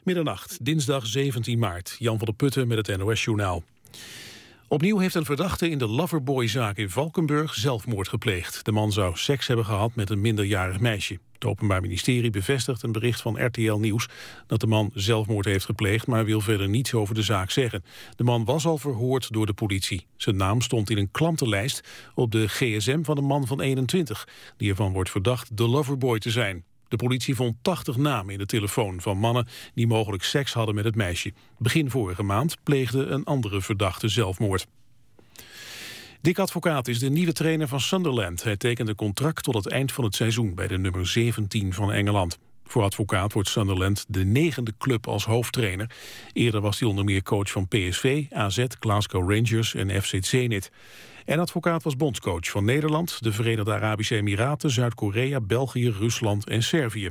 Middernacht, dinsdag 17 maart. Jan van der Putten met het NOS-journaal. Opnieuw heeft een verdachte in de Loverboy-zaak in Valkenburg zelfmoord gepleegd. De man zou seks hebben gehad met een minderjarig meisje. Het Openbaar Ministerie bevestigt een bericht van RTL Nieuws dat de man zelfmoord heeft gepleegd, maar wil verder niets over de zaak zeggen. De man was al verhoord door de politie. Zijn naam stond in een klantenlijst op de gsm van een man van 21, die ervan wordt verdacht de Loverboy te zijn. De politie vond 80 namen in de telefoon van mannen die mogelijk seks hadden met het meisje. Begin vorige maand pleegde een andere verdachte zelfmoord. Dick Advocaat is de nieuwe trainer van Sunderland. Hij tekent een contract tot het eind van het seizoen bij de nummer 17 van Engeland. Voor Advocaat wordt Sunderland de 9e club als hoofdtrainer. Eerder was hij onder meer coach van PSV, AZ, Glasgow Rangers en FC Zenit. En Advocaat was bondscoach van Nederland, de Verenigde Arabische Emiraten, Zuid-Korea, België, Rusland en Servië.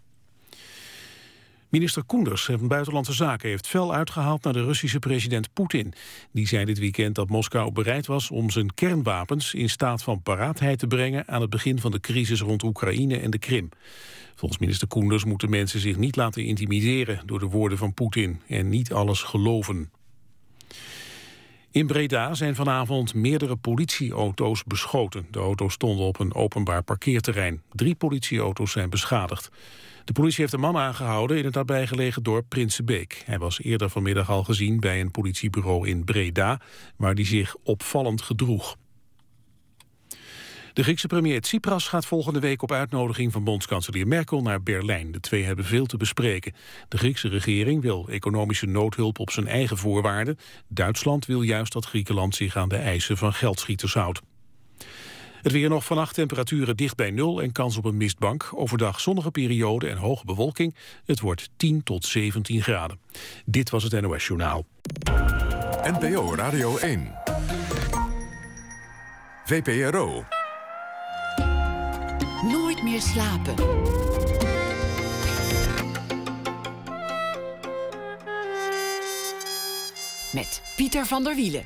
Minister Koenders van Buitenlandse Zaken heeft fel uitgehaald naar de Russische president Poetin. Die zei dit weekend dat Moskou bereid was om zijn kernwapens in staat van paraatheid te brengen aan het begin van de crisis rond Oekraïne en de Krim. Volgens minister Koenders moeten mensen zich niet laten intimideren door de woorden van Poetin en niet alles geloven. In Breda zijn vanavond meerdere politieauto's beschoten. De auto's stonden op een openbaar parkeerterrein. 3 politieauto's zijn beschadigd. De politie heeft een man aangehouden in het nabijgelegen dorp Prinsenbeek. Hij was eerder vanmiddag al gezien bij een politiebureau in Breda, waar hij zich opvallend gedroeg. De Griekse premier Tsipras gaat volgende week op uitnodiging van bondskanselier Merkel naar Berlijn. De twee hebben veel te bespreken. De Griekse regering wil economische noodhulp op zijn eigen voorwaarden. Duitsland wil juist dat Griekenland zich aan de eisen van geldschieters houdt. Het weer nog, vannacht temperaturen dicht bij 0 en kans op een mistbank. Overdag zonnige periode en hoge bewolking. Het wordt 10 tot 17 graden. Dit was het NOS Journaal. NPO Radio 1. VPRO. Nooit meer slapen. Met Pieter van der Wielen.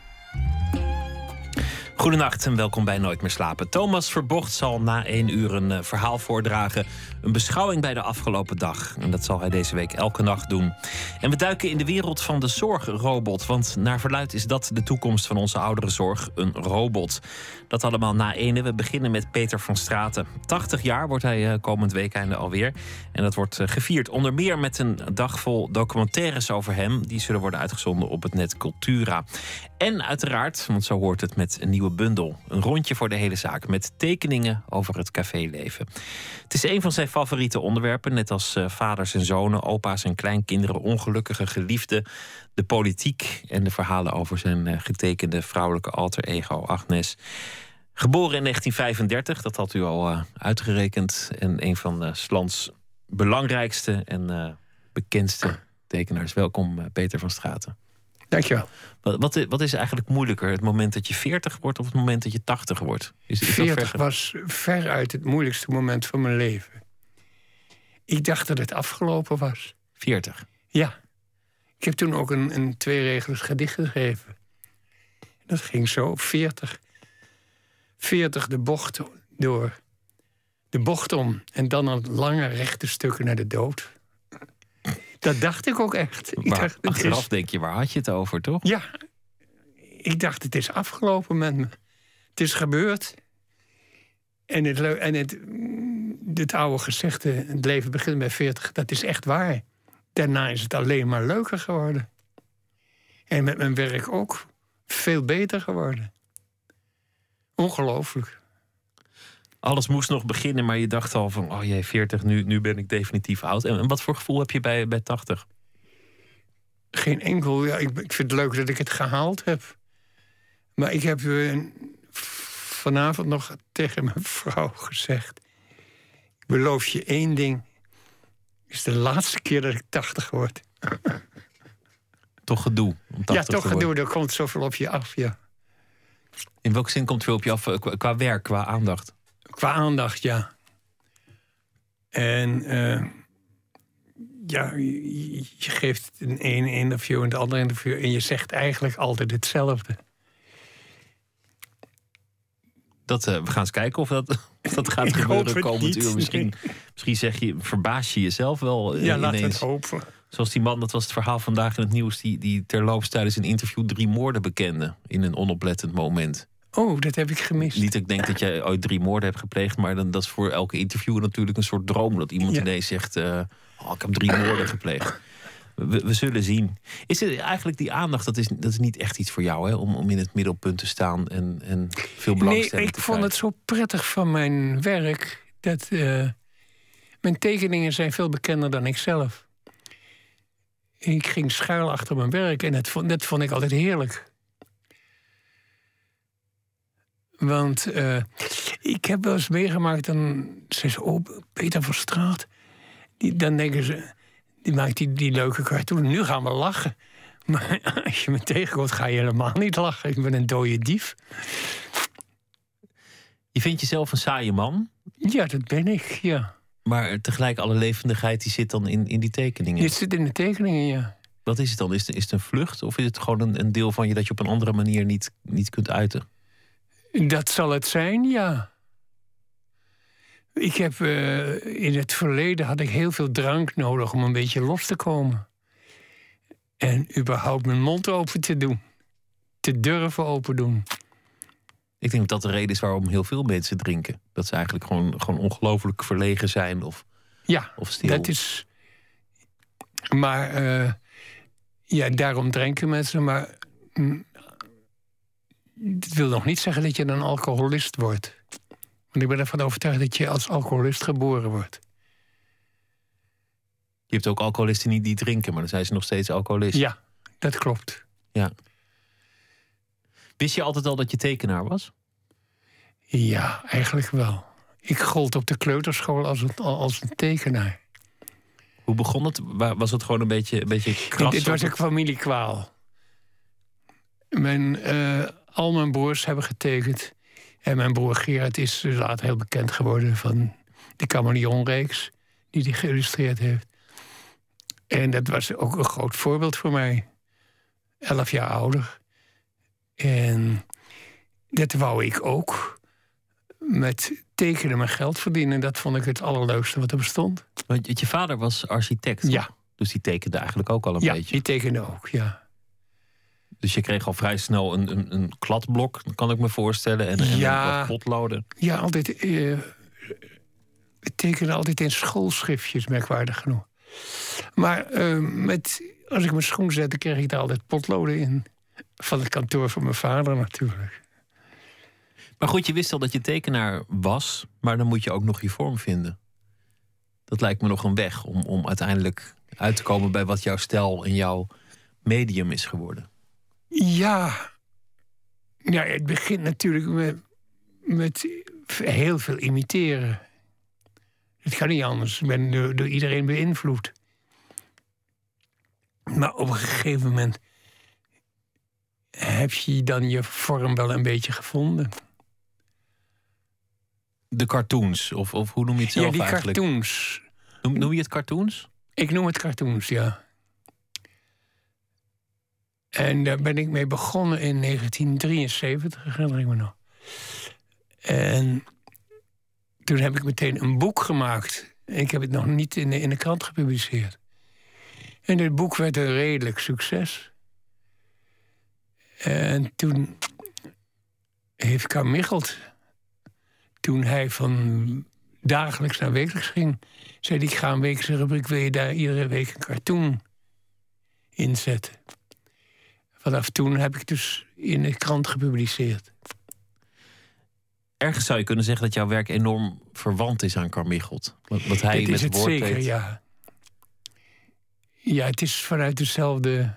Goedenacht en welkom bij Nooit meer slapen. Thomas Verbocht zal na 1 uur een verhaal voordragen. Een beschouwing bij de afgelopen dag. En dat zal hij deze week elke nacht doen. En we duiken in de wereld van de zorgrobot. Want naar verluidt is dat de toekomst van onze ouderenzorg. Een robot. Dat allemaal na 1. We beginnen met Peter van Straten. 80 jaar wordt hij komend weekende alweer. En dat wordt gevierd onder meer met een dag vol documentaires over hem. Die zullen worden uitgezonden op het net Cultura. En uiteraard, want zo hoort het, met een nieuwe bundel. Een rondje voor de hele zaak met tekeningen over het caféleven. Het is een van zijn favoriete onderwerpen. Net als vaders en zonen, opa's en kleinkinderen, ongelukkige geliefden, de politiek en de verhalen over zijn getekende vrouwelijke alter ego Agnes. Geboren in 1935, dat had u al uitgerekend. En een van 's lands belangrijkste en bekendste tekenaars. Welkom, Peter van Straten. Dankjewel. Wat is eigenlijk moeilijker? Het moment dat je 40 wordt of het moment dat je 80 wordt? Is 40 was veruit het moeilijkste moment van mijn leven. Ik dacht dat het afgelopen was. 40? Ja. Ik heb toen ook een 2-regels gedicht geschreven. Dat ging zo, 40. 40 de bocht door. De bocht om. En dan een lange rechte stukken naar de dood. Dat dacht ik ook echt. Achteraf denk je, waar had je het over, toch? Ja. Ik dacht, het is afgelopen met me. Het is gebeurd. En het oude gezegde, het leven begint bij 40, dat is echt waar. Daarna is het alleen maar leuker geworden. En met mijn werk ook veel beter geworden. Ongelooflijk. Alles moest nog beginnen, maar je dacht al van, oh jee, 40, nu ben ik definitief oud. En wat voor gevoel heb je bij 80? Geen enkel. Ja, ik vind het leuk dat ik het gehaald heb. Maar ik heb vanavond nog tegen mijn vrouw gezegd, ik beloof je 1 ding. Het is de laatste keer dat ik 80 word. Toch gedoe om 80 ja, toch te worden. gedoe. Er komt zoveel op je af, ja. In welke zin komt het veel op je af? Qua werk, qua aandacht? Qua aandacht, ja. En je geeft een ene interview en de andere interview en je zegt eigenlijk altijd hetzelfde. We gaan eens kijken of dat gaat Ik gebeuren hoop het komend niet, uur. Misschien verbaas je jezelf wel Ja, laat ineens. het hopen. Zoals die man, dat was het verhaal vandaag in het nieuws... die terloops tijdens een interview 3 moorden bekende... in een onoplettend moment. Oh, dat heb ik gemist. Niet dat ik denk dat jij ooit 3 moorden hebt gepleegd... maar dat is voor elke interviewer natuurlijk een soort droom... dat iemand ineens zegt, ik heb 3 moorden gepleegd. We zullen zien. Is het eigenlijk die aandacht, dat is niet echt iets voor jou... Hè? Om in het middelpunt te staan en veel belangstelling Nee, te ik vond het zo prettig van mijn werk... dat mijn tekeningen zijn veel bekender dan ik zelf. Ik ging schuil achter mijn werk en dat vond ik altijd heerlijk. Want ik heb wel eens meegemaakt... dan zeggen ze, Peter van Straat... dan denken ze... Die maakt die leuke cartoon. Nu gaan we lachen. Maar als je me tegenkomt, ga je helemaal niet lachen. Ik ben een dode dief. Je vindt jezelf een saaie man. Ja, dat ben ik, ja. Maar tegelijk alle levendigheid die zit dan in die tekeningen. Dit zit in de tekeningen, ja. Wat is het dan? Is het een vlucht? Of is het gewoon een deel van je dat je op een andere manier niet kunt uiten? Dat zal het zijn, ja. Ik heb in het verleden had ik heel veel drank nodig om een beetje los te komen. En überhaupt mijn mond open te doen. Te durven open doen. Ik denk dat de reden is waarom heel veel mensen drinken. Dat ze eigenlijk gewoon ongelooflijk verlegen zijn of stil. Dat is... Maar daarom drinken mensen. Maar dat wil nog niet zeggen dat je een alcoholist wordt. Want ik ben ervan overtuigd dat je als alcoholist geboren wordt. Je hebt ook alcoholisten die drinken, maar dan zijn ze nog steeds alcoholist. Ja, dat klopt. Ja. Wist je altijd al dat je tekenaar was? Ja, eigenlijk wel. Ik gold op de kleuterschool als een tekenaar. Hoe begon het? Was het gewoon een beetje kras? Dit was een familiekwaal. Al mijn broers hebben getekend. En mijn broer Gerard is later heel bekend geworden van de Chameleon-reeks die hij geïllustreerd heeft. En dat was ook een groot voorbeeld voor mij. 11 jaar ouder. En dat wou ik ook. Met tekenen mijn geld verdienen. Dat vond ik het allerleukste wat er bestond. Want je vader was architect. Ja. Dus die tekende eigenlijk ook al een beetje. Ja, die tekende ook, ja. Dus je kreeg al vrij snel een kladblok, kan ik me voorstellen. En wat potloden. Ja, altijd. We tekenen altijd in schoolschriftjes, merkwaardig genoeg. Maar als ik mijn schoen zette, kreeg ik daar altijd potloden in. Van het kantoor van mijn vader natuurlijk. Maar goed, je wist al dat je tekenaar was, maar dan moet je ook nog je vorm vinden. Dat lijkt me nog een weg om uiteindelijk uit te komen bij wat jouw stijl en jouw medium is geworden. Ja, het begint natuurlijk met heel veel imiteren. Het kan niet anders. Ik ben door iedereen beïnvloed. Maar op een gegeven moment heb je dan je vorm wel een beetje gevonden. De cartoons, of hoe noem je het zelf eigenlijk? Ja, die cartoons. Noem je het cartoons? Ik noem het cartoons, ja. En daar ben ik mee begonnen in 1973, herinner ik me nog. En toen heb ik meteen een boek gemaakt. Ik heb het nog niet in de krant gepubliceerd. En dit boek werd een redelijk succes. En toen heeft Carmichelt, toen hij van dagelijks naar wekelijks ging, zei hij, ik ga een wekelijkse rubriek, wil je daar iedere week een cartoon inzetten? Vanaf toen heb ik dus in de krant gepubliceerd. Ergens zou je kunnen zeggen dat jouw werk enorm verwant is aan Carmichelt. Wat hij met het woord zeker, deed. ja. Ja, het is vanuit dezelfde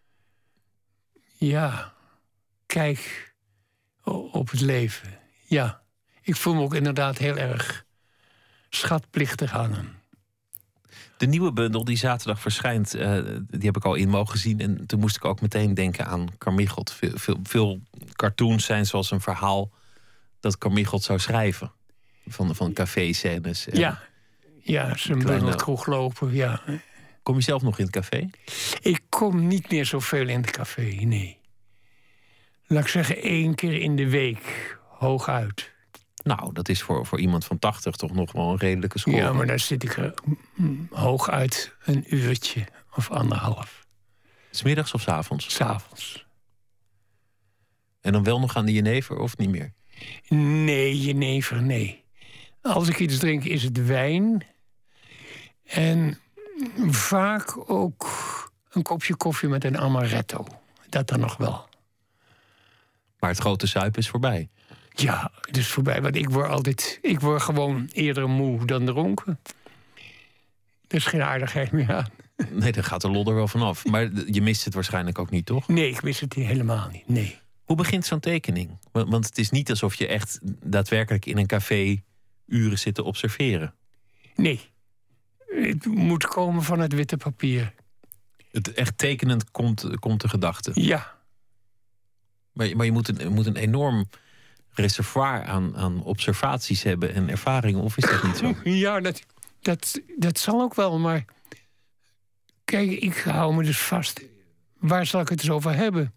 kijk op het leven. Ja, ik voel me ook inderdaad heel erg schatplichtig aan hem. De nieuwe bundel die zaterdag verschijnt, die heb ik al in mogen zien. En toen moest ik ook meteen denken aan Carmichelt. Veel cartoons zijn zoals een verhaal dat Carmichelt zou schrijven. Van café-scènes. Ja, zijn bundel kroeg lopen, ja. Kom je zelf nog in het café? Ik kom niet meer zoveel in het café, nee. Laat ik zeggen 1 keer in de week, hooguit. Nou, dat is voor iemand van 80 toch nog wel een redelijke score. Ja, maar dan zit ik er hooguit een uurtje of 1,5. 'S middags of 's avonds? 's Avonds. En dan wel nog aan de jenever of niet meer? Nee, jenever, nee. Als ik iets drink, is het wijn. En vaak ook een kopje koffie met een amaretto. Dat dan nog wel. Maar het grote zuipen is voorbij. Ja, het is voorbij. Want ik word gewoon eerder moe dan dronken. Er is geen aardigheid meer aan. Nee, dan gaat de lol er wel vanaf. Maar je mist het waarschijnlijk ook niet, toch? Nee, ik mis het helemaal niet, nee. Hoe begint zo'n tekening? Want het is niet alsof je echt daadwerkelijk in een café uren zit te observeren. Nee. Het moet komen van het witte papier. Het echt tekenend komt de gedachte. Ja. Maar je moet een enorm reservoir aan observaties hebben en ervaringen. Of is dat niet zo? Ja, dat zal ook wel, maar... Kijk, ik hou me dus vast. Waar zal ik het eens over hebben?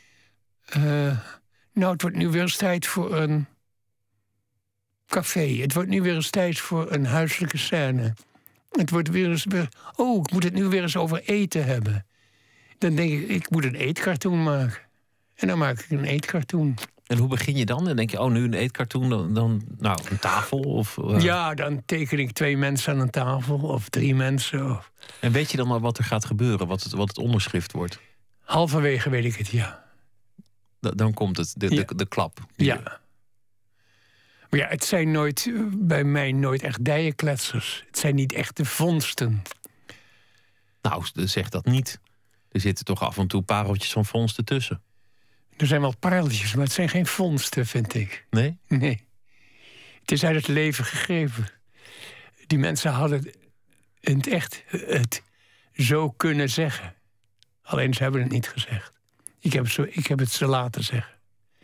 Nou, het wordt nu weer eens tijd voor een café. Het wordt nu weer eens tijd voor een huiselijke scène. Het wordt weer eens... ik moet het nu weer eens over eten hebben. Dan denk ik moet een eetcartoon maken. En dan maak ik een eetcartoon. En hoe begin je dan? Dan denk je, nu een eetcartoon, dan een tafel? Of, Ja, dan teken ik 2 mensen aan een tafel. Of 3 mensen. En weet je dan al wat er gaat gebeuren? Wat het onderschrift wordt? Halverwege weet ik het, ja. Dan komt het, de klap. Ja. Maar ja, het zijn bij mij nooit echt dijenkletsers. Het zijn niet echte vondsten. Nou, zeg dat niet. Er zitten toch af en toe pareltjes van vondsten tussen. Er zijn wel pareltjes, maar het zijn geen vondsten, vind ik. Nee? Nee. Het is uit het leven gegrepen. Die mensen hadden het zo kunnen zeggen. Alleen ze hebben het niet gezegd. Ik heb het ze laten zeggen.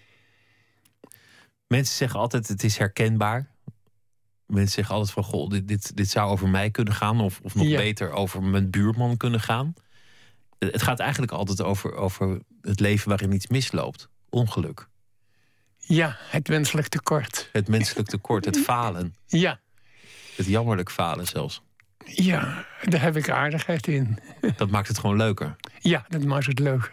Mensen zeggen altijd, het is herkenbaar. Mensen zeggen altijd van, goh, dit zou over mij kunnen gaan. Of nog beter over mijn buurman kunnen gaan. Het gaat eigenlijk altijd over het leven waarin iets misloopt. Ongeluk. Ja, het menselijk tekort. Het menselijk tekort, het falen. Ja. Het jammerlijk falen zelfs. Ja, daar heb ik aardigheid in. Dat maakt het gewoon leuker. Ja, dat maakt het leuker.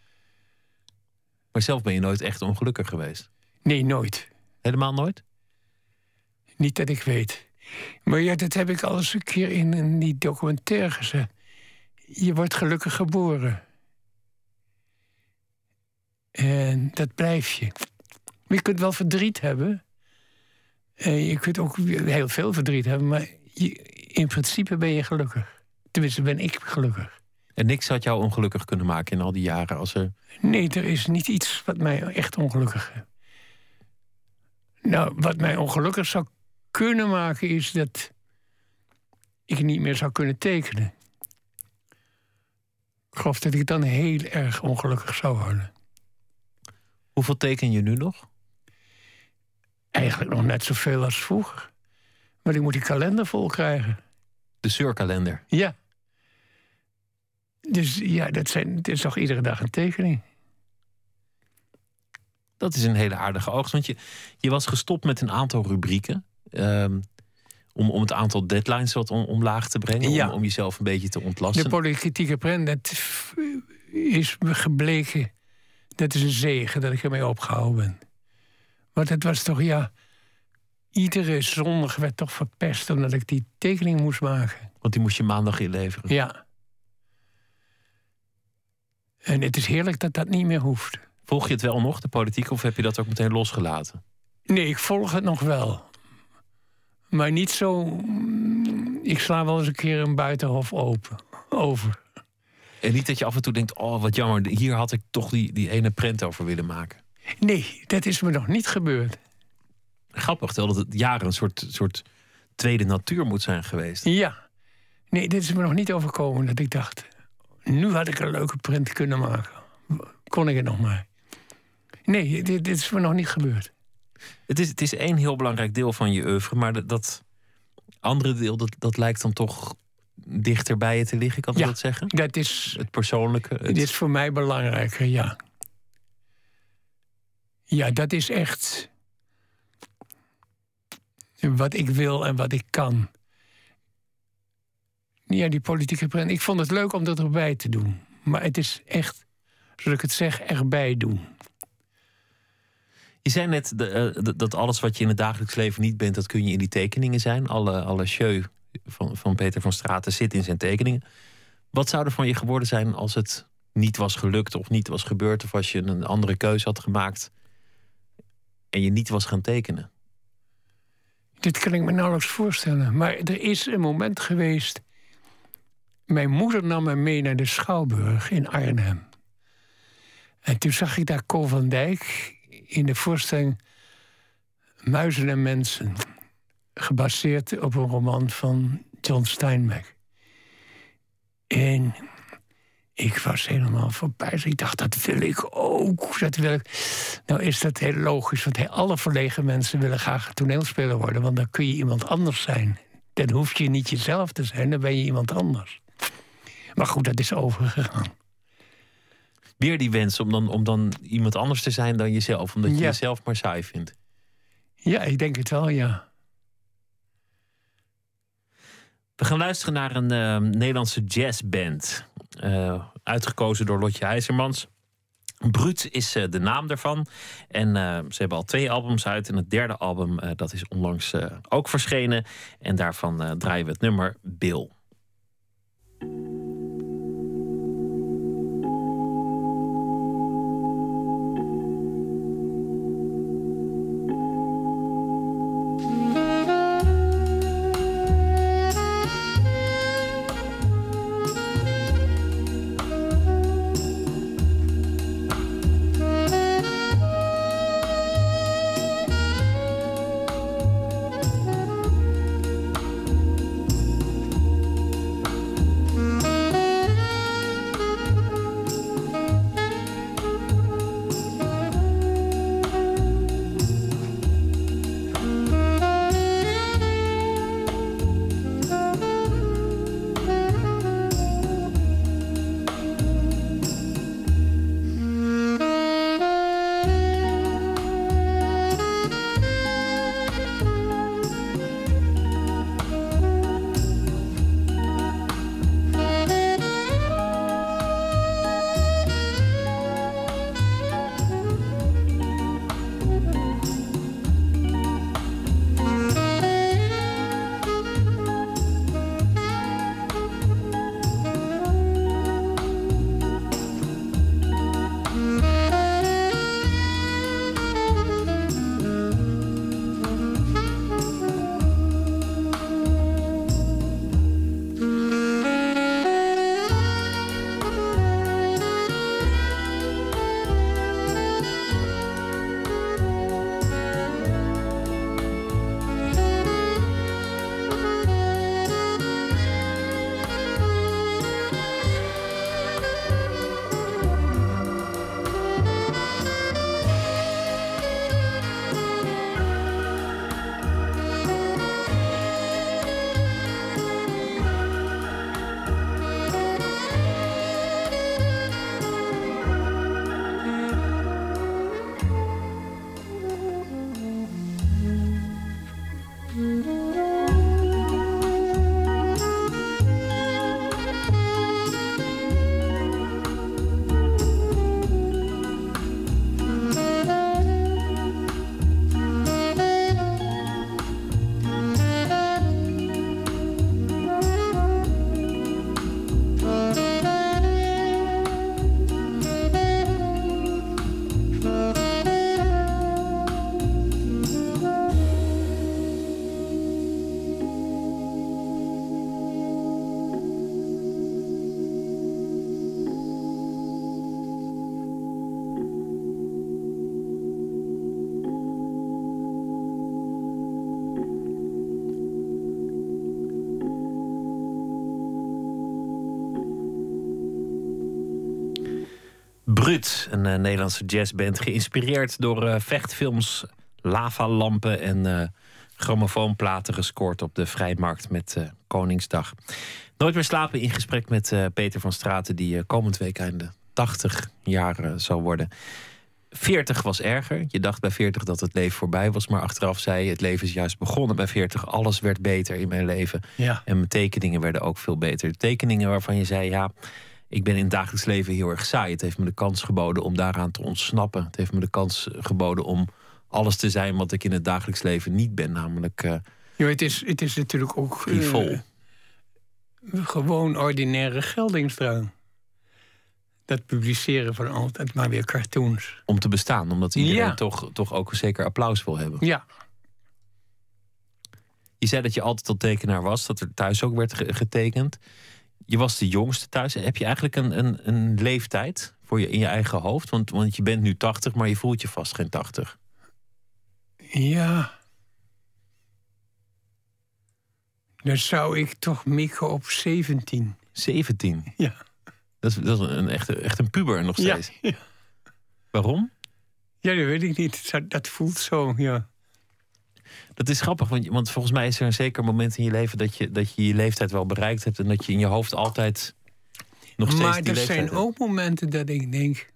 Maar zelf ben je nooit echt ongelukkig geweest? Nee, nooit. Helemaal nooit? Niet dat ik weet. Maar ja, dat heb ik al eens een keer in die documentaire gezegd. Je wordt gelukkig geboren. En dat blijf je. Maar je kunt wel verdriet hebben. En je kunt ook heel veel verdriet hebben. Maar in principe ben je gelukkig. Tenminste, ben ik gelukkig. En niks had jou ongelukkig kunnen maken in al die jaren? Als er... Nee, er is niet iets wat mij echt ongelukkig... Nou, wat mij ongelukkig zou kunnen maken... is dat ik niet meer zou kunnen tekenen. Ik geloof dat ik dan heel erg ongelukkig zou worden. Hoeveel teken je nu nog? Eigenlijk nog net zoveel als vroeger. Maar ik moet die kalender vol krijgen. De Surkalender? Ja. Dus ja, het is toch iedere dag een tekening. Dat is een hele aardige oogst. Want je was gestopt met een aantal rubrieken. Om het aantal deadlines wat omlaag te brengen. Ja. Om jezelf een beetje te ontlasten. De politieke prent, dat is me gebleken. Dat is een zegen dat ik ermee opgehouden ben. Want het was toch, iedere zondag werd toch verpest... omdat ik die tekening moest maken. Want die moest je maandag inleveren. Ja. En het is heerlijk dat dat niet meer hoeft. Volg je het wel nog, de politiek, of heb je dat ook meteen losgelaten? Nee, ik volg het nog wel. Maar niet zo... Ik sla wel eens een keer een buitenhof over. En niet dat je af en toe denkt, wat jammer, hier had ik toch die ene prent over willen maken. Nee, dat is me nog niet gebeurd. Grappig, terwijl dat het jaren een soort tweede natuur moet zijn geweest. Ja. Nee, dit is me nog niet overkomen dat ik dacht... nu had ik een leuke print kunnen maken. Kon ik het nog maar. Nee, dit is me nog niet gebeurd. Het is één heel belangrijk deel van je oeuvre... maar dat andere deel, dat lijkt dan toch dichter bij je te liggen, kan ik dat zeggen? Dat is... Het persoonlijke. Dit is voor mij belangrijker, ja. Ja, dat is echt... wat ik wil en wat ik kan. Ja, die politieke prent. Ik vond het leuk om dat erbij te doen. Maar het is echt, zoals ik het zeg, erbij doen. Je zei net dat alles wat je in het dagelijks leven niet bent, dat kun je in die tekeningen zijn. Alle jeu van Peter van Straten zit in zijn tekeningen. Wat zou er van je geworden zijn als het niet was gelukt of niet was gebeurd, of als je een andere keuze had gemaakt en je niet was gaan tekenen? Dit kan ik me nauwelijks voorstellen. Maar er is een moment geweest. Mijn moeder nam me mee naar de Schouwburg in Arnhem. En toen zag ik daar Ko van Dijk in de voorstelling Muizen en Mensen, gebaseerd op een roman van John Steinbeck. En ik was helemaal voorbij. Ik dacht, dat wil ik ook. Dat wil ik. Nou is dat heel logisch, want alle verlegen mensen willen graag toneelspeler worden, want dan kun je iemand anders zijn. Dan hoef je niet jezelf te zijn, dan ben je iemand anders. Maar goed, dat is overgegaan. Weer die wens om dan iemand anders te zijn dan jezelf, omdat je jezelf maar saai vindt. Ja, ik denk het wel, ja. We gaan luisteren naar een Nederlandse jazzband. Uitgekozen door Lotje IJzermans. Brut is de naam daarvan. En ze hebben al 2 albums uit. En het 3e album dat is onlangs ook verschenen. En daarvan draaien we het nummer Bill. Brut, een Nederlandse jazzband, geïnspireerd door vechtfilms, lavalampen en grammofoonplaten, gescoord op de Vrijmarkt met Koningsdag. Nooit meer slapen in gesprek met Peter van Straten, die komend week aan de 80 jaar zal worden. 40 was erger. Je dacht bij 40 dat het leven voorbij was. Maar achteraf zei je, het leven is juist begonnen bij 40. Alles werd beter in mijn leven. Ja. En mijn tekeningen werden ook veel beter. De tekeningen waarvan je zei, ja, ik ben in het dagelijks leven heel erg saai. Het heeft me de kans geboden om daaraan te ontsnappen. Het heeft me de kans geboden om alles te zijn wat ik in het dagelijks leven niet ben. Namelijk Het is natuurlijk ook frivol. Gewoon ordinaire geldingsdrang. Dat publiceren van altijd maar weer cartoons. Om te bestaan, omdat iedereen toch ook een zeker applaus wil hebben. Ja. Je zei dat je altijd al tekenaar was, dat er thuis ook werd getekend. Je was de jongste thuis. Heb je eigenlijk een leeftijd voor je in je eigen hoofd? Want je bent nu 80, maar je voelt je vast geen 80. Ja. Dan zou ik toch mikken op 17. 17? Ja. Dat is echt een puber nog steeds. Ja. Waarom? Ja, dat weet ik niet. Dat voelt zo, ja. Dat is grappig, want volgens mij is er een zeker moment in je leven dat je leeftijd wel bereikt hebt en dat je in je hoofd altijd nog steeds maar die er leeftijd zijn hebt. ook momenten dat ik denk,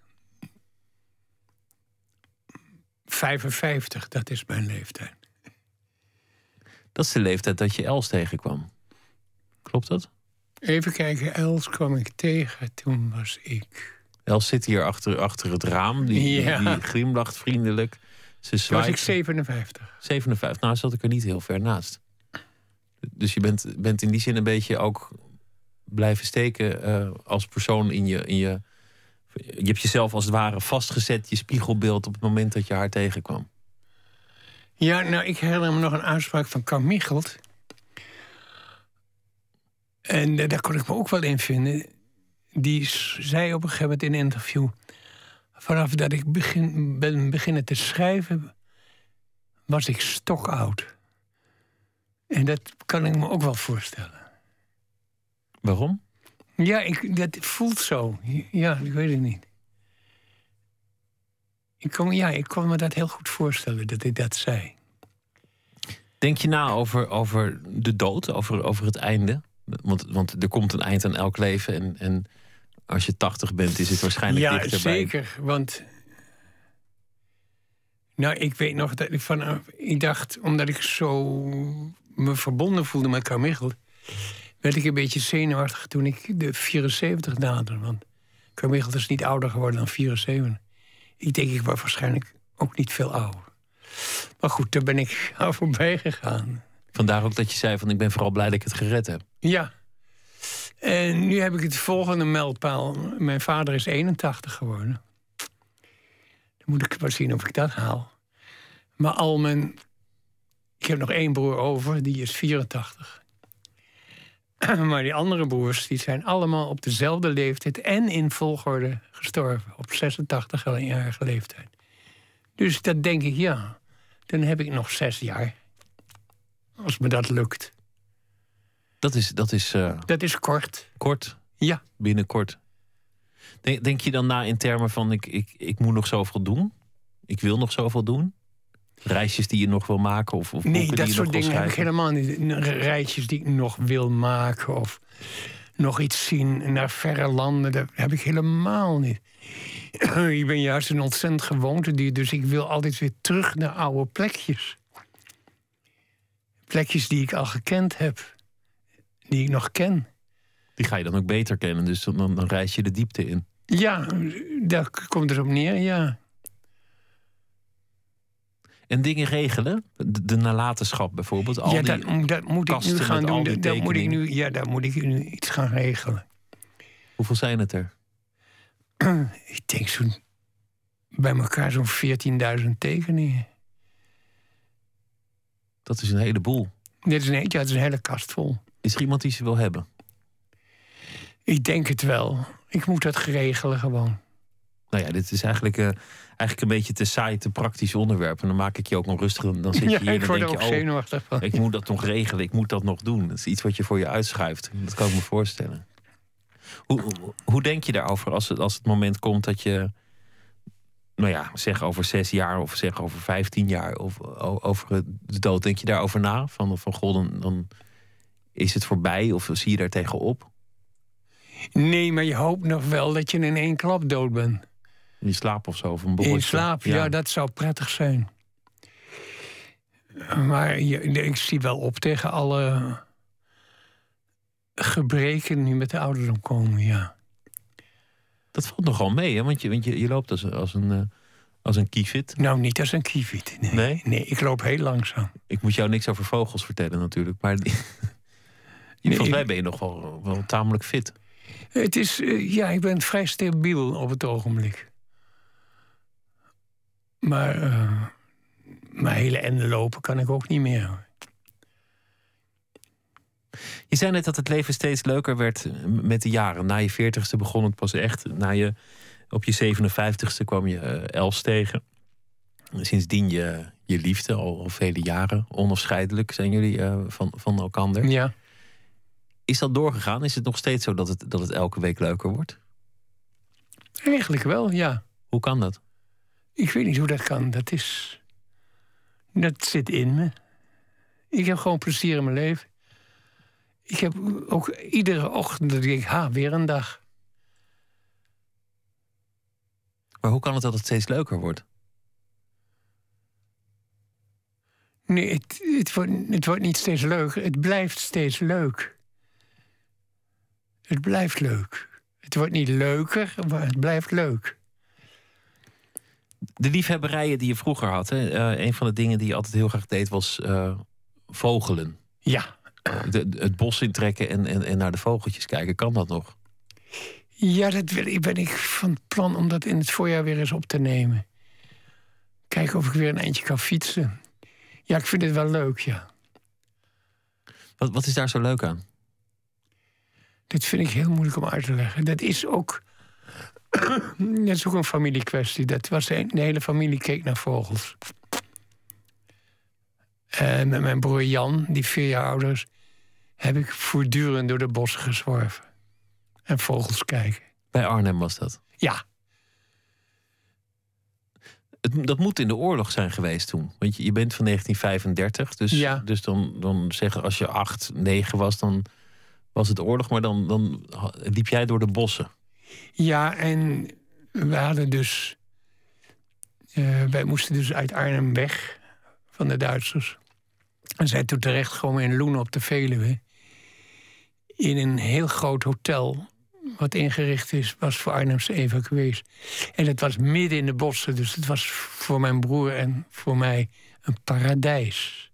55, dat is mijn leeftijd. Dat is de leeftijd dat je Els tegenkwam. Klopt dat? Even kijken, Els kwam ik tegen, toen was ik... Els zit hier achter het raam, die glimlacht vriendelijk. Ze Toen was zwaait. ik 57. 57, nou zat ik er niet heel ver naast. Dus je bent in die zin een beetje ook blijven steken als persoon in je... Je hebt jezelf als het ware vastgezet, je spiegelbeeld op het moment dat je haar tegenkwam. Ja, nou, ik herinner me nog een uitspraak van Carl Michelt. En daar kon ik me ook wel in vinden. Die zei op een gegeven moment in een interview... vanaf dat ik ben beginnen te schrijven, was ik stokoud. En dat kan ik me ook wel voorstellen. Waarom? Ja, dat voelt zo. Ja, ik weet het niet. Ik kon me dat heel goed voorstellen, dat ik dat zei. Denk je na over de dood, over het einde? Want er komt een eind aan elk leven. En als je 80 bent, is het waarschijnlijk dichterbij. Ja, zeker. Want... Nou, ik weet nog dat ik dacht, omdat ik zo me verbonden voelde met Carl Michelt, werd ik een beetje zenuwachtig toen ik de 74 naderde. Want Carl Michelt is niet ouder geworden dan 74. Ik denk, ik was waarschijnlijk ook niet veel ouder. Maar goed, daar ben ik aan voorbij gegaan. Vandaar ook dat je zei van, ik ben vooral blij dat ik het gered heb. Ja. En nu heb ik het volgende mijlpaal. Mijn vader is 81 geworden. Dan moet ik maar zien of ik dat haal. Maar ik heb nog 1 broer over, die is 84. Maar die andere broers, die zijn allemaal op dezelfde leeftijd en in volgorde gestorven. Op 86-jarige leeftijd. Dus dat denk ik, ja. Dan heb ik nog 6 jaar. Als me dat lukt. Dat is kort. Kort? Ja. Binnenkort. Denk je dan na in termen van, ik moet nog zoveel doen? Ik wil nog zoveel doen? Reisjes die je nog wil maken? Of nee, boeken dat die je soort nog wil dingen heb ik schrijven? helemaal niet. Reisjes die ik nog wil maken. Of nog iets zien naar verre landen. Dat heb ik helemaal niet. Ik ben juist een ontzettend gewoontedier. Dus ik wil altijd weer terug naar oude plekjes. Plekjes die ik al gekend heb. Die ik nog ken. Die ga je dan ook beter kennen. Dus dan reis je de diepte in. Ja, daar komt het op neer, ja. En dingen regelen? De nalatenschap bijvoorbeeld? Dat moet ik nu gaan doen. Daar moet ik nu iets gaan regelen. Hoeveel zijn het er? Ik denk bij elkaar zo'n 14.000 tekeningen. Dat is een heleboel. Het is een hele kast vol. Is er iemand die ze wil hebben? Ik denk het wel. Ik moet dat regelen gewoon. Nou ja, dit is eigenlijk een beetje te saai, te praktisch onderwerp. En dan maak ik je ook nog rustig. Dan zit je hier en ik dan word denk er ook je, zenuwachtig van. Ik moet dat nog regelen, ik moet dat nog doen. Dat is iets wat je voor je uitschuift. Dat kan ik me voorstellen. Hoe denk je daarover als het moment komt dat je... Nou ja, zeg over 6 jaar of zeg over 15 jaar... of over de dood, denk je daarover na? Van goh, dan is het voorbij of zie je daar tegenop? Nee, maar je hoopt nog wel dat je in 1 klap dood bent. In slaap of zo, of een borreltje. In slaap, ja, dat zou prettig zijn. Maar ik zie wel op tegen alle gebreken die met de ouderdom komen, ja. Dat valt nogal mee, hè? Want je loopt als een kievit. Nou, niet als een kievit. Nee? Nee, ik loop heel langzaam. Ik moet jou niks over vogels vertellen natuurlijk. Maar volgens mij ben je nog wel tamelijk fit. Het is, ik ben vrij stabiel op het ogenblik. Maar hele enden lopen kan ik ook niet meer. Je zei net dat het leven steeds leuker werd met de jaren. Na je 40ste begon het pas echt. Op je 57ste kwam je Els tegen. Sindsdien je liefde, al vele jaren. Onafscheidelijk zijn jullie van elkander. Ja. Is dat doorgegaan? Is het nog steeds zo dat het elke week leuker wordt? Eigenlijk wel, ja. Hoe kan dat? Ik weet niet hoe dat kan. Dat zit in me. Ik heb gewoon plezier in mijn leven. Ik heb ook iedere ochtend dat ik denk, weer een dag. Maar hoe kan het dat het steeds leuker wordt? Nee, het wordt niet steeds leuker. Het blijft steeds leuk. Het blijft leuk. Het wordt niet leuker, maar het blijft leuk. De liefhebberijen die je vroeger had, hè? Een van de dingen die je altijd heel graag deed was vogelen. Ja. Het bos intrekken en naar de vogeltjes kijken. Kan dat nog? Ja, ben ik van plan om dat in het voorjaar weer eens op te nemen. Kijken of ik weer een eindje kan fietsen. Ja, ik vind het wel leuk, ja. Wat is daar zo leuk aan? Dit vind ik heel moeilijk om uit te leggen. Dat is ook een familiekwestie. De hele familie keek naar vogels. En met mijn broer Jan, die 4 jaar ouder is, heb ik voortdurend door de bossen gezworven. En vogels kijken. Bij Arnhem was dat? Ja. Dat moet in de oorlog zijn geweest toen. Want je bent van 1935. Dus, ja. Dus dan zeggen als je 8, 9 was, dan was het oorlog. Maar dan liep jij door de bossen. Ja, en we hadden dus... wij moesten dus uit Arnhem weg van de Duitsers. En zijn toen terecht gewoon in Loenen op de Veluwe. In een heel groot hotel... wat ingericht was voor Arnhemse evacuees. En het was midden in de bossen, dus het was voor mijn broer en voor mij een paradijs.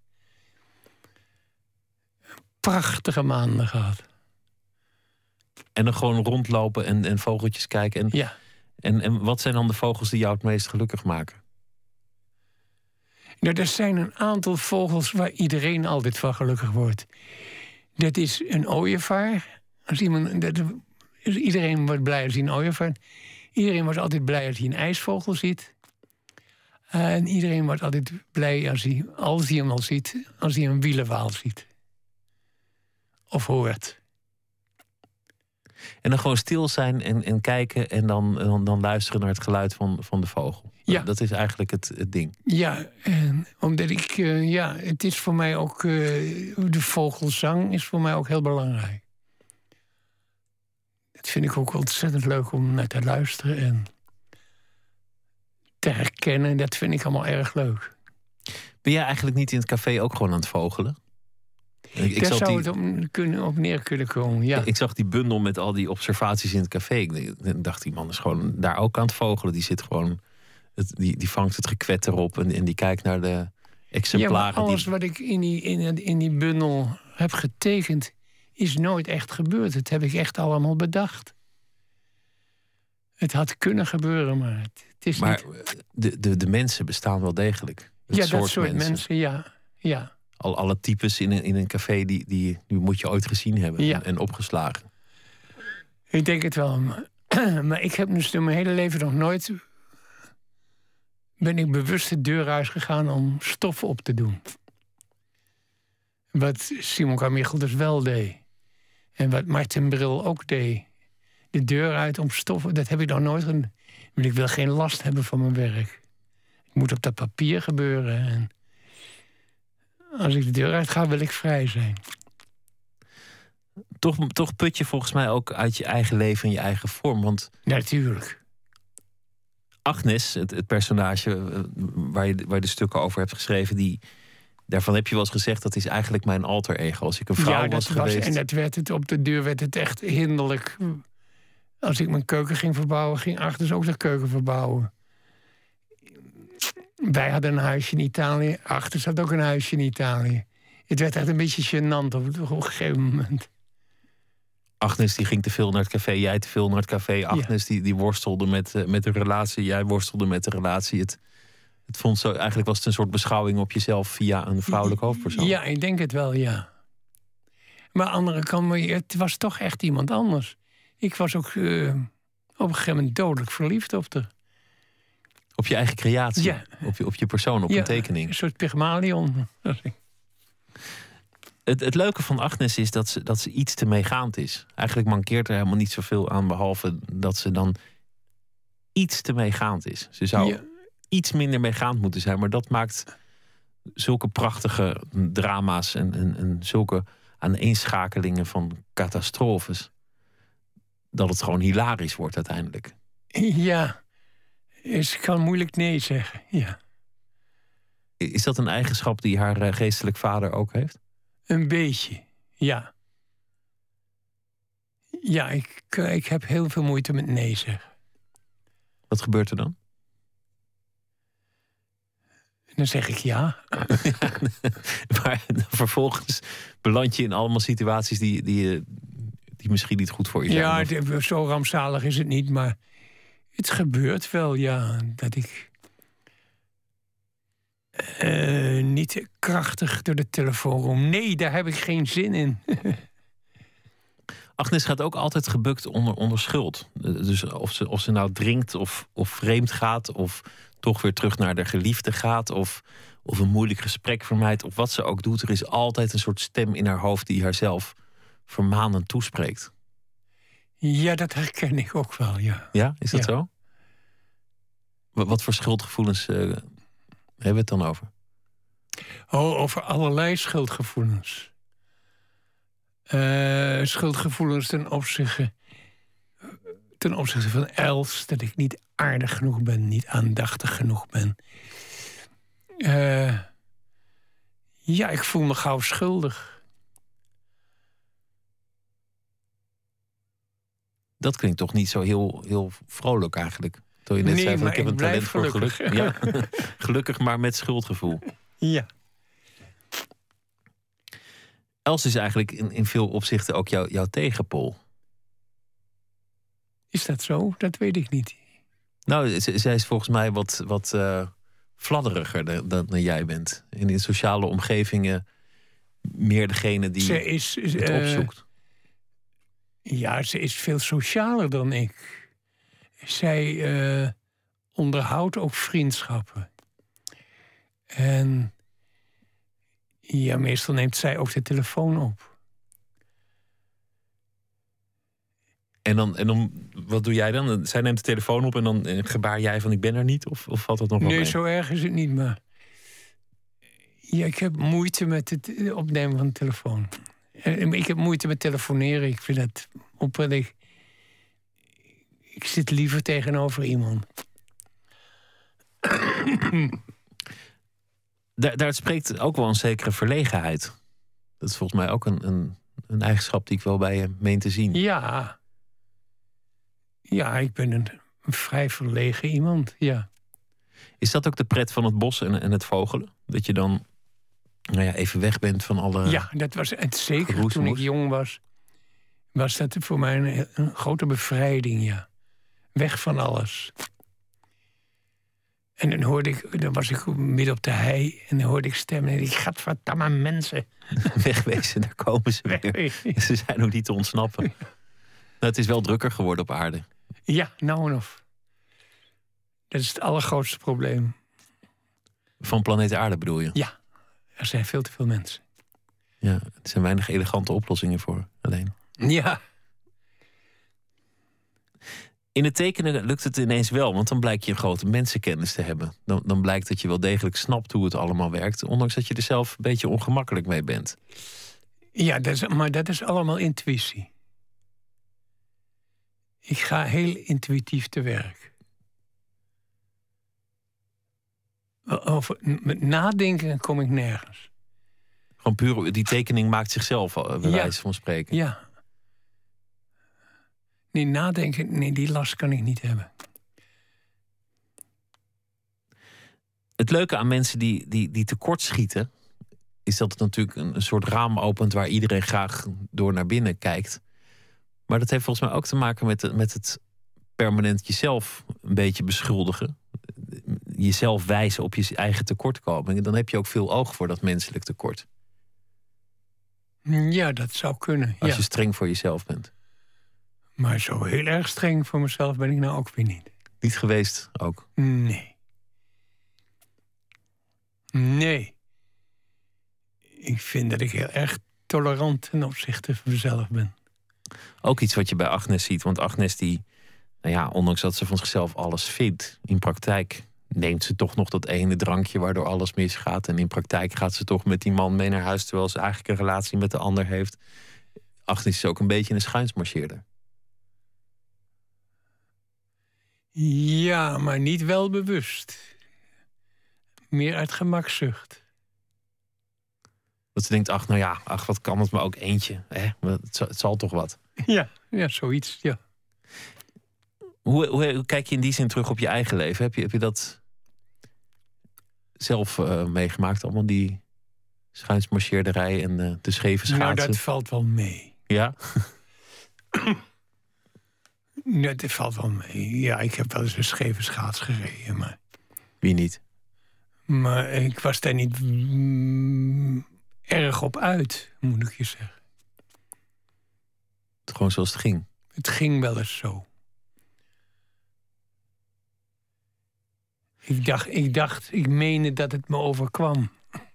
Prachtige maanden gehad. En dan gewoon rondlopen en vogeltjes kijken. Ja. En wat zijn dan de vogels die jou het meest gelukkig maken? Nou, er zijn een aantal vogels waar iedereen altijd van gelukkig wordt. Dat is een ooievaar. Iedereen wordt blij als hij een ooievaar. Iedereen wordt altijd blij als hij een ijsvogel ziet. En iedereen wordt altijd blij als hij hem al ziet, als hij een wielenwaal ziet. Of hoort. En dan gewoon stil zijn en kijken en dan luisteren naar het geluid van de vogel. Ja. Dat is eigenlijk het ding. Ja, en omdat het is voor mij ook... de vogelzang is voor mij ook heel belangrijk. Dat vind ik ook ontzettend leuk om naar te luisteren en te herkennen. Dat vind ik allemaal erg leuk. Ben jij eigenlijk niet in het café ook gewoon aan het vogelen? Daar zou het op neer kunnen komen, ja. Ik zag die bundel met al die observaties in het café. Ik dacht, die man is gewoon daar ook aan het vogelen. Die zit gewoon... Die vangt het gekwetter op en die kijkt naar de exemplaren. Ja, maar alles wat ik in die bundel heb getekend... is nooit echt gebeurd. Dat heb ik echt allemaal bedacht. Het had kunnen gebeuren, maar het is maar niet... de mensen bestaan wel degelijk. Dat soort mensen, ja. Alle types in een café, die moet je ooit gezien hebben en opgeslagen. Ik denk het wel. Maar ik heb dus door mijn hele leven nog nooit... ben ik bewust de deur uitgegaan om stof op te doen. Wat Simon Carmichael dus wel deed. En wat Martin Bril ook deed. De deur uit om stof... Dat heb ik nog nooit gedaan. Ik wil geen last hebben van mijn werk. Het moet op dat papier gebeuren. En als ik de deur uit ga, wil ik vrij zijn. Toch put je volgens mij ook uit je eigen leven en je eigen vorm. Want natuurlijk. Agnes, het personage waar je de stukken over hebt geschreven... daarvan heb je wel eens gezegd, dat is eigenlijk mijn alter ego. Als ik een vrouw was geweest... En dat werd het, op de deur werd het echt hinderlijk. Als ik mijn keuken ging verbouwen, ging Agnes ook de keuken verbouwen. Wij hadden een huisje in Italië. Agnes had ook een huisje in Italië. Het werd echt een beetje gênant op een gegeven moment. Agnes die ging te veel naar het café, jij te veel naar het café. Agnes die worstelde met de relatie, jij worstelde met de relatie. Het vond zo, eigenlijk was het een soort beschouwing op jezelf via een vrouwelijk hoofdpersoon. Ja, ik denk het wel, ja. Maar aan de andere kant, het was toch echt iemand anders. Ik was ook op een gegeven moment dodelijk verliefd op haar. Op je eigen creatie? Ja. Op je persoon, op een tekening? Een soort Pygmalion. Het leuke van Agnes is dat ze iets te meegaand is. Eigenlijk mankeert er helemaal niet zoveel aan... behalve dat ze dan iets te meegaand is. Ze zou iets minder meegaand moeten zijn... maar dat maakt zulke prachtige drama's... en zulke aaneenschakelingen van catastrofes... dat het gewoon hilarisch wordt uiteindelijk. Ja, ik kan moeilijk nee zeggen, ja. Is dat een eigenschap die haar geestelijk vader ook heeft? Een beetje, ja. Ja, ik heb heel veel moeite met nee zeggen. Wat gebeurt er dan? Dan zeg ik ja. Maar vervolgens beland je in allemaal situaties die misschien niet goed voor je zijn. Ja, zo rampzalig is het niet, maar het gebeurt wel, ja. Dat ik niet krachtig door de telefoon roem. Nee, daar heb ik geen zin in. Agnes gaat ook altijd gebukt onder schuld. Dus of ze nou drinkt of vreemd gaat... of toch weer terug naar de geliefde gaat... of een moeilijk gesprek vermijdt... of wat ze ook doet, er is altijd een soort stem in haar hoofd... die haarzelf vermanend toespreekt. Ja, dat herken ik ook wel, ja. Ja, is dat zo? Wat voor schuldgevoelens hebben we het dan over? Over allerlei schuldgevoelens. Schuldgevoelens ten opzichte van Els... dat ik niet aardig genoeg ben, niet aandachtig genoeg ben. Ja, ik voel me gauw schuldig. Dat klinkt toch niet zo heel vrolijk eigenlijk? Toen je net zei van, ik heb een talent voor geluk. Ja, gelukkig, maar met schuldgevoel. Ja. Els is eigenlijk in veel opzichten ook jouw tegenpool. Is dat zo? Dat weet ik niet. Nou, zij is volgens mij wat fladderiger dan jij bent. In sociale omgevingen meer degene die het opzoekt. Ja, ze is veel socialer dan ik. Zij onderhoudt ook vriendschappen. En ja, meestal neemt zij ook de telefoon op. En dan wat doe jij dan? Zij neemt de telefoon op en dan gebaar jij van ik ben er niet? Of valt dat nog wel mee? Nee, zo erg is het niet, maar... Ja, ik heb moeite met het opnemen van de telefoon. Ik heb moeite met telefoneren. Ik vind het opweldig. Ik zit liever tegenover iemand. Daar spreekt ook wel een zekere verlegenheid. Dat is volgens mij ook een eigenschap die ik wel bij je meen te zien. Ja. Ja, ik ben een vrij verlegen iemand, ja. Is dat ook de pret van het bos en het vogelen? Dat je dan even weg bent van alle... Ja, dat was het zeker. Toen ik jong was dat voor mij een grote bevrijding, ja. Weg van alles. En dan was ik midden op de hei en dan hoorde ik stemmen. En ik gadverdamme mensen. Wegwezen, daar komen ze weer. Ze zijn ook niet te ontsnappen. Nou, het is wel drukker geworden op aarde. Ja, nou en of. Dat is het allergrootste probleem. Van planeet aarde bedoel je? Ja, er zijn veel te veel mensen. Ja, er zijn weinig elegante oplossingen voor alleen. Ja. In het tekenen lukt het ineens wel, want dan blijkt je een grote mensenkennis te hebben. Dan blijkt dat je wel degelijk snapt hoe het allemaal werkt, ondanks dat je er zelf een beetje ongemakkelijk mee bent. Ja, maar dat is allemaal intuïtie. Ik ga heel intuïtief te werk. Met nadenken kom ik nergens. Gewoon puur, die tekening maakt zichzelf, bij wijze van spreken. Ja. Nee, nadenken, nee, die last kan ik niet hebben. Het leuke aan mensen die tekortschieten, is dat het natuurlijk een soort raam opent waar iedereen graag door naar binnen kijkt. Maar dat heeft volgens mij ook te maken met het permanent jezelf een beetje beschuldigen. Jezelf wijzen op je eigen tekortkomingen. Dan heb je ook veel oog voor dat menselijk tekort. Ja, dat zou kunnen. Als je streng voor jezelf bent. Maar zo heel erg streng voor mezelf ben ik nou ook weer niet. Niet geweest ook? Nee. Nee. Ik vind dat ik heel erg tolerant ten opzichte van mezelf ben. Ook iets wat je bij Agnes ziet. Want Agnes die, nou ja, ondanks dat ze van zichzelf alles vindt, in praktijk neemt ze toch nog dat ene drankje waardoor alles misgaat. En in praktijk gaat ze toch met die man mee naar huis, terwijl ze eigenlijk een relatie met de ander heeft. Agnes is ook een beetje een schuinsmarcheerder. Ja, maar niet wel bewust. Meer uit gemakzucht. Dat ze denkt, wat kan het maar ook eentje. Hè? Het zal toch wat. Ja, zoiets, ja. Hoe kijk je in die zin terug op je eigen leven? Heb je dat zelf meegemaakt? Allemaal die schuinsmarcheerderij en de scheve schaatsen? Nou, dat valt wel mee. Ja? Nee, dat valt wel mee. Ja, ik heb wel eens een scheve schaats gereden, maar... Wie niet? Maar ik was daar niet erg op uit, moet ik je zeggen. Gewoon zoals het ging? Het ging wel eens zo. Ik meende dat het me overkwam.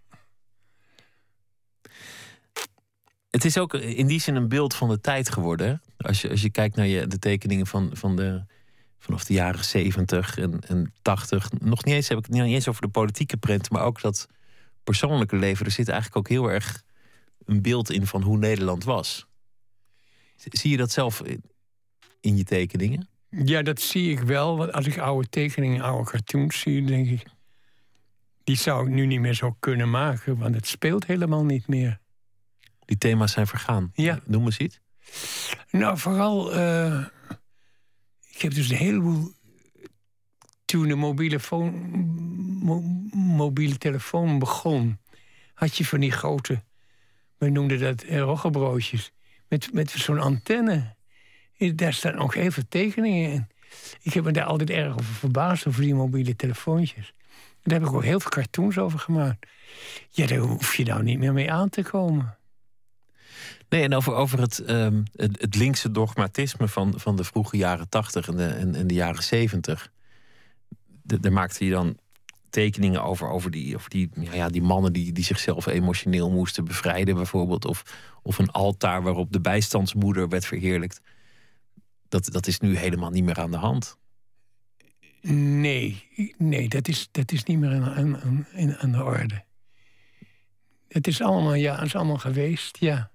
Het is ook in die zin een beeld van de tijd geworden. Hè? Als je kijkt naar de tekeningen vanaf de jaren 70 en 80. Nog niet eens over de politieke prent, maar ook dat persoonlijke leven. Er zit eigenlijk ook heel erg een beeld in van hoe Nederland was. Zie je dat zelf in je tekeningen? Ja, dat zie ik wel. Want als ik oude tekeningen, oude cartoons zie, denk ik... die zou ik nu niet meer zo kunnen maken, want het speelt helemaal niet meer. Die thema's zijn vergaan. Ja. Noem eens iets. Nou, vooral... ik heb dus een heleboel... Toen de mobiele telefoon begon... had je van die grote... we noemden dat roggebroodjes... met zo'n antenne... Daar staan ook heel veel tekeningen in. Ik heb me daar altijd erg over verbaasd, over die mobiele telefoontjes. Daar heb ik ook heel veel cartoons over gemaakt. Ja, daar hoef je nou niet meer mee aan te komen. Nee, en over het linkse dogmatisme van de vroege jaren 80 en de jaren 70. Daar maakte je dan tekeningen over die mannen die zichzelf emotioneel moesten bevrijden, bijvoorbeeld. Of een altaar waarop de bijstandsmoeder werd verheerlijkt. Dat is nu helemaal niet meer aan de hand. Nee, dat is niet meer aan de orde. Het is allemaal geweest, ja.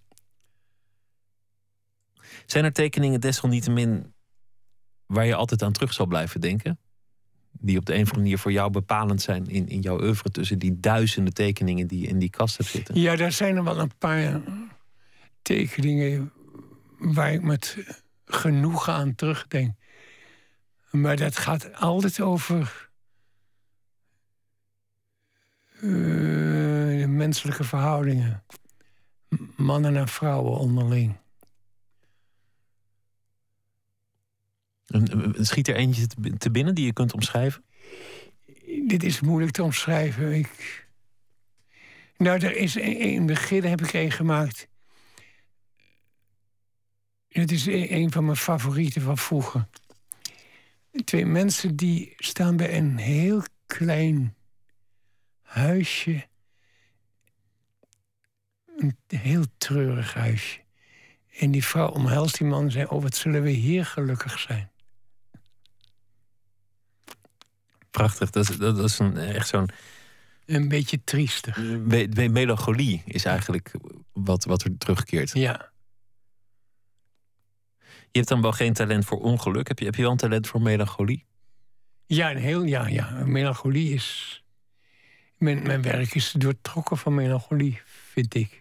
Zijn er tekeningen desalniettemin waar je altijd aan terug zal blijven denken? Die op de een of andere manier voor jou bepalend zijn in jouw oeuvre, tussen die duizenden tekeningen die in die kast hebt zitten? Ja, daar zijn er wel een paar tekeningen waar ik met genoegen aan terugdenk. Maar dat gaat altijd over de menselijke verhoudingen. Mannen en vrouwen onderling. Schiet er eentje te binnen die je kunt omschrijven? Dit is moeilijk te omschrijven. Er is in het begin heb ik een gemaakt. Het is een van mijn favorieten van vroeger. 2 mensen die staan bij een heel klein huisje. Een heel treurig huisje. En die vrouw omhelst die man en zei: oh, wat zullen we hier gelukkig zijn. Prachtig, dat is echt zo'n... Een beetje triestig. Melancholie is eigenlijk wat er terugkeert. Ja. Je hebt dan wel geen talent voor ongeluk. Heb je wel een talent voor melancholie? Ja, ja. Melancholie is Mijn werk is doortrokken van melancholie, vind ik.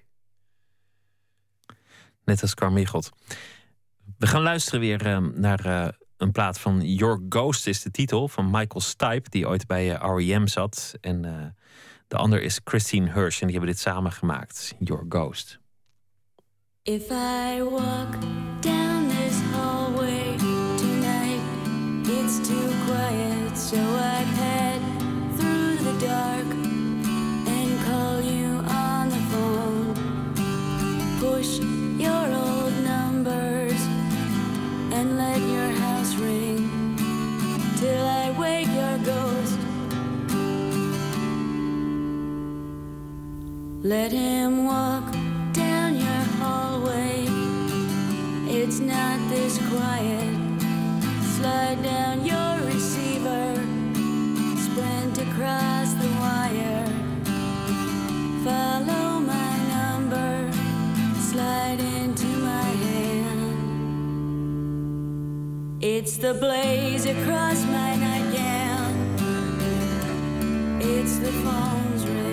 Net als Carmichael. We gaan luisteren weer naar een plaat van Your Ghost is de titel van Michael Stipe, die ooit bij R.E.M. zat. En de ander is Christine Hirsch en die hebben dit samen gemaakt. Your Ghost. If I walk down this hallway tonight, it's too quiet, so I head through the dark and call you on the phone. Push your old numbers and let your house ring till I wake your ghost. Let him walk down your hallway. It's not this quiet. Slide down your receiver. Sprint across the wire. Follow my number. Slide into my hand. It's the blaze across my nightgown. It's the phone's ring.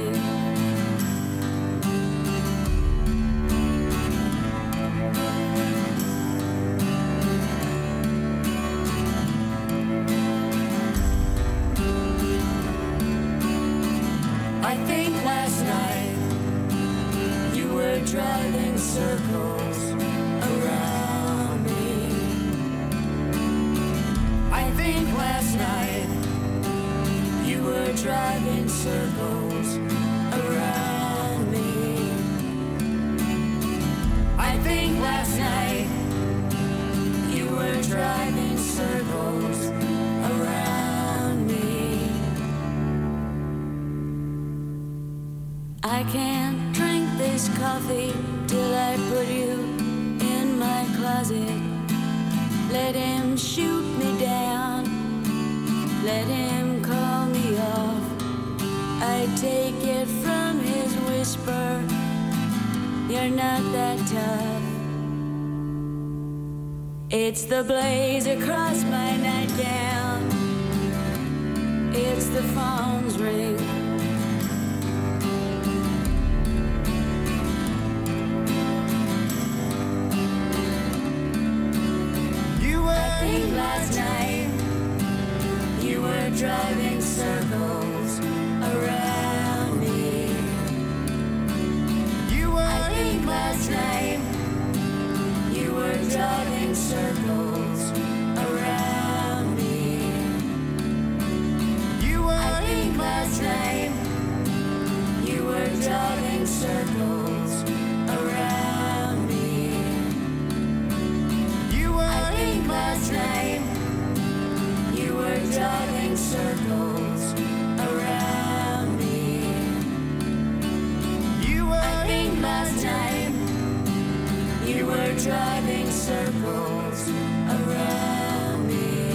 I think last night you were driving circles around me. I think last night you were driving circles around me. I think last night you were driving circles around me. I can't drink this coffee till I put you in my closet. Let him shoot me down. Let him call me off. I take it from his whisper. You're not that tough. It's the blaze across my nightgown. It's the phone's ring. Last night you were driving circles around me. I think last night you were driving circles around me. I think last night you were driving circles around me. I think last night you were driving circles around me. I think last night you were driving circles around me.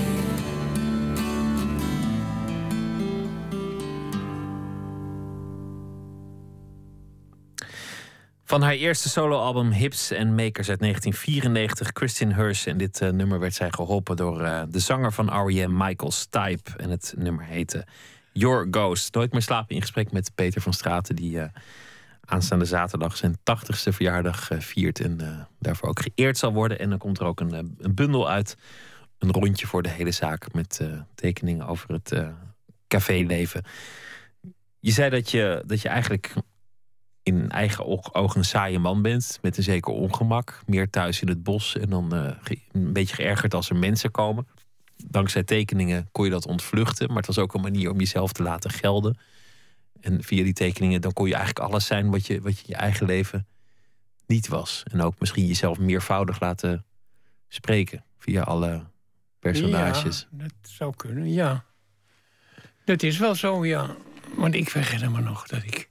Van haar eerste soloalbum Hips and Makers uit 1994, Christine Hirsch. En dit nummer werd zij geholpen door de zanger van R.E.M., Michael Stipe. En het nummer heette Your Ghost. Nooit meer slapen in gesprek met Peter van Straten, die aanstaande zaterdag zijn 80ste verjaardag viert. En daarvoor ook geëerd zal worden. En dan komt er ook een bundel uit. Een rondje voor de hele zaak met tekeningen over het caféleven. Je zei dat je eigenlijk in eigen ogen een saaie man bent, met een zeker ongemak. Meer thuis in het bos en dan een beetje geërgerd als er mensen komen. Dankzij tekeningen kon je dat ontvluchten, maar het was ook een manier om jezelf te laten gelden. En via die tekeningen dan kon je eigenlijk alles zijn wat je in je eigen leven niet was. En ook misschien jezelf meervoudig laten spreken via alle personages. Ja, dat zou kunnen, ja. Dat is wel zo, ja. Want ik herinner me nog dat ik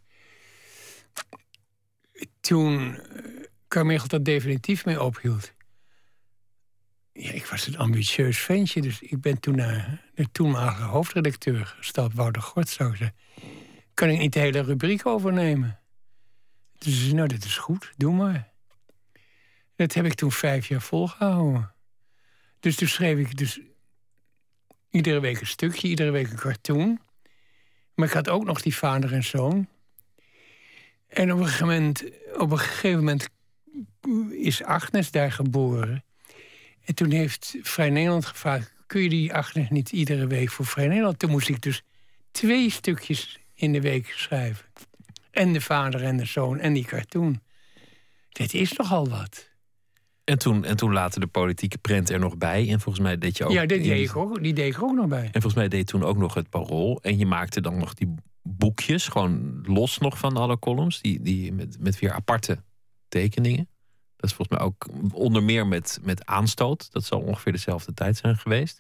toen Carmichael dat definitief mee ophield. Ja, ik was een ambitieus ventje, dus ik ben toen naar de toenmalige hoofdredacteur gestapt, Wouter Gortz. Kan ik niet de hele rubriek overnemen? Dus nou, dat is goed, doe maar. Dat heb ik toen 5 jaar volgehouden. Dus toen schreef ik iedere week een stukje, iedere week een cartoon. Maar ik had ook nog die vader en zoon. En op een gegeven moment is Agnes daar geboren. En toen heeft Vrij Nederland gevraagd... kun je die Agnes niet iedere week voor Vrij Nederland? Toen moest ik dus 2 stukjes in de week schrijven. En de vader en de zoon en die cartoon. Dit is nogal wat. En toen later de politieke prent er nog bij. En volgens mij deed je ook... Ja, die deed ik ook nog bij. En volgens mij deed je toen ook nog het Parool. En je maakte dan nog die boekjes, gewoon los nog van alle columns. Die met weer aparte tekeningen. Dat is volgens mij ook onder meer met Aanstoot. Dat zal ongeveer dezelfde tijd zijn geweest.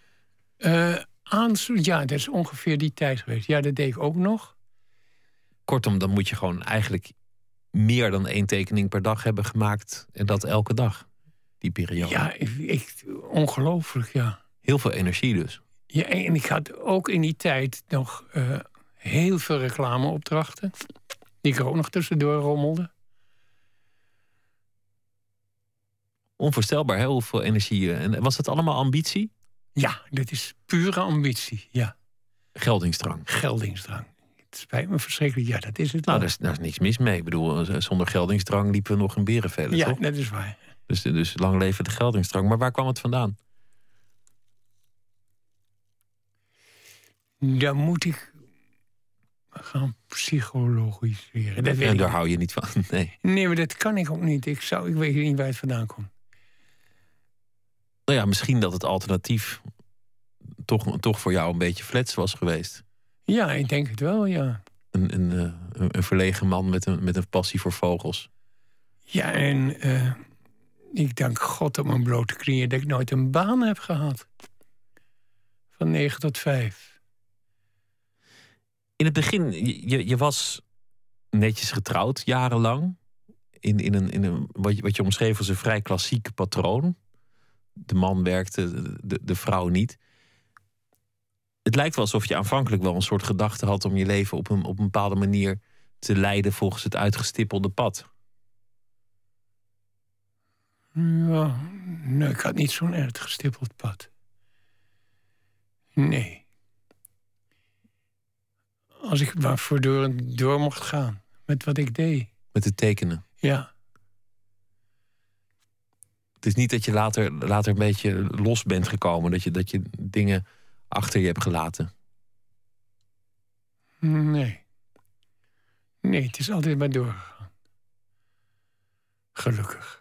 Ja, dat is ongeveer die tijd geweest. Ja, dat deed ik ook nog. Kortom, dan moet je gewoon eigenlijk meer dan 1 tekening per dag hebben gemaakt. En dat elke dag, die periode. Ja, ongelooflijk, ja. Heel veel energie dus. Ja, en ik had ook in die tijd nog heel veel reclameopdrachten. Die ik er ook nog tussendoor rommelde. Onvoorstelbaar, heel veel energie. En was dat allemaal ambitie? Ja, dit is pure ambitie, ja. Geldingsdrang. Geldingsdrang. Het spijt me verschrikkelijk, ja, dat is het Nou, wel. daar is niks mis mee. Ik bedoel, zonder geldingsdrang liepen we nog in Berenvellen, ja, toch? dat is waar. Dus lang leven de geldingsdrang. Maar waar kwam het vandaan? Dan moet ik gaan psychologiseren. Dat weet En ik daar niet. hou je niet van, nee. Nee, maar dat kan ik ook niet. Ik weet niet waar het vandaan komt. Nou ja, misschien dat het alternatief toch voor jou een beetje flats was geweest. Ja, ik denk het wel, ja. Een verlegen man met een passie voor vogels. Ja, en ik dank God op mijn blote knieën dat ik nooit een baan heb gehad. Van 9 tot 5. In het begin, je was netjes getrouwd, jarenlang. In een wat je omschreef als een vrij klassiek patroon. De man werkte, de vrouw niet. Het lijkt wel alsof je aanvankelijk wel een soort gedachte had om je leven op een bepaalde manier te leiden volgens het uitgestippelde pad. Ja, nee, ik had niet zo'n uitgestippeld pad. Nee. Als ik maar voortdurend door mocht gaan met wat ik deed. Met het tekenen. Ja. Het is niet dat je later een beetje los bent gekomen. Dat je dingen achter je hebt gelaten. Nee. Nee, het is altijd maar doorgegaan. Gelukkig.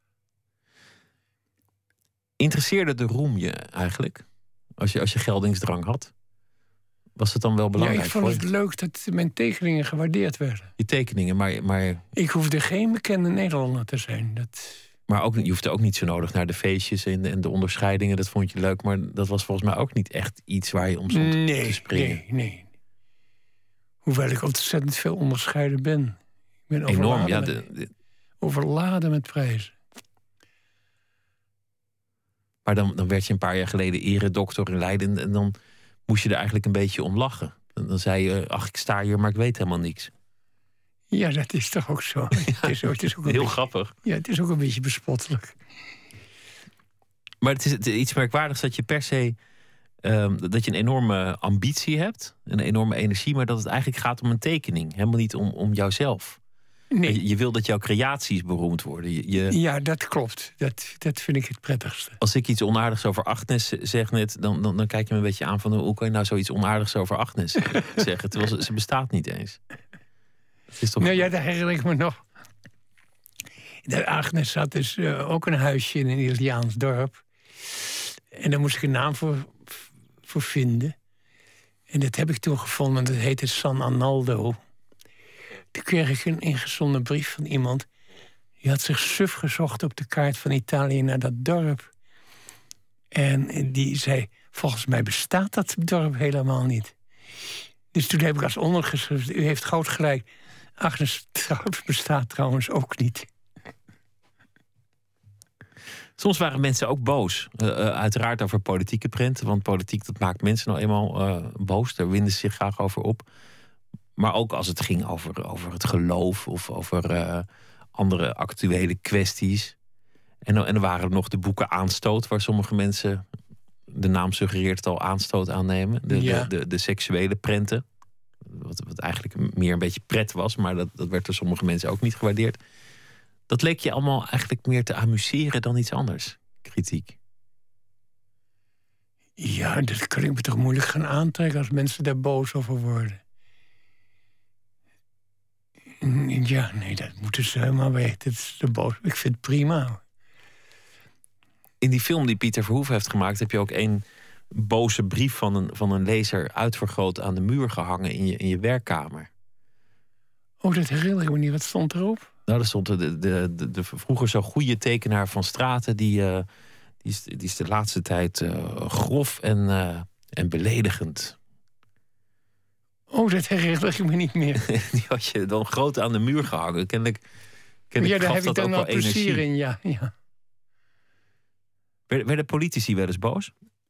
Interesseerde de roem je eigenlijk? Als je geldingsdrang had? Was het dan wel Ja, belangrijk ik vond voor het je? leuk dat mijn tekeningen gewaardeerd werden. Je tekeningen, maar Ik hoefde geen bekende Nederlander te zijn. ook, je hoefde ook niet zo nodig naar de feestjes en de onderscheidingen. Dat vond je leuk, maar dat was volgens mij ook niet echt iets waar je om stond te springen. Nee. Hoewel ik ontzettend veel onderscheiden ben. Ik ben Enorm, ja. overladen met prijzen. Maar dan werd je een paar jaar geleden eredokter in Leiden en dan moest je er eigenlijk een beetje om lachen. Dan zei je, ach, ik sta hier, maar ik weet helemaal niks. Ja, dat is toch ook zo. Het is ook een Heel beetje, grappig. ja, het is ook een beetje bespottelijk. Maar het is iets merkwaardigs dat je per se dat je een enorme ambitie hebt, een enorme energie, maar dat het eigenlijk gaat om een tekening, helemaal niet om jouzelf. Nee. Je wil dat jouw creaties beroemd worden. Ja, dat klopt. Dat vind ik het prettigste. Als ik iets onaardigs over Agnes zeg net, dan kijk je me een beetje aan van hoe kan je nou zoiets onaardigs over Agnes zeggen, terwijl ze bestaat niet eens. Het is toch... Nou ja, daar herinner ik me nog. De Agnes had dus ook een huisje in een Italiaans dorp. En daar moest ik een naam voor vinden. En dat heb ik toen gevonden. Dat heette San Arnaldo. Toen kreeg ik een ingezonden brief van iemand. Die had zich suf gezocht op de kaart van Italië naar dat dorp. En die zei, volgens mij bestaat dat dorp helemaal niet. Dus toen heb ik als ondergeschreven, u heeft groot gelijk. Agnes bestaat trouwens ook niet. Soms waren mensen ook boos. Uiteraard over politieke prenten. Want politiek, dat maakt mensen nou eenmaal boos. Daar winden ze zich graag over op. Maar ook als het ging over het geloof. Of over andere actuele kwesties. En dan waren er nog de boeken Aanstoot. Waar sommige mensen, de naam suggereert het al, aanstoot aannemen. De seksuele prenten. wat eigenlijk meer een beetje pret was, maar dat werd door sommige mensen ook niet gewaardeerd. Dat leek je allemaal eigenlijk meer te amuseren dan iets anders, kritiek. Ja, dat kan ik me toch moeilijk gaan aantrekken als mensen daar boos over worden. Ja, nee, dat moeten ze helemaal weten. Dat is de boos. Ik vind het prima. In die film die Pieter Verhoeven heeft gemaakt, heb je ook één boze brief van een lezer uitvergroot aan de muur gehangen in je werkkamer. Oh, dat herinner ik me niet. Wat stond erop? Nou, daar stond de vroeger zo goede tekenaar van Straten, die is de laatste tijd grof en beledigend. Oh, dat herinner ik me niet meer. Die had je dan groot aan de muur gehangen. Kennelijk ja, daar gaf heb ik dat dan ook wel plezier energie in, ja. Werden politici wel eens boos?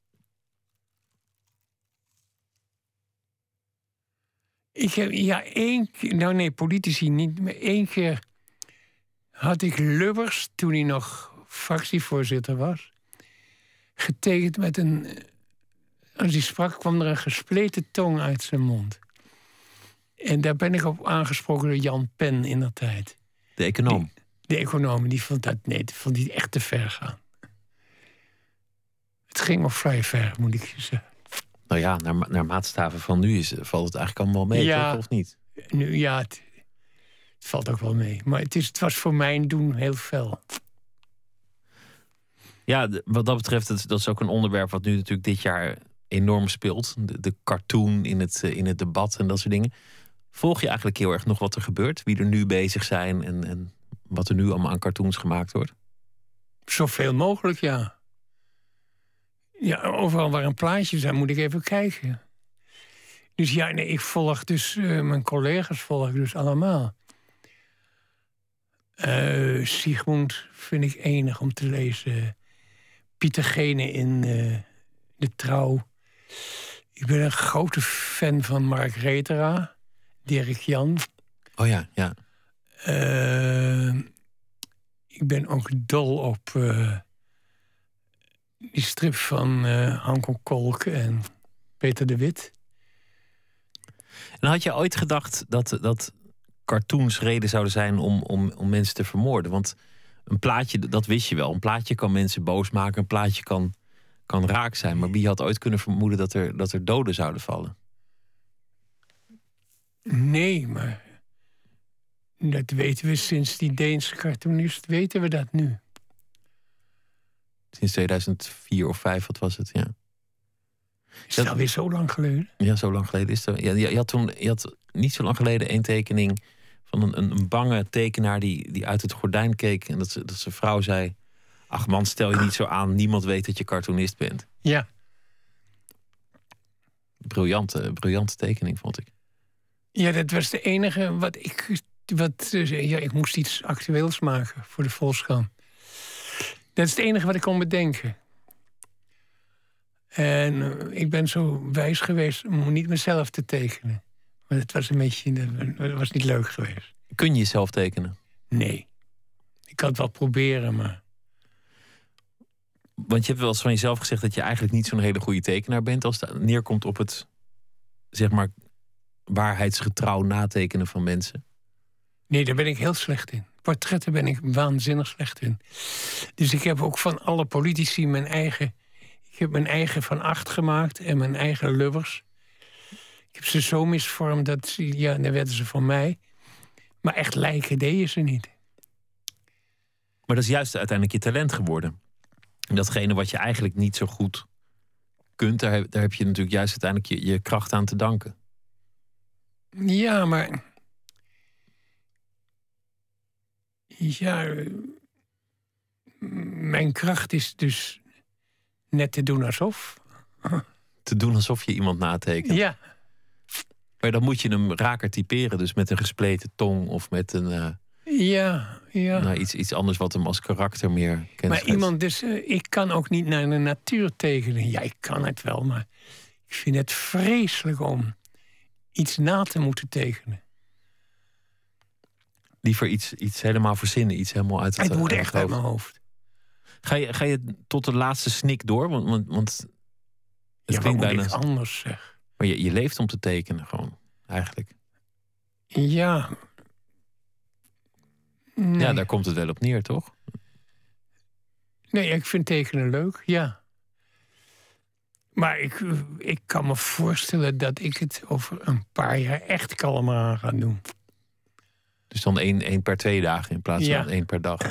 Ik heb, één keer... Nou nee, politici niet. Maar 1 keer had ik Lubbers, toen hij nog fractievoorzitter was, getekend met een... Als hij sprak, kwam er een gespleten tong uit zijn mond. En daar ben ik op aangesproken door Jan Pen indertijd. De econoom? De econoom, die vond dat vond die echt te ver gaan. Het ging wel vrij ver, moet ik je zeggen. Nou ja, naar maatstaven van nu valt het eigenlijk allemaal mee, toch? Of niet? Nu, ja, het valt ook wel mee. Maar het was voor mijn doen heel fel. Ja, wat dat betreft, dat is ook een onderwerp wat nu natuurlijk dit jaar enorm speelt. De cartoon in het debat en dat soort dingen. Volg je eigenlijk heel erg nog wat er gebeurt? Wie er nu bezig zijn en wat er nu allemaal aan cartoons gemaakt wordt? Zoveel mogelijk, ja. Ja, overal waar een plaatje is, moet ik even kijken. Dus ja, nee, ik volg dus... mijn collega's volgen dus allemaal. Sigmund vind ik enig om te lezen. Pieter Gene in De Trouw. Ik ben een grote fan van Mark Retera. Dirk Jan. Oh ja, ja. Ik ben ook dol op die strip van Hanko Kolk en Peter de Wit. En had je ooit gedacht dat cartoons reden zouden zijn om mensen te vermoorden? Want een plaatje, dat wist je wel. Een plaatje kan mensen boos maken. Een plaatje kan raak zijn. Maar wie had ooit kunnen vermoeden dat er doden zouden vallen? Nee, maar dat weten we sinds die Deense cartoonist. Weten we dat nu? Sinds 2004 of 2005, wat was het? Ja. Is het alweer zo lang geleden? Ja, zo lang geleden is het. Ja, je had niet zo lang geleden één tekening van een bange tekenaar die uit het gordijn keek en dat zijn vrouw zei: ach man, stel je niet zo aan, niemand weet dat je cartoonist bent. Ja. Briljante tekening, vond ik. Ja, dat was de enige ik moest iets actueels maken voor de Volkskrant. Dat is het enige wat ik kon bedenken. En ik ben zo wijs geweest om niet mezelf te tekenen. Maar het was dat was niet leuk geweest. Kun je jezelf tekenen? Nee. Ik kan het wel proberen, maar... Want je hebt wel eens van jezelf gezegd dat je eigenlijk niet zo'n hele goede tekenaar bent als het neerkomt op het, zeg maar, waarheidsgetrouw natekenen van mensen. Nee, daar ben ik heel slecht in. Portretten ben ik waanzinnig slecht in. Dus ik heb ook van alle politici mijn eigen... Ik heb mijn eigen Van Agt gemaakt en mijn eigen Lubbers. Ik heb ze zo misvormd dat dan werden ze van mij. Maar echt lijken deden ze niet. Maar dat is juist uiteindelijk je talent geworden. En datgene wat je eigenlijk niet zo goed kunt, daar heb je natuurlijk juist uiteindelijk je kracht aan te danken. Ja, maar... Ja... Mijn kracht is dus net te doen alsof. Te doen alsof je iemand natekent. Ja. Maar dan moet je hem raker typeren. Dus met een gespleten tong of met een... Ja. Nou, iets anders wat hem als karakter meer kenschetst. Maar iemand dus... ik kan ook niet naar de natuur tekenen. Ja, ik kan het wel, maar... Ik vind het vreselijk om iets na te moeten tekenen. Liever iets helemaal verzinnen. Iets helemaal uit het moet echt hoofd. uit mijn hoofd. Ga je tot de laatste snik door? Want het ja, klinkt bijna anders zeg. Maar je leeft om te tekenen gewoon. eigenlijk. Ja. Nee. Ja, daar komt het wel op neer, toch? Nee, ik vind tekenen leuk, ja. Maar ik kan me voorstellen dat ik het over een paar jaar echt kalmer aan ga doen. Dus dan 1 per 2 dagen in plaats van 1 per dag.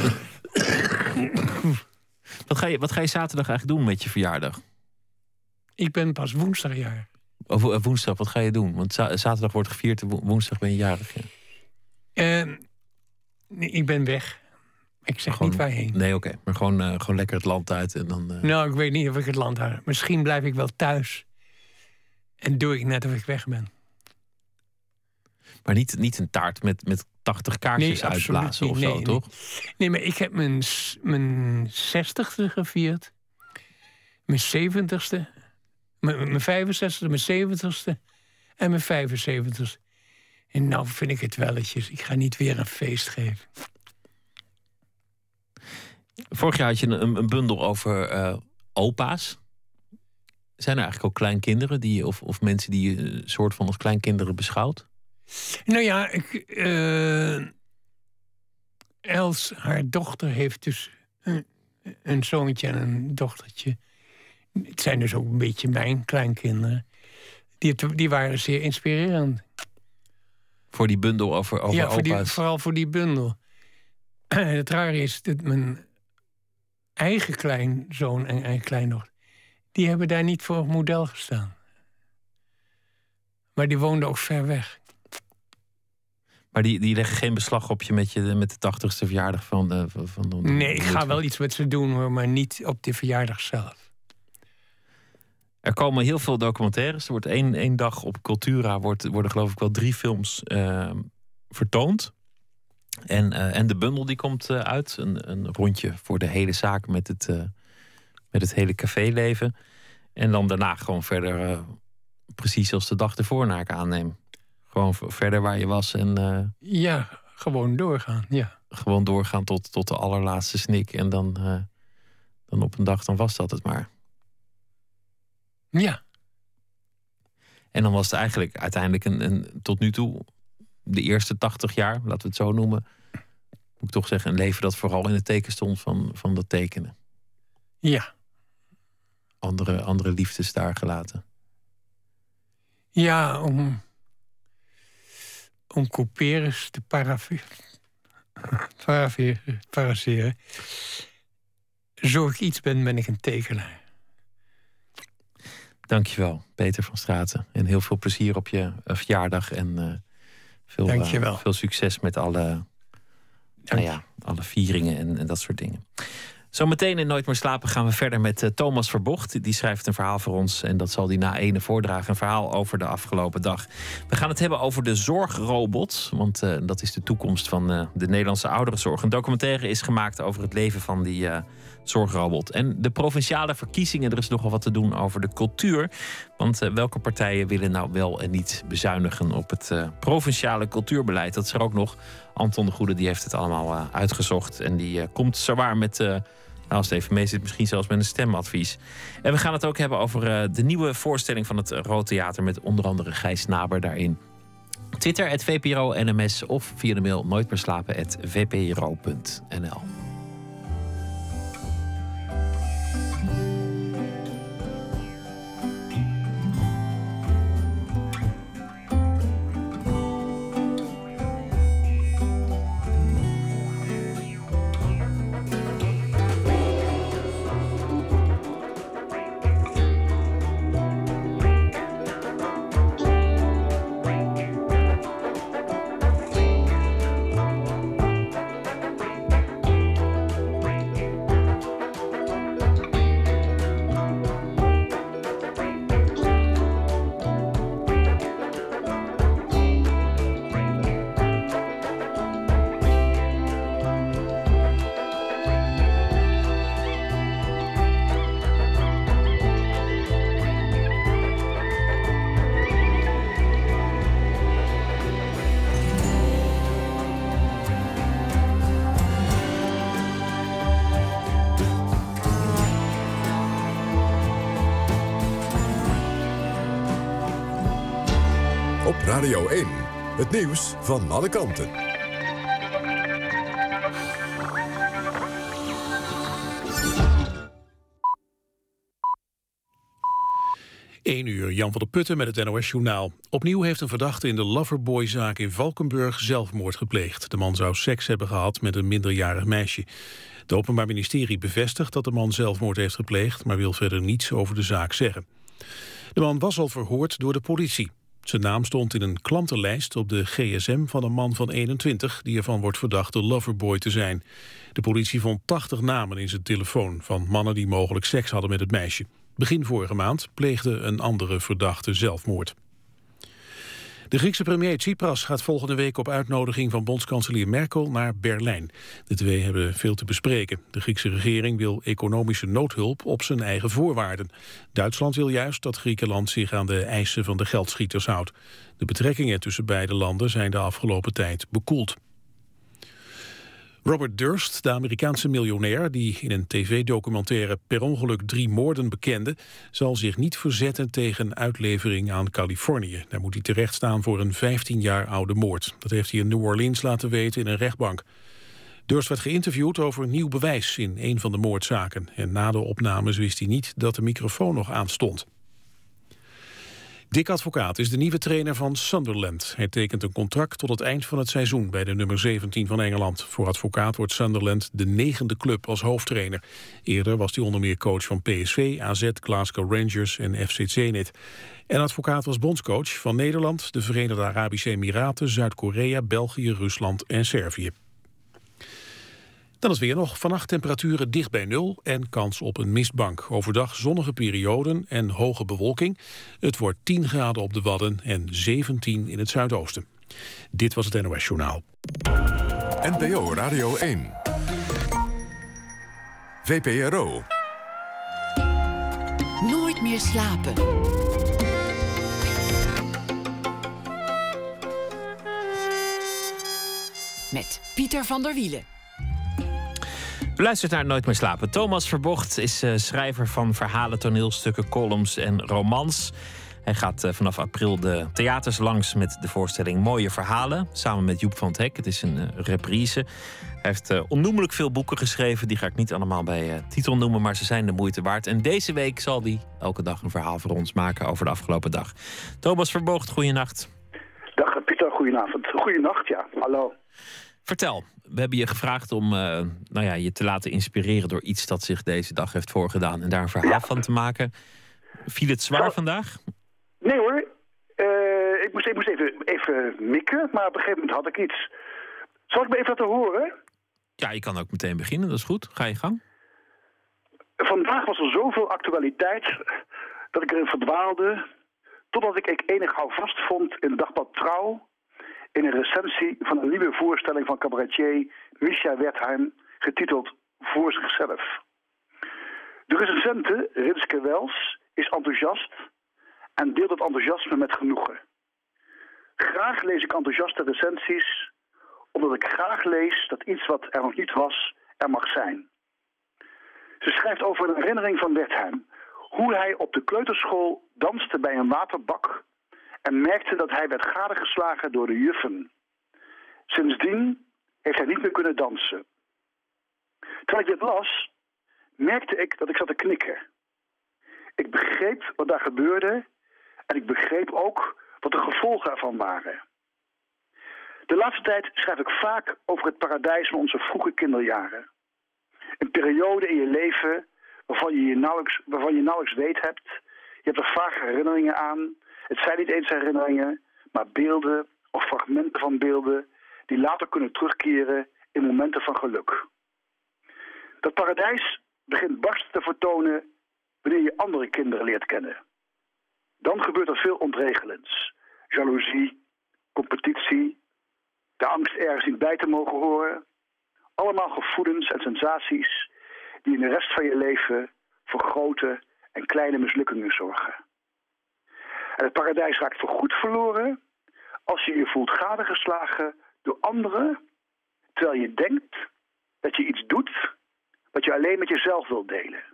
Wat ga je zaterdag eigenlijk doen met je verjaardag? Ik ben pas woensdag jarig. Woensdag, wat ga je doen? Want zaterdag wordt gevierd, woensdag ben je jarig. Ja. Nee, ik ben weg. Ik zeg gewoon, niet waarheen. Nee, oké. Maar gewoon lekker het land uit en dan... Nou, ik weet niet of ik het land uit. Misschien blijf ik wel thuis. En doe ik net of ik weg ben. Maar niet een taart met 80 kaarsjes uitblazen of zo, toch? Nee, maar ik heb mijn 60ste gevierd. Mijn 70ste. Mijn 65ste, mijn 70ste. En mijn 75ste. En nou vind ik het welletjes. Ik ga niet weer een feest geven. Vorig jaar had je een bundel over opa's. Zijn er eigenlijk ook kleinkinderen die of mensen die je soort van als kleinkinderen beschouwt? Nou ja, Els, haar dochter, heeft dus een zoontje en een dochtertje. Het zijn dus ook een beetje mijn kleinkinderen. Die waren zeer inspirerend. Voor die bundel over opa's? Vooral voor die bundel. Het rare is dat mijn eigen kleinzoon en kleindochter... die hebben daar niet voor model gestaan. Maar die woonden ook ver weg. Maar die leggen geen beslag op je met de 80ste verjaardag van de... Nee, ik ga wel iets met ze doen, hoor, maar niet op de verjaardag zelf. Er komen heel veel documentaires. Er wordt één dag op Cultura worden geloof ik wel 3 films vertoond. En de bundel die komt uit. Een rondje voor de hele zaak met het hele caféleven. En dan daarna gewoon verder precies als de dag ervoor, naar ik aanneem. Gewoon verder waar je was. En, ja, gewoon doorgaan. Ja. Gewoon doorgaan tot de allerlaatste snik. En dan op een dag, dan was dat het maar. Ja. En dan was het eigenlijk uiteindelijk tot nu toe de eerste 80 jaar, laten we het zo noemen. Moet ik toch zeggen, een leven dat vooral in het teken stond van dat tekenen. Ja. Andere liefdes daar gelaten. Ja, om couperus te parafraseren. Zo ik iets ben ik een tekenaar. Dankjewel, Peter van Straten. En heel veel plezier op je verjaardag. En veel succes met alle vieringen en dat soort dingen. Zometeen in Nooit meer slapen gaan we verder met Thomas Verbocht. Die schrijft een verhaal voor ons en dat zal hij na ene voordragen. Een verhaal over de afgelopen dag. We gaan het hebben over de zorgrobot. Want dat is de toekomst van de Nederlandse ouderenzorg. Een documentaire is gemaakt over het leven van die zorgrobot. En de provinciale verkiezingen, er is nogal wat te doen over de cultuur. Want welke partijen willen nou wel en niet bezuinigen op het provinciale cultuurbeleid? Dat is er ook nog. Anton de Goede die heeft het allemaal uitgezocht. En die komt zowaar met... als het even mee zit, misschien zelfs met een stemadvies. En we gaan het ook hebben over de nieuwe voorstelling van het Rood Theater... met onder andere Gijs Naber daarin. Twitter, @VPRO-NMS of via de mail nooitmeerslapen@vpro.nl. Radio 1, het nieuws van alle kanten. 1 uur, Jan van der Putten met het NOS-journaal. Opnieuw heeft een verdachte in de Loverboy-zaak in Valkenburg zelfmoord gepleegd. De man zou seks hebben gehad met een minderjarig meisje. Het Openbaar Ministerie bevestigt dat de man zelfmoord heeft gepleegd, maar wil verder niets over de zaak zeggen. De man was al verhoord door de politie. Zijn naam stond in een klantenlijst op de gsm van een man van 21... die ervan wordt verdacht de Loverboy te zijn. De politie vond 80 namen in zijn telefoon van mannen die mogelijk seks hadden met het meisje. Begin vorige maand pleegde een andere verdachte zelfmoord. De Griekse premier Tsipras gaat volgende week op uitnodiging van bondskanselier Merkel naar Berlijn. De twee hebben veel te bespreken. De Griekse regering wil economische noodhulp op zijn eigen voorwaarden. Duitsland wil juist dat Griekenland zich aan de eisen van de geldschieters houdt. De betrekkingen tussen beide landen zijn de afgelopen tijd bekoeld. Robert Durst, de Amerikaanse miljonair die in een tv-documentaire per ongeluk 3 moorden bekende, zal zich niet verzetten tegen uitlevering aan Californië. Daar moet hij terecht staan voor een 15 jaar oude moord. Dat heeft hij in New Orleans laten weten in een rechtbank. Durst werd geïnterviewd over nieuw bewijs in een van de moordzaken. En na de opnames wist hij niet dat de microfoon nog aanstond. Dick Advocaat is de nieuwe trainer van Sunderland. Hij tekent een contract tot het eind van het seizoen bij de nummer 17 van Engeland. Voor Advocaat wordt Sunderland de 9e club als hoofdtrainer. Eerder was hij onder meer coach van PSV, AZ, Glasgow Rangers en FC Zenit. En Advocaat was bondscoach van Nederland, de Verenigde Arabische Emiraten, Zuid-Korea, België, Rusland en Servië. Dan is weer nog vannacht temperaturen dicht bij 0 en kans op een mistbank. Overdag zonnige perioden en hoge bewolking. Het wordt 10 graden op de Wadden en 17 in het zuidoosten. Dit was het NOS Journaal. NPO Radio 1. VPRO. Nooit meer slapen. Met Pieter van der Wielen. U luistert naar Nooit meer slapen. Thomas Verbocht is schrijver van verhalen, toneelstukken, columns en romans. Hij gaat vanaf april de theaters langs met de voorstelling Mooie Verhalen, samen met Joep van het Hek. Het is een reprise. Hij heeft onnoemelijk veel boeken geschreven. Die ga ik niet allemaal bij titel noemen, maar ze zijn de moeite waard. En deze week zal hij elke dag een verhaal voor ons maken over de afgelopen dag. Thomas Verbocht, goeienacht. Dag Pieter, goedenavond. Goeienacht, ja. Hallo. Vertel, we hebben je gevraagd om je te laten inspireren door iets dat zich deze dag heeft voorgedaan en daar een verhaal van te maken. Viel het zwaar vandaag? Nee hoor, ik moest even mikken, maar op een gegeven moment had ik iets. Zal ik me even laten horen? Ja, je kan ook meteen beginnen, dat is goed. Ga je gang. Vandaag was er zoveel actualiteit dat ik erin verdwaalde, totdat ik enig houvast vond in Dagblad Trouw, in een recensie van een nieuwe voorstelling van cabaretier Misha Wertheim, getiteld Voor zichzelf. De recensente, Rinske Wels, is enthousiast en deelt het enthousiasme met genoegen. Graag lees ik enthousiaste recensies, omdat ik graag lees dat iets wat er nog niet was, er mag zijn. Ze schrijft over een herinnering van Wertheim, hoe hij op de kleuterschool danste bij een waterbak en merkte dat hij werd gadegeslagen door de juffen. Sindsdien heeft hij niet meer kunnen dansen. Terwijl ik dit las, merkte ik dat ik zat te knikken. Ik begreep wat daar gebeurde en ik begreep ook wat de gevolgen ervan waren. De laatste tijd schrijf ik vaak over het paradijs van onze vroege kinderjaren. Een periode in je leven waarvan je nauwelijks weet hebt. Je hebt er vage herinneringen aan. Het zijn niet eens herinneringen, maar beelden of fragmenten van beelden die later kunnen terugkeren in momenten van geluk. Dat paradijs begint barst te vertonen wanneer je andere kinderen leert kennen. Dan gebeurt er veel ontregelends. Jaloezie, competitie, de angst ergens niet bij te mogen horen. Allemaal gevoelens en sensaties die in de rest van je leven voor grote en kleine mislukkingen zorgen. En het paradijs raakt voorgoed verloren als je je voelt gadegeslagen door anderen, terwijl je denkt dat je iets doet wat je alleen met jezelf wilt delen.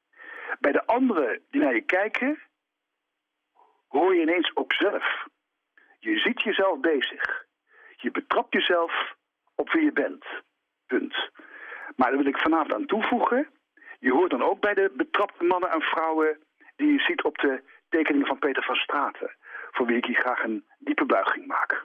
Bij de anderen die naar je kijken, hoor je ineens ook zelf Je ziet jezelf bezig. Je betrapt jezelf op wie je bent. Punt. Maar daar wil ik vanavond aan toevoegen. Je hoort dan ook bij de betrapte mannen en vrouwen die je ziet op de tekeningen van Peter van Straten. Voor wie ik hier graag een diepe buiging maak.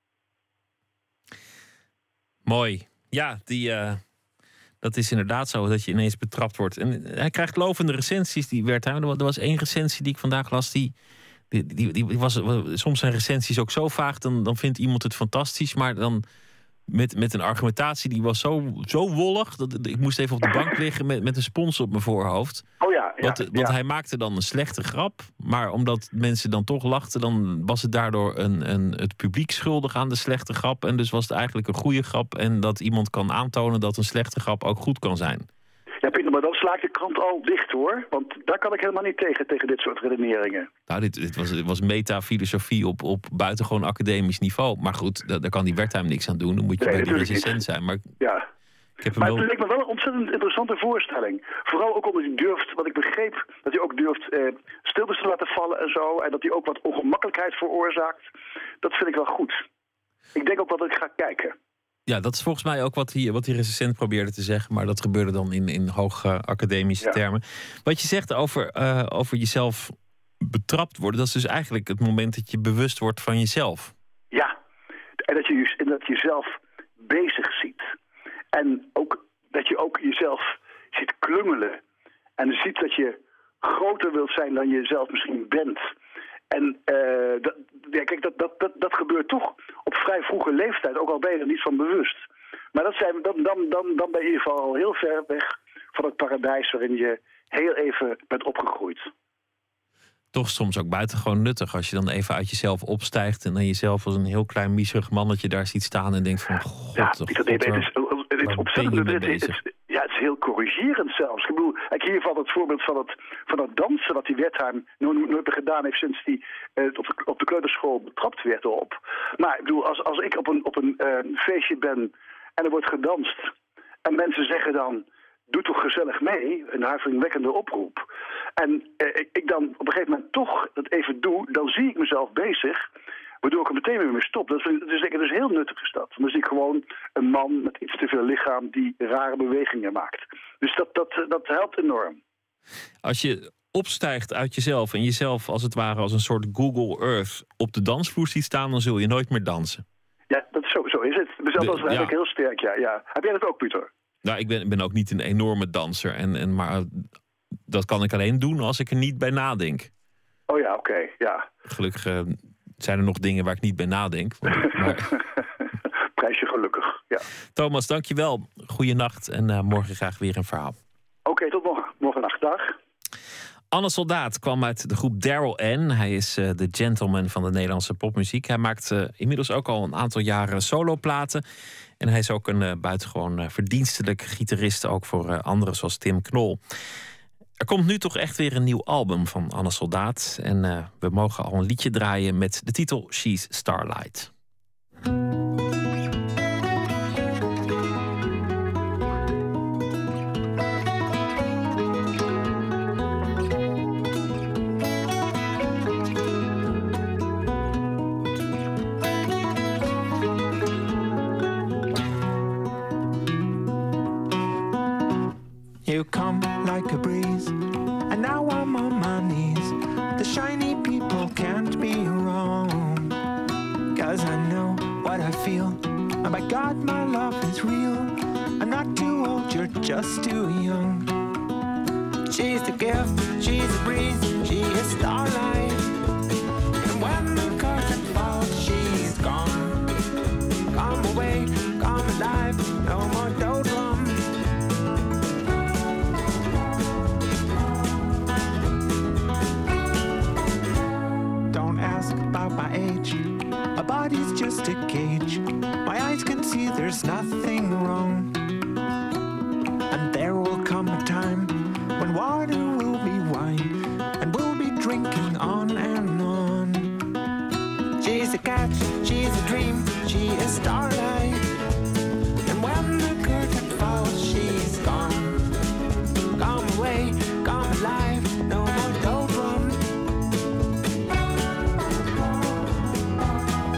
Mooi. Ja, dat is inderdaad zo, dat je ineens betrapt wordt. En hij krijgt lovende recensies, die Wertheim. Er was één recensie die ik vandaag las, die was... Soms zijn recensies ook zo vaag, dan vindt iemand het fantastisch, maar dan met een argumentatie die was zo wollig, dat ik moest even op de bank liggen met een spons op mijn voorhoofd. Oh ja. Want hij maakte dan een slechte grap, maar omdat mensen dan toch lachten, dan was het daardoor het publiek schuldig aan de slechte grap. En dus was het eigenlijk een goede grap. En dat iemand kan aantonen dat een slechte grap ook goed kan zijn. Ja, Pieter, maar dan sla ik de krant al dicht, hoor. Want daar kan ik helemaal niet tegen dit soort redeneringen. Nou, dit was metafilosofie op buitengewoon academisch niveau. Maar goed, daar kan die Wertheim niks aan doen. Dan moet je bij de recensent zijn. Maar ja. Het leek me wel een ontzettend interessante voorstelling. Vooral ook omdat hij durft, wat ik begreep, dat hij ook durft stiltes te laten vallen en zo. En dat hij ook wat ongemakkelijkheid veroorzaakt. Dat vind ik wel goed. Ik denk ook wel dat ik ga kijken. Ja, dat is volgens mij ook wat die recensent probeerde te zeggen. Maar dat gebeurde dan in hoog academische termen. Wat je zegt over jezelf betrapt worden, dat is dus eigenlijk het moment dat je bewust wordt van jezelf. Ja, en dat je jezelf bezig ziet. En ook dat je ook jezelf ziet klungelen. En ziet dat je groter wilt zijn dan je zelf misschien bent. En dat gebeurt toch op vrij vroege leeftijd, ook al ben je er niet van bewust. Maar dan ben je in ieder geval al heel ver weg van het paradijs waarin je heel even bent opgegroeid. Toch soms ook buitengewoon nuttig als je dan even uit jezelf opstijgt en dan jezelf als een heel klein miserig mannetje daar ziet staan en denkt van god, het is ontzettend. Het is heel corrigerend zelfs. Ik bedoel, hier valt het voorbeeld van het dansen wat die Wertheim nooit meer gedaan heeft sinds hij op de kleuterschool betrapt werd op. Maar ik bedoel, als ik op een feestje ben en er wordt gedanst en mensen zeggen dan, doe toch gezellig mee, een huiveringwekkende oproep. En ik dan op een gegeven moment toch dat even doe, dan zie ik mezelf bezig, waardoor ik er meteen weer mee stop. Dat is dus heel nuttig is dat. Dan zie ik gewoon een man met iets te veel lichaam die rare bewegingen maakt. Dus dat helpt enorm. Als je opstijgt uit jezelf en jezelf als het ware als een soort Google Earth op de dansvloer ziet staan, dan zul je nooit meer dansen. Ja, zo is het. Mezelf was eigenlijk heel sterk, ja. Heb jij dat ook, Pieter? Nou, ik ben ook niet een enorme danser. Maar dat kan ik alleen doen als ik er niet bij nadenk. Oh ja, oké, ja. Gelukkig zijn er nog dingen waar ik niet bij nadenk. Prijs je gelukkig, ja. Thomas, dankjewel. Goeienacht en morgen graag weer een verhaal. Oké, tot morgen nacht. Dag. Anne Soldaat kwam uit de groep Daryl N. Hij is de gentleman van de Nederlandse popmuziek. Hij maakt inmiddels ook al een aantal jaren soloplaten. En hij is ook een buitengewoon verdienstelijk gitarist, ook voor anderen zoals Tim Knol. Er komt nu toch echt weer een nieuw album van Anne Soldaat. En we mogen al een liedje draaien met de titel She's Starlight. You come like a breeze, and now I'm on my knees. The shiny people can't be wrong, 'cause I know what I feel, and by God my love is real. I'm not too old, you're just too young. She's the gift, she's the breeze, she is starlight. And when the curtain falls, she's gone. Come away, come alive, no more doldrum. About my age, my body's just a cage. My eyes can see there's nothing wrong, and there will come a time when water will be wine, and we'll be drinking on and on. She's a catch, she's a dream, she is starlight. And when the curtain falls, she's gone. Come away, come alive, no more doldrum.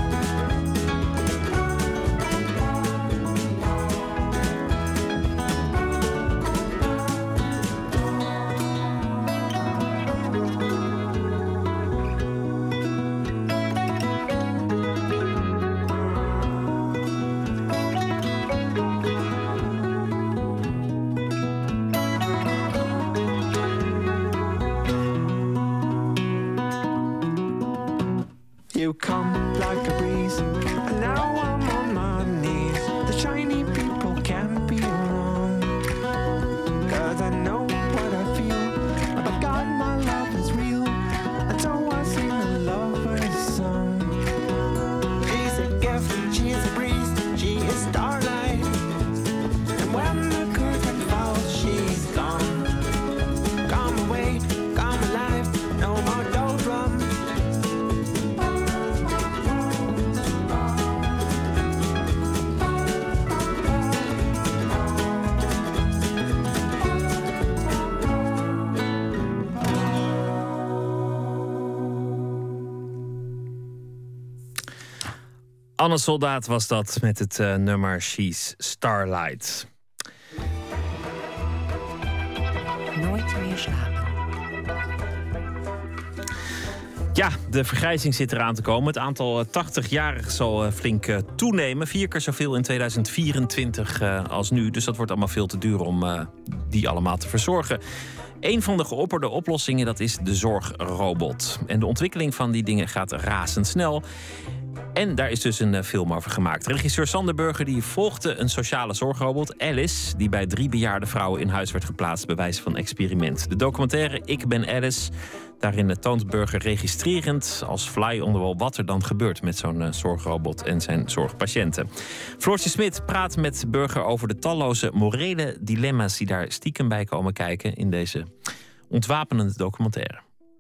You come like a breeze, and now I'm on my knees. The shiny people can't be wrong, 'cause I know what I feel. But God, my love is real, and so I sing a lover's song. She's a gift, she's a breeze, she is starlight. And when the curtain falls, she's gone. Come away, come alive, no more doldrum. Anne Soldaat was dat met het nummer She's Starlight. Nooit meer slapen. Ja, de vergrijzing zit eraan te komen. Het aantal 80-jarigen zal flink toenemen. 4 keer zoveel in 2024 als nu. Dus dat wordt allemaal veel te duur om die allemaal te verzorgen. Een van de geopperde oplossingen, dat is de zorgrobot. En de ontwikkeling van die dingen gaat razendsnel. En daar is dus een film over gemaakt. Regisseur Sander Burger die volgde een sociale zorgrobot, Alice, die bij 3 bejaarde vrouwen in huis werd geplaatst bij wijze van experiment. De documentaire Ik ben Alice. Daarin toont Burger registrerend als fly on the wall wat er dan gebeurt met zo'n zorgrobot en zijn zorgpatiënten. Floortje Smit praat met Burger over de talloze morele dilemma's die daar stiekem bij komen kijken in deze ontwapenende documentaire.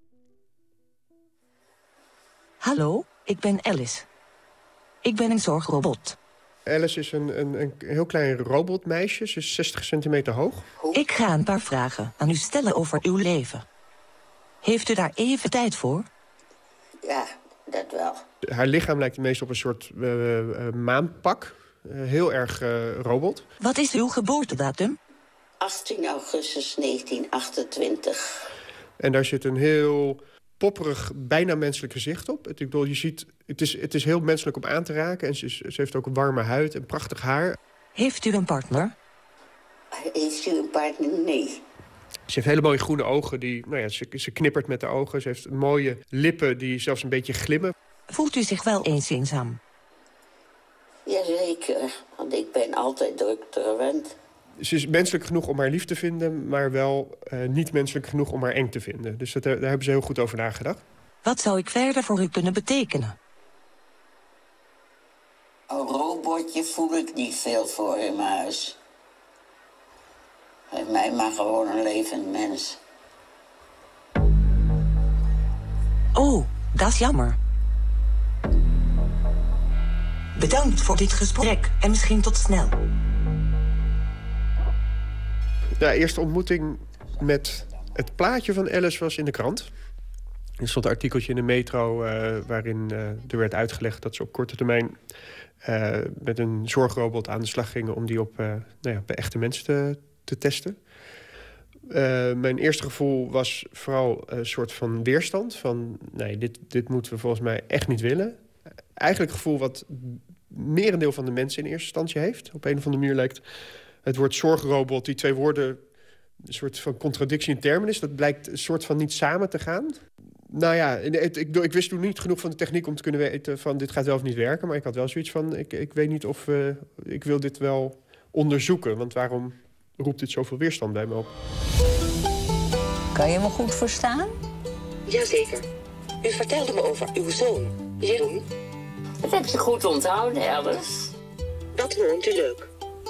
Hallo, ik ben Alice. Ik ben een zorgrobot. Alice is een heel klein robotmeisje. Ze is 60 centimeter hoog. Ik ga een paar vragen aan u stellen over uw leven. Heeft u daar even tijd voor? Ja, dat wel. Haar lichaam lijkt het meest op een soort maanpak. Heel erg robot. Wat is uw geboortedatum? 18 augustus 1928. En daar zit een heel popperig, bijna menselijk gezicht op. Ik bedoel, je ziet, het is heel menselijk om aan te raken. En ze heeft ook een warme huid en prachtig haar. Heeft u een partner? Heeft u een partner? Nee. Ze heeft hele mooie groene ogen. Ze knippert met de ogen. Ze heeft mooie lippen die zelfs een beetje glimmen. Voelt u zich wel eens eenzaam? Jazeker, want ik ben altijd druk gewend. Ze is menselijk genoeg om haar lief te vinden, maar wel niet menselijk genoeg om haar eng te vinden. Dus daar hebben ze heel goed over nagedacht. Wat zou ik verder voor u kunnen betekenen? Een robotje voel ik niet veel voor in mijn huis. Geef mij maar gewoon een levend mens. Oh, dat is jammer. Bedankt voor dit gesprek en misschien tot snel. De eerste ontmoeting met het plaatje van Alice was in de krant. Er stond een artikeltje in de Metro waarin er werd uitgelegd dat ze op korte termijn met een zorgrobot aan de slag gingen om die op bij echte mensen te testen. Mijn eerste gevoel was vooral een soort van weerstand. Van, nee, dit moeten we volgens mij echt niet willen. Eigenlijk het gevoel wat merendeel van de mensen in eerste instantie heeft. Op een of andere manier lijkt het woord zorgrobot, die 2 woorden, een soort van contradictie in termen is. Dat blijkt een soort van niet samen te gaan. Nou ja, ik wist toen niet genoeg van de techniek om te kunnen weten van dit gaat wel of niet werken. Maar ik had wel zoiets van, ik weet niet of ik wil dit wel onderzoeken. Want waarom roept dit zoveel weerstand bij me op? Kan je me goed verstaan? Jazeker. U vertelde me over uw zoon, Jeroen. Dat heb je goed onthouden, Alice. Dat vond u leuk.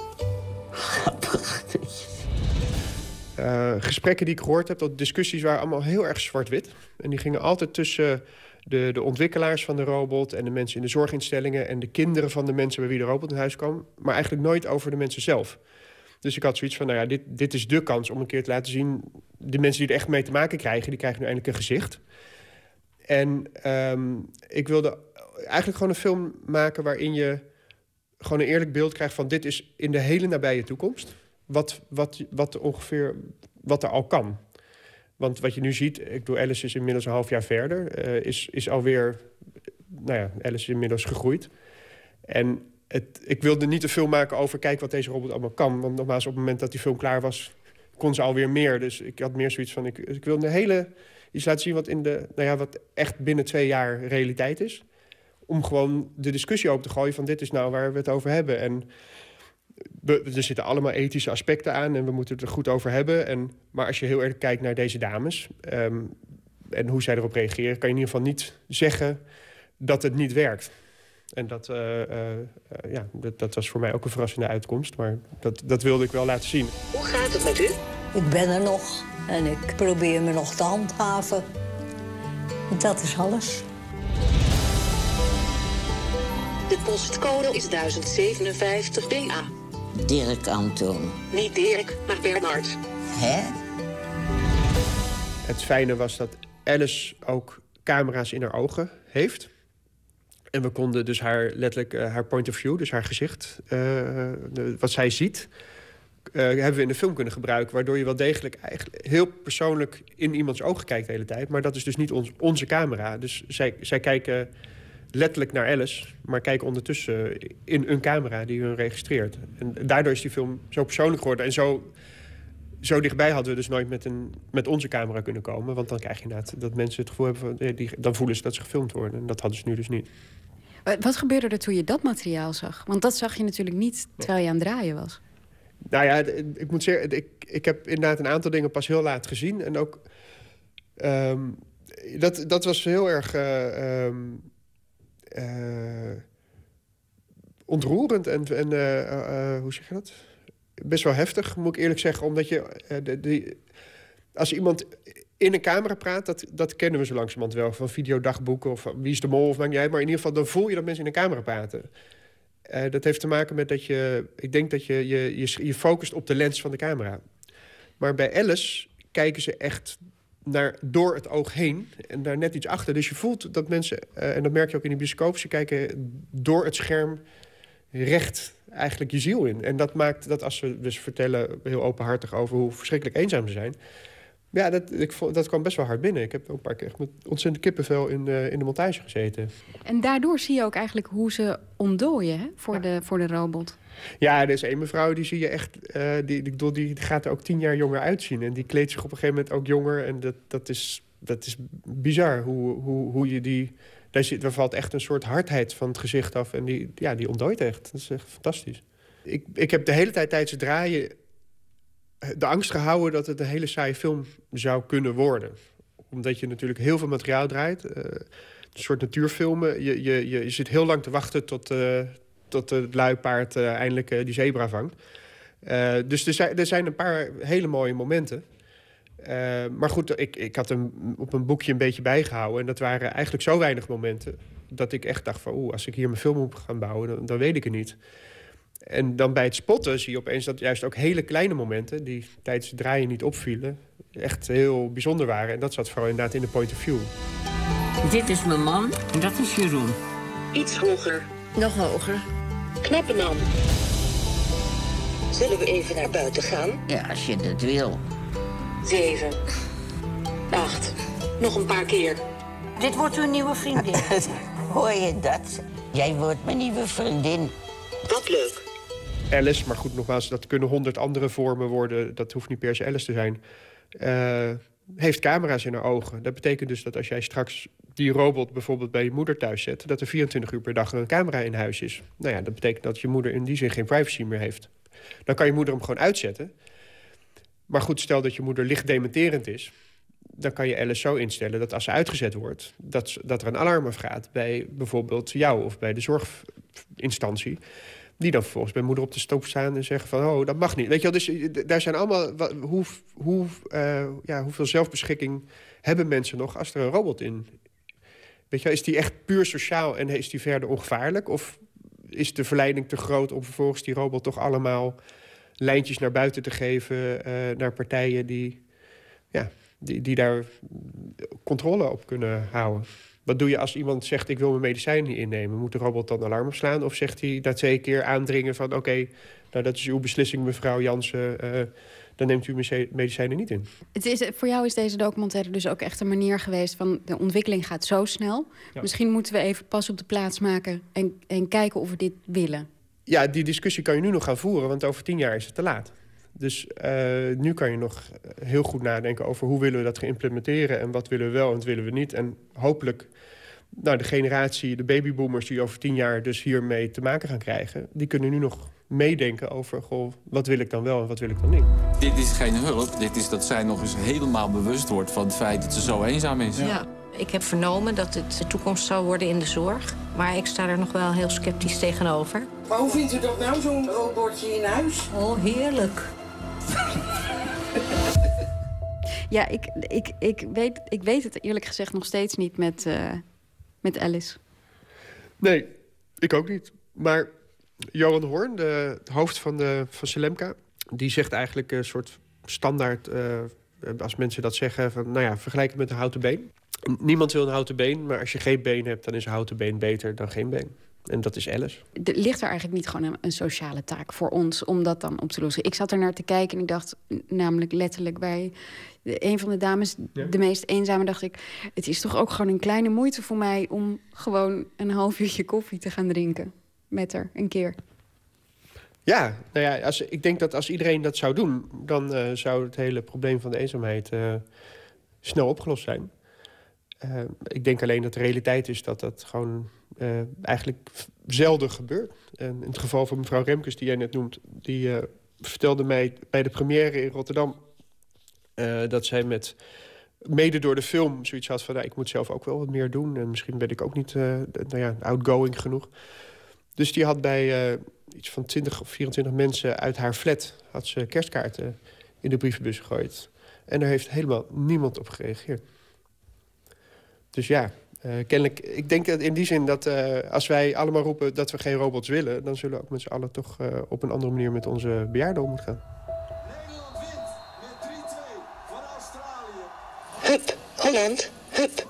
Gesprekken die ik gehoord heb, dat discussies waren allemaal heel erg zwart-wit. En die gingen altijd tussen de ontwikkelaars van de robot en de mensen in de zorginstellingen en de kinderen van de mensen bij wie de robot in huis kwam. Maar eigenlijk nooit over de mensen zelf. Dus ik had zoiets van, nou ja, dit is de kans om een keer te laten zien, de mensen die er echt mee te maken krijgen, die krijgen nu eindelijk een gezicht. En ik wilde eigenlijk gewoon een film maken waarin je gewoon een eerlijk beeld krijgt van dit is in de hele nabije toekomst. Wat er al kan. Want wat je nu ziet, ik bedoel, Alice is inmiddels een half jaar verder. Is alweer, Alice is inmiddels gegroeid. En ik wilde niet een film maken over kijk wat deze robot allemaal kan. Want nogmaals, op het moment dat die film klaar was, kon ze alweer meer. Dus ik had meer zoiets van, ik wilde iets laten zien wat wat echt binnen 2 jaar realiteit is. om gewoon de discussie open te gooien van dit is nou waar we het over hebben. En er zitten allemaal ethische aspecten aan en we moeten het er goed over hebben. Maar als je heel erg kijkt naar deze dames en hoe zij erop reageren, kan je in ieder geval niet zeggen dat het niet werkt. En dat was voor mij ook een verrassende uitkomst. Maar dat wilde ik wel laten zien. Hoe gaat het met u? Ik ben er nog en ik probeer me nog te handhaven. Dat is alles. De postcode is 1057 BA. Dirk Anton. Niet Dirk, maar Bernard. Hè? Het fijne was dat Alice ook camera's in haar ogen heeft. En we konden dus haar point of view, dus haar gezicht, wat zij ziet, hebben we in de film kunnen gebruiken. Waardoor je wel degelijk eigenlijk heel persoonlijk in iemands ogen kijkt de hele tijd. Maar dat is dus niet onze camera. Dus zij kijken letterlijk naar Alice, maar kijken ondertussen in een camera die hun registreert. En daardoor is die film zo persoonlijk geworden. En zo dichtbij hadden we dus nooit met onze camera kunnen komen. Want dan krijg je inderdaad dat mensen het gevoel hebben dan voelen ze dat ze gefilmd worden. En dat hadden ze nu dus niet. Wat gebeurde er toen je dat materiaal zag? Want dat zag je natuurlijk niet terwijl je aan het draaien was. Nou ja, ik moet zeggen, ik heb inderdaad een aantal dingen pas heel laat gezien. En ook, dat was heel erg ontroerend en hoe zeg je dat? Best wel heftig, moet ik eerlijk zeggen. Omdat je, als iemand in een camera praat, dat kennen we zo langzamerhand wel. Van videodagboeken of Wie is de Mol of maakt niet uit. Maar in ieder geval, dan voel je dat mensen in een camera praten. Dat heeft te maken met dat ik denk dat je focust op de lens van de camera. Maar bij Alice kijken ze echt door het oog heen en daar net iets achter. Dus je voelt dat mensen, en dat merk je ook in de bioscoop, ze kijken door het scherm recht eigenlijk je ziel in. En dat maakt dat als ze dus vertellen heel openhartig over hoe verschrikkelijk eenzaam ze zijn. Ja, dat kwam best wel hard binnen. Ik heb een paar keer echt met ontzettend kippenvel in de montage gezeten. En daardoor zie je ook eigenlijk hoe ze ontdooien, hè, voor de robot. Ja, er is één mevrouw, die zie je echt, die gaat er ook 10 jaar jonger uitzien. En die kleedt zich op een gegeven moment ook jonger. En dat is bizar hoe je die... Daar valt echt een soort hardheid van het gezicht af. En die ontdooit echt. Dat is echt fantastisch. Ik heb de hele tijd tijdens het draaien de angst gehouden dat het een hele saaie film zou kunnen worden. Omdat je natuurlijk heel veel materiaal draait. Een soort natuurfilmen. Je zit heel lang te wachten tot het luipaard eindelijk die zebra vangt. Dus er zijn een paar hele mooie momenten. Maar goed, ik had hem op een boekje een beetje bijgehouden. En dat waren eigenlijk zo weinig momenten dat ik echt dacht van... als ik hier mijn film op ga bouwen, dan weet ik het niet. En dan bij het spotten zie je opeens dat juist ook hele kleine momenten... die tijdens het draaien niet opvielen, echt heel bijzonder waren. En dat zat vooral inderdaad in de point of view. Dit is mijn man en dat is Jeroen. Iets hoger. Nog hoger. Knappe man. Zullen we even naar buiten gaan? Ja, als je dat wil. 7. 8. Nog een paar keer. Dit wordt uw nieuwe vriendin. Hoor je dat? Jij wordt mijn nieuwe vriendin. Wat leuk. Alice, maar goed, nogmaals, dat kunnen 100 andere vormen worden. Dat hoeft niet per se Alice te zijn. Heeft camera's in haar ogen. Dat betekent dus dat als jij straks die robot bijvoorbeeld bij je moeder thuis zet... dat er 24 uur per dag een camera in huis is. Nou ja, dat betekent dat je moeder in die zin geen privacy meer heeft. Dan kan je moeder hem gewoon uitzetten. Maar goed, stel dat je moeder licht dementerend is... dan kan je Alice zo instellen dat als ze uitgezet wordt... dat er een alarm afgaat bij bijvoorbeeld jou of bij de zorginstantie... die dan vervolgens bij moeder op de stoep staan en zeggen van... oh, dat mag niet. Weet je wel, dus daar zijn allemaal... hoeveel zelfbeschikking hebben mensen nog als er een robot in... Weet je wel, is die echt puur sociaal en is die verder ongevaarlijk? Of is de verleiding te groot om vervolgens die robot toch allemaal... lijntjes naar buiten te geven naar partijen die daar controle op kunnen houden. Wat doe je als iemand zegt, ik wil mijn medicijnen niet innemen? Moet de robot dan alarm opslaan? Of zegt hij na 2 keer aandringen van... oké, nou, dat is uw beslissing, mevrouw Jansen... dan neemt u medicijnen niet in. Voor jou is deze documentaire dus ook echt een manier geweest... van de ontwikkeling gaat zo snel. Ja. Misschien moeten we even pas op de plaats maken... en kijken of we dit willen. Ja, die discussie kan je nu nog gaan voeren, want over 10 jaar is het te laat. Dus nu kan je nog heel goed nadenken over hoe willen we dat gaan implementeren... en wat willen we wel en wat willen we niet. En hopelijk de generatie, de babyboomers die over 10 jaar dus hiermee te maken gaan krijgen, die kunnen nu nog meedenken over, wat wil ik dan wel en wat wil ik dan niet. Dit is geen hulp, dit is dat zij nog eens helemaal bewust wordt van het feit dat ze zo eenzaam is. Ja. Ik heb vernomen dat het de toekomst zou worden in de zorg. Maar ik sta er nog wel heel sceptisch tegenover. Maar hoe vindt u dat nou, zo'n robotje in huis? Oh, heerlijk. Ja, ik weet het eerlijk gezegd nog steeds niet met Alice. Nee, ik ook niet. Maar Johan Hoorn, de hoofd van Selemka, die zegt eigenlijk een soort standaard, als mensen dat zeggen, van, vergelijk het met een houten been. Niemand wil een houten been, maar als je geen been hebt, dan is een houten been beter dan geen been. En dat is Alice. Ligt er eigenlijk niet gewoon een sociale taak voor ons om dat dan op te lossen? Ik zat er naar te kijken en ik dacht namelijk letterlijk bij een van de dames, de meest eenzame, dacht ik, het is toch ook gewoon een kleine moeite voor mij om gewoon een half uurtje koffie te gaan drinken met haar een keer. Ja, ik denk dat als iedereen dat zou doen, dan zou het hele probleem van de eenzaamheid snel opgelost zijn. Ik denk alleen dat de realiteit is dat dat gewoon eigenlijk zelden gebeurt. En in het geval van mevrouw Remkes, die jij net noemt, die vertelde mij bij de première in Rotterdam dat zij mede door de film zoiets had van, ik moet zelf ook wel wat meer doen. En misschien ben ik ook niet outgoing genoeg. Dus die had bij iets van 20 of 24 mensen uit haar flat had ze kerstkaarten in de brievenbus gegooid. En daar heeft helemaal niemand op gereageerd. Dus ja, kennelijk, ik denk dat in die zin dat als wij allemaal roepen dat we geen robots willen, dan zullen we ook met z'n allen toch op een andere manier met onze bejaarden om moeten gaan. Nederland wint met 3-2 van Australië. Hup, Holland, hup.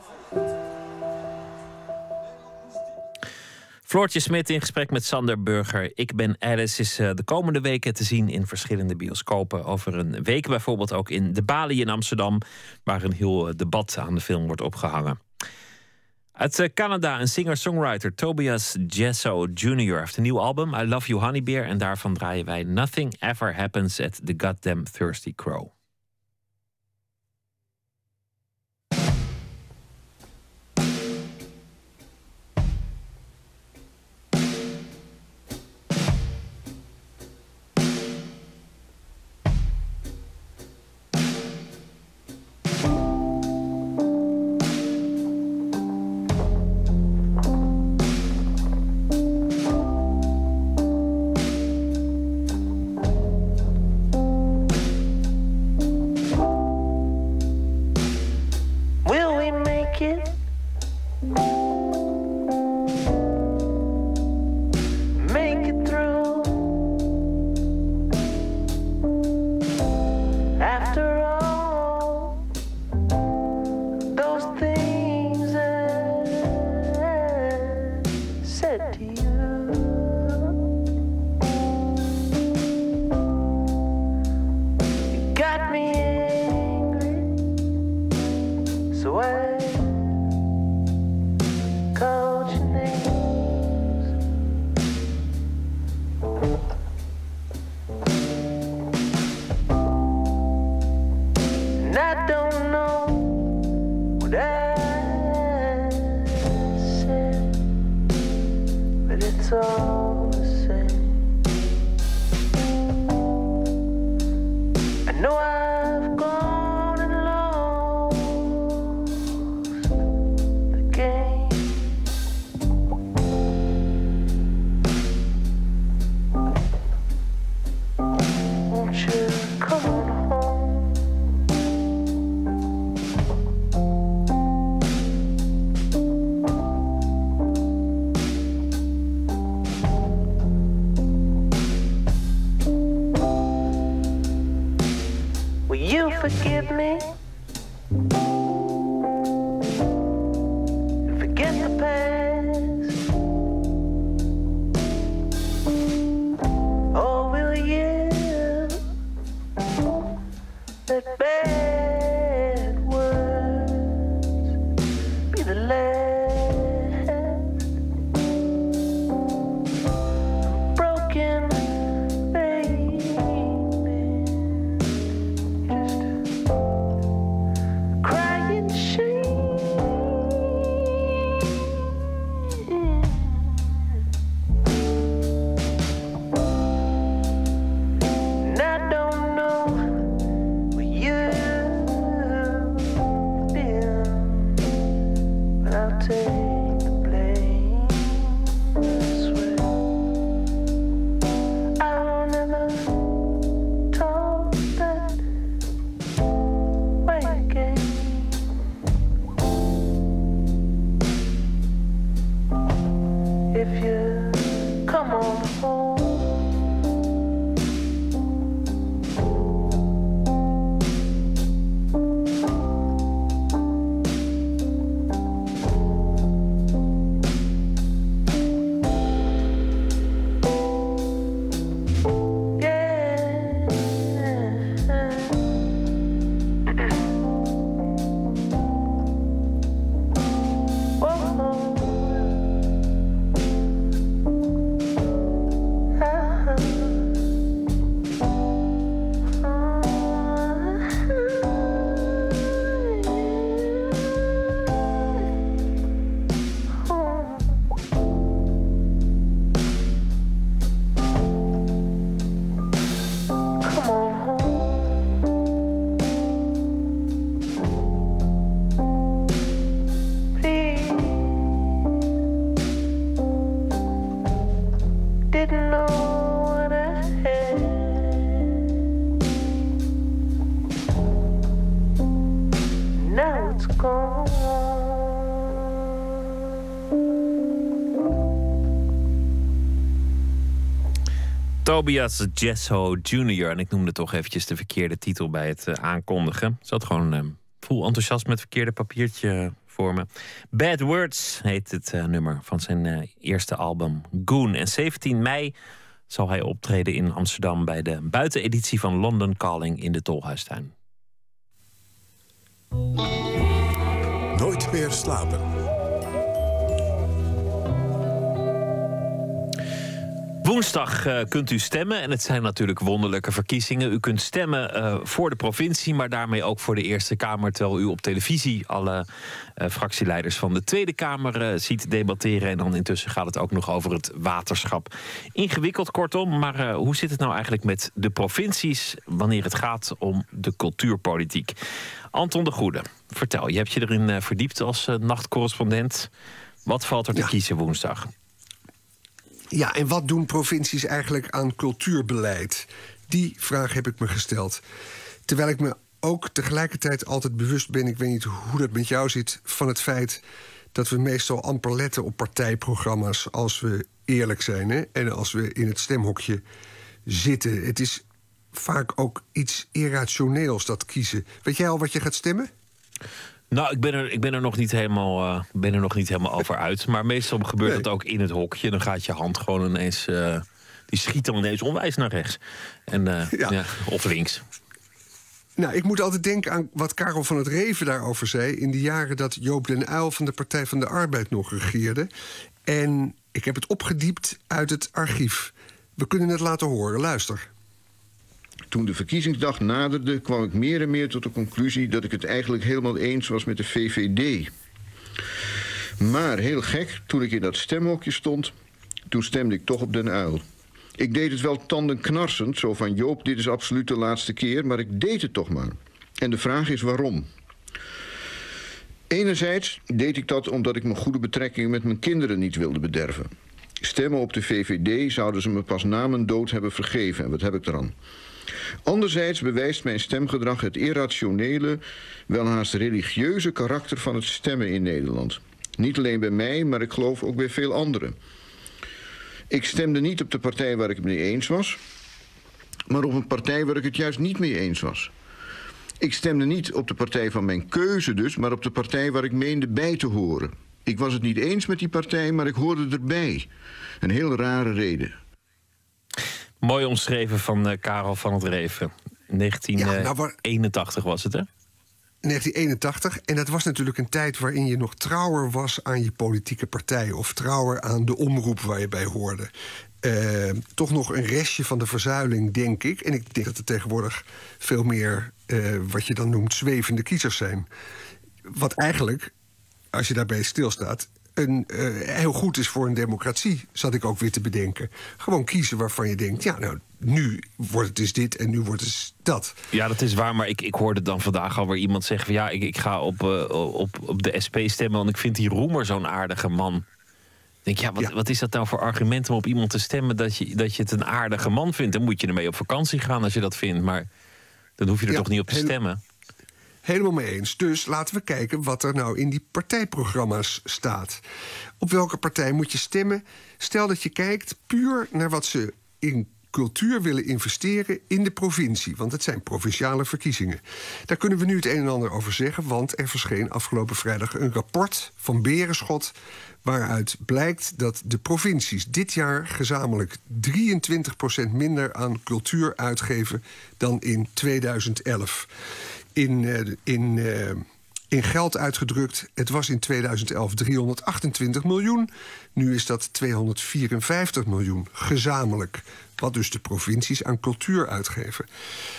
Floortje Smit in gesprek met Sander Burger. Ik ben Alice is de komende weken te zien in verschillende bioscopen. Over een week bijvoorbeeld ook in de Bali in Amsterdam, waar een heel debat aan de film wordt opgehangen. Uit Canada, een singer-songwriter, Tobias Jesso Jr. heeft een nieuw album, I Love You Honey Bear. En daarvan draaien wij Nothing Ever Happens at the Goddamn Thirsty Crow. Tobias Jesso Jr. En ik noemde toch eventjes de verkeerde titel bij het aankondigen. Zat gewoon vol enthousiast met het verkeerde papiertje voor me. Bad Words heet het nummer van zijn eerste album Goon. En 17 mei zal hij optreden in Amsterdam bij de buiteneditie van London Calling in de Tolhuistuin. Nooit meer slapen. Woensdag kunt u stemmen en het zijn natuurlijk wonderlijke verkiezingen. U kunt stemmen voor de provincie, maar daarmee ook voor de Eerste Kamer, terwijl u op televisie alle fractieleiders van de Tweede Kamer ziet debatteren. En dan intussen gaat het ook nog over het waterschap. Ingewikkeld kortom, maar hoe zit het nou eigenlijk met de provincies wanneer het gaat om de cultuurpolitiek? Anton de Goede, vertel, je hebt je erin verdiept als nachtcorrespondent. Wat valt er te kiezen woensdag? Ja, en wat doen provincies eigenlijk aan cultuurbeleid? Die vraag heb ik me gesteld. Terwijl ik me ook tegelijkertijd altijd bewust ben, ik weet niet hoe dat met jou zit, van het feit dat we meestal amper letten op partijprogramma's als we eerlijk zijn, hè? En als we in het stemhokje zitten. Het is vaak ook iets irrationeels, dat kiezen. Weet jij al wat je gaat stemmen? Nou, ik ben er nog niet helemaal over uit. Maar meestal gebeurt dat ook in het hokje. Dan gaat je hand gewoon ineens, die schiet dan ineens onwijs naar rechts. En, of links. Nou, ik moet altijd denken aan wat Karel van het Reven daarover zei in de jaren dat Joop den Uyl van de Partij van de Arbeid nog regeerde. En ik heb het opgediept uit het archief. We kunnen het laten horen. Luister. Toen de verkiezingsdag naderde, kwam ik meer en meer tot de conclusie dat ik het eigenlijk helemaal eens was met de VVD. Maar heel gek, toen ik in dat stemhokje stond, toen stemde ik toch op den Uyl. Ik deed het wel tandenknarsend, zo van Joop, dit is absoluut de laatste keer, maar ik deed het toch maar. En de vraag is waarom. Enerzijds deed ik dat omdat ik mijn goede betrekkingen met mijn kinderen niet wilde bederven. Stemmen op de VVD zouden ze me pas na mijn dood hebben vergeven. En wat heb ik eraan? Anderzijds bewijst mijn stemgedrag het irrationele, wel haast religieuze karakter van het stemmen in Nederland. Niet alleen bij mij, maar ik geloof ook bij veel anderen. Ik stemde niet op de partij waar ik het mee eens was, maar op een partij waar ik het juist niet mee eens was. Ik stemde niet op de partij van mijn keuze dus, maar op de partij waar ik meende bij te horen. Ik was het niet eens met die partij, maar ik hoorde erbij. Een heel rare reden. Mooi omschreven van Karel van het Reven. 1981 was het, hè? 1981. En dat was natuurlijk een tijd waarin je nog trouwer was aan je politieke partij, of trouwer aan de omroep waar je bij hoorde. Toch nog een restje van de verzuiling, denk ik. En ik denk dat er tegenwoordig veel meer wat je dan noemt zwevende kiezers zijn. Wat eigenlijk, als je daarbij stilstaat, heel goed is voor een democratie, zat ik ook weer te bedenken. Gewoon kiezen waarvan je denkt, ja, nou, nu wordt het dus dit en nu wordt het dus dat. Ja, dat is waar, maar ik hoorde dan vandaag alweer iemand zeggen van, ja, ik ga op de SP stemmen, want ik vind die Roemer zo'n aardige man. Ik denk, wat is dat nou voor argument om op iemand te stemmen dat je het een aardige man vindt? Dan moet je ermee op vakantie gaan als je dat vindt, maar dan hoef je er toch niet op te stemmen. Helemaal mee eens. Dus laten we kijken wat er nou in die partijprogramma's staat. Op welke partij moet je stemmen? Stel dat je kijkt puur naar wat ze in cultuur willen investeren in de provincie. Want het zijn provinciale verkiezingen. Daar kunnen we nu het een en ander over zeggen, want er verscheen afgelopen vrijdag een rapport van Berenschot, waaruit blijkt dat de provincies dit jaar gezamenlijk 23% minder aan cultuur uitgeven dan in 2011. In geld uitgedrukt, het was in 2011 328 miljoen. Nu is dat 254 miljoen gezamenlijk. Wat dus de provincies aan cultuur uitgeven.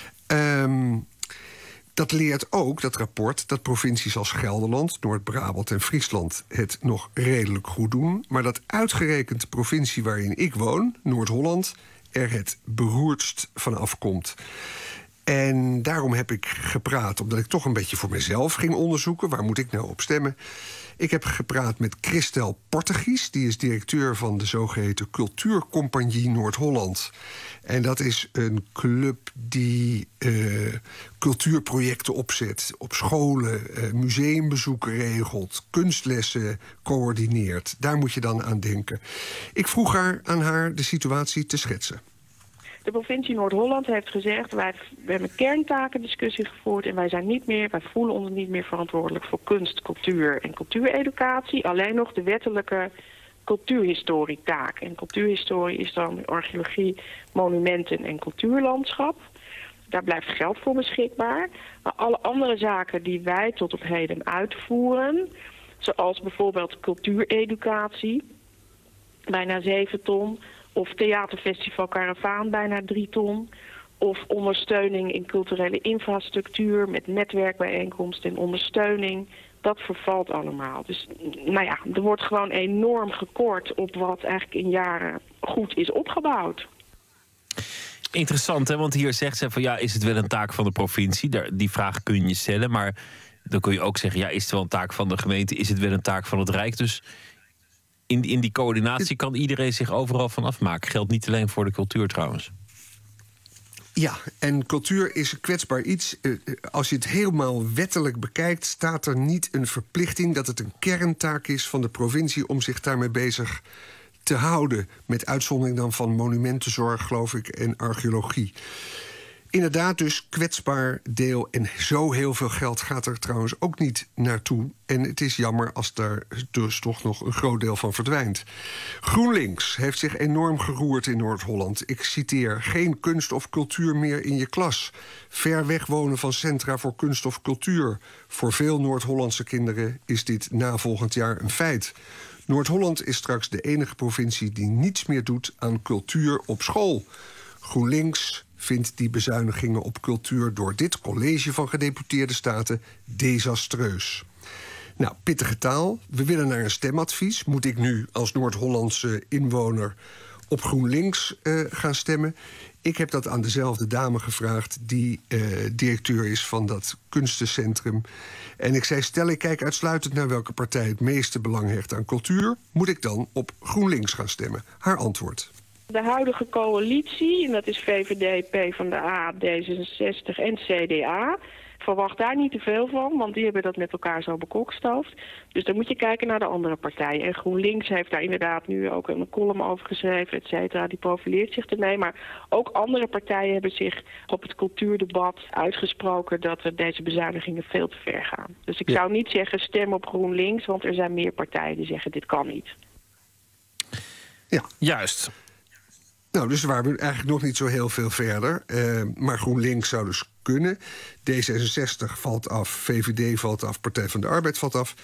Dat leert ook, dat rapport, dat provincies als Gelderland, Noord-Brabant en Friesland het nog redelijk goed doen. Maar dat uitgerekend de provincie waarin ik woon, Noord-Holland, er het beroerdst van afkomt. En daarom heb ik gepraat, omdat ik toch een beetje voor mezelf ging onderzoeken. Waar moet ik nou op stemmen? Ik heb gepraat met Christel Portegies. Die is directeur van de zogeheten Cultuurcompagnie Noord-Holland. En dat is een club die cultuurprojecten opzet. Op scholen, museumbezoeken regelt, kunstlessen coördineert. Daar moet je dan aan denken. Ik vroeg aan haar de situatie te schetsen. De provincie Noord-Holland heeft gezegd, we hebben kerntakendiscussie gevoerd en wij voelen ons niet meer verantwoordelijk voor kunst, cultuur en cultuureducatie. Alleen nog de wettelijke cultuurhistorietaak. En cultuurhistorie is dan archeologie, monumenten en cultuurlandschap. Daar blijft geld voor beschikbaar. Maar alle andere zaken die wij tot op heden uitvoeren, zoals bijvoorbeeld cultuureducatie, bijna 7 ton... of theaterfestival Karavaan, bijna 3 ton... of ondersteuning in culturele infrastructuur met netwerkbijeenkomsten en ondersteuning. Dat vervalt allemaal. Dus er wordt gewoon enorm gekort op wat eigenlijk in jaren goed is opgebouwd. Interessant, hè? Want hier zegt ze van is het wel een taak van de provincie? Die vraag kun je stellen, maar dan kun je ook zeggen, is het wel een taak van de gemeente? Is het wel een taak van het Rijk? Dus in die coördinatie kan iedereen zich overal van afmaken. Geldt niet alleen voor de cultuur trouwens. Ja, en cultuur is een kwetsbaar iets. Als je het helemaal wettelijk bekijkt, staat er niet een verplichting dat het een kerntaak is van de provincie om zich daarmee bezig te houden. Met uitzondering dan van monumentenzorg, geloof ik, en archeologie. Inderdaad, dus kwetsbaar deel. En zo heel veel geld gaat er trouwens ook niet naartoe. En het is jammer als daar dus toch nog een groot deel van verdwijnt. GroenLinks heeft zich enorm geroerd in Noord-Holland. Ik citeer: geen kunst of cultuur meer in je klas. Ver weg wonen van centra voor kunst of cultuur. Voor veel Noord-Hollandse kinderen is dit na volgend jaar een feit. Noord-Holland is straks de enige provincie die niets meer doet aan cultuur op school. GroenLinks vindt die bezuinigingen op cultuur door dit college van gedeputeerde staten desastreus. Nou, pittige taal. We willen naar een stemadvies. Moet ik nu als Noord-Hollandse inwoner op GroenLinks gaan stemmen? Ik heb dat aan dezelfde dame gevraagd die directeur is van dat kunstencentrum. En ik zei, stel ik kijk uitsluitend naar welke partij het meeste belang hecht aan cultuur, moet ik dan op GroenLinks gaan stemmen? Haar antwoord: de huidige coalitie, en dat is VVD, PvdA, D66 en CDA... verwacht daar niet te veel van, want die hebben dat met elkaar zo bekokstoofd. Dus dan moet je kijken naar de andere partijen. En GroenLinks heeft daar inderdaad nu ook een column over geschreven, et cetera. Die profileert zich ermee. Maar ook andere partijen hebben zich op het cultuurdebat uitgesproken dat deze bezuinigingen veel te ver gaan. Dus ik zou niet zeggen stem op GroenLinks, want er zijn meer partijen die zeggen dit kan niet. Ja, juist. Nou, dus waren we eigenlijk nog niet zo heel veel verder. Maar GroenLinks zou dus kunnen. D66 valt af, VVD valt af, Partij van de Arbeid valt af.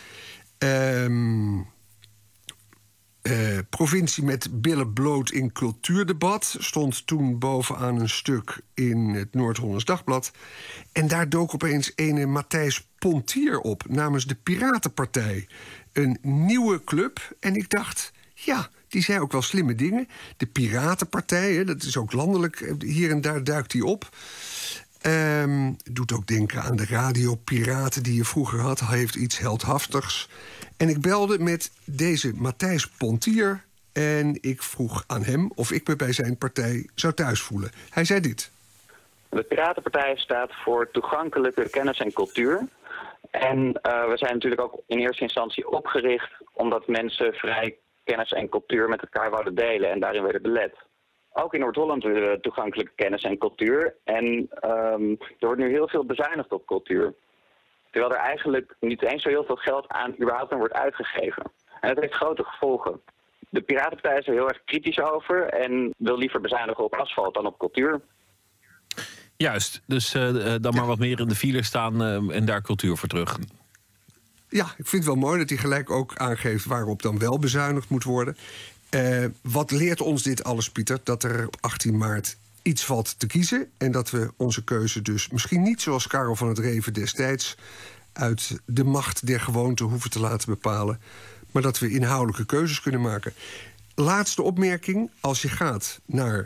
Provincie met billen bloot in cultuurdebat stond toen bovenaan een stuk in het Noord-Hollands Dagblad. En daar dook opeens ene Matthijs Pontier op namens de Piratenpartij. Een nieuwe club. En ik dacht, ja, die zei ook wel slimme dingen. De Piratenpartij, hè, dat is ook landelijk, hier en daar duikt die op. Doet ook denken aan de radiopiraten die je vroeger had. Hij heeft iets heldhaftigs. En ik belde met deze Matthijs Pontier en ik vroeg aan hem of ik me bij zijn partij zou thuis voelen. Hij zei dit: de Piratenpartij staat voor toegankelijke kennis en cultuur. En we zijn natuurlijk ook in eerste instantie opgericht omdat mensen vrij kennis en cultuur met elkaar wouden delen en daarin werden belet. Ook in Noord-Holland willen we toegankelijke kennis en cultuur. En er wordt nu heel veel bezuinigd op cultuur. Terwijl er eigenlijk niet eens zo heel veel geld aan überhaupt aan wordt uitgegeven. En dat heeft grote gevolgen. De Piratenpartij is er heel erg kritisch over en wil liever bezuinigen op asfalt dan op cultuur. Juist, dus dan maar wat meer in de file staan en daar cultuur voor terug. Ja, ik vind het wel mooi dat hij gelijk ook aangeeft waarop dan wel bezuinigd moet worden. Wat leert ons dit alles, Pieter? Dat er op 18 maart iets valt te kiezen. En dat we onze keuze dus misschien niet zoals Karel van het Reven destijds uit de macht der gewoonte hoeven te laten bepalen. Maar dat we inhoudelijke keuzes kunnen maken. Laatste opmerking. Als je gaat naar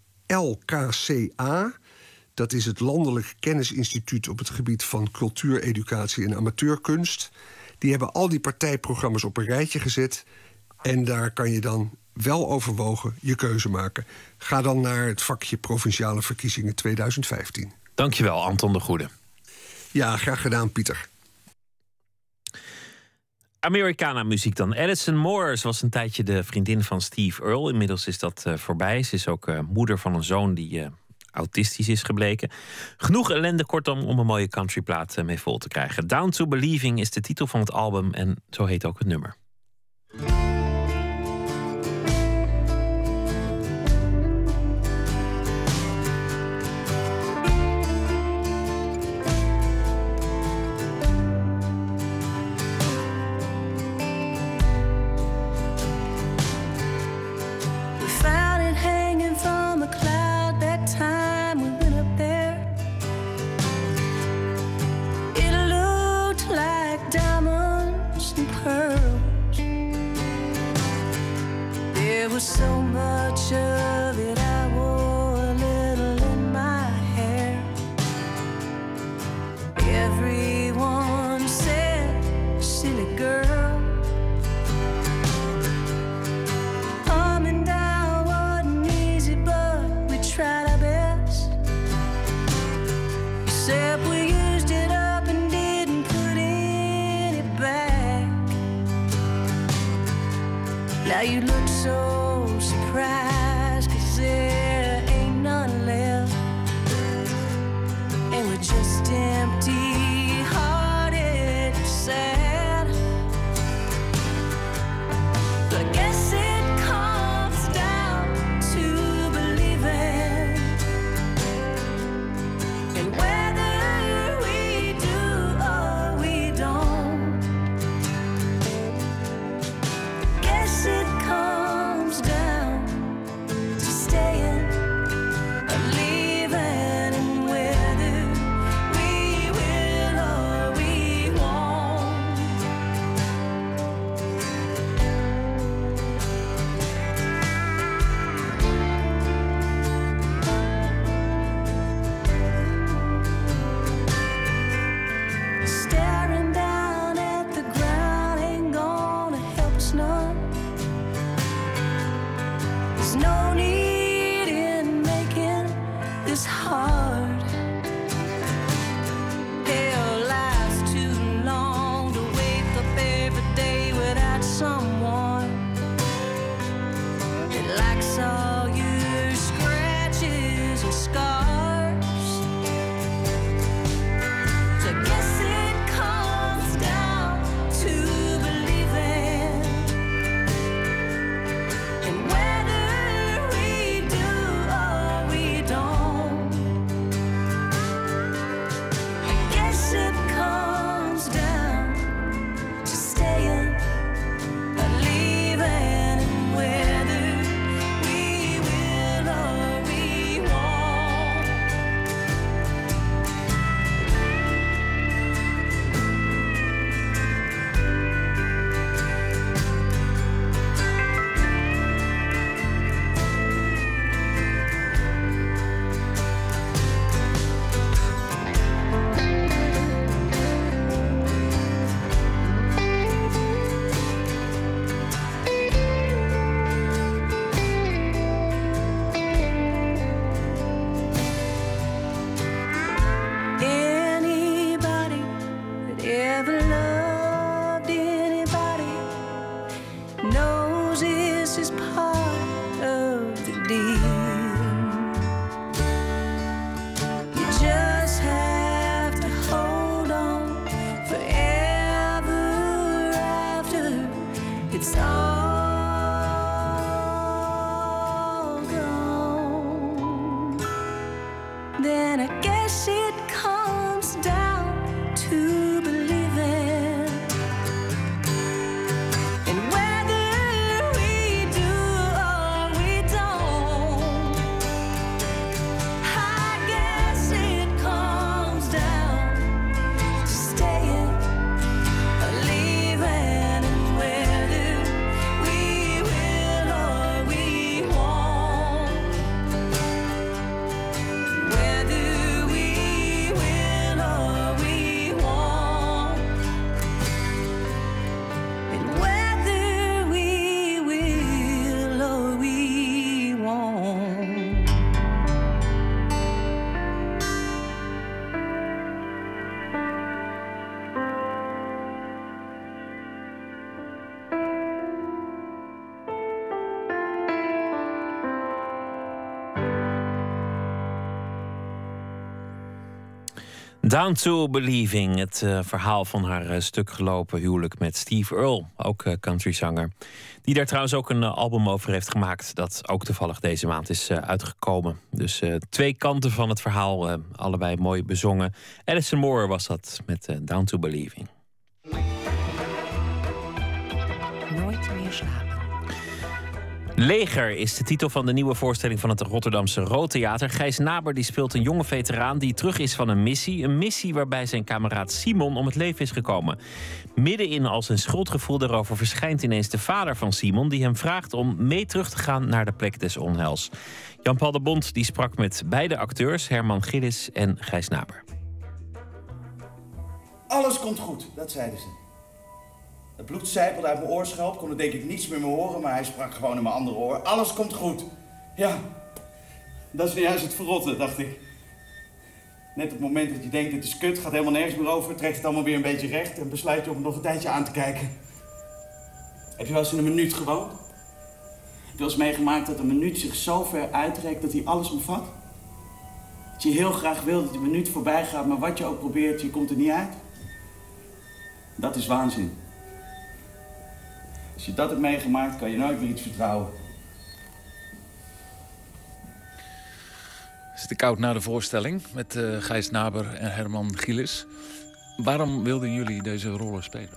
LKCA, dat is het Landelijk Kennisinstituut op het gebied van cultuur, educatie en amateurkunst. Die hebben al die partijprogramma's op een rijtje gezet. En daar kan je dan wel overwogen je keuze maken. Ga dan naar het vakje Provinciale Verkiezingen 2015. Dankjewel, Anton de Goede. Ja, graag gedaan, Pieter. Americana-muziek dan. Alison Moore was een tijdje de vriendin van Steve Earle. Inmiddels is dat voorbij. Ze is ook moeder van een zoon die autistisch is gebleken. Genoeg ellende, kortom, om een mooie countryplaat mee vol te krijgen. Down to Believing is de titel van het album en zo heet ook het nummer. So much of it I wore a little in my hair. Everyone said, silly girl. Coming down wasn't easy, but we tried our best. Except we used it up and didn't put any back. Now you look so surprised, 'cause there ain't none left, and we're just empty-hearted, sad. But I guess it comes down to believing, and whether we do or we don't, guess it comes down Down to Believing, het verhaal van haar stuk gelopen huwelijk met Steve Earle, ook countryzanger. Die daar trouwens ook een album over heeft gemaakt, dat ook toevallig deze maand is uitgekomen. Dus 2 kanten van het verhaal, allebei mooi bezongen. Alison Moore was dat met Down to Believing. Nooit meer slapen. Leger is de titel van de nieuwe voorstelling van het Rotterdamse Rood Theater. Gijs Naber die speelt een jonge veteraan die terug is van een missie. Een missie waarbij zijn kameraad Simon om het leven is gekomen. Middenin al zijn schuldgevoel daarover verschijnt ineens de vader van Simon, die hem vraagt om mee terug te gaan naar de plek des onheils. Jan-Paul de Bond die sprak met beide acteurs, Herman Gillis en Gijs Naber. Alles komt goed, dat zeiden ze. Het bloed sijpelde uit mijn oorschelp, kon er denk ik niets meer horen, maar hij sprak gewoon in mijn andere oor. Alles komt goed. Ja, dat is nu juist het verrotte, dacht ik. Net op het moment dat je denkt, het is kut, gaat helemaal nergens meer over, trekt het allemaal weer een beetje recht en besluit je om het nog een tijdje aan te kijken. Heb je wel eens in een minuut gewoond? Heb je wel eens meegemaakt dat een minuut zich zo ver uitrekt dat hij alles omvat? Dat je heel graag wil dat die minuut voorbij gaat, maar wat je ook probeert, je komt er niet uit? Dat is waanzin. Als je dat hebt meegemaakt, kan je nooit meer iets vertrouwen. Is het koud na de voorstelling met Gijs Naber en Herman Gillis. Waarom wilden jullie deze rollen spelen?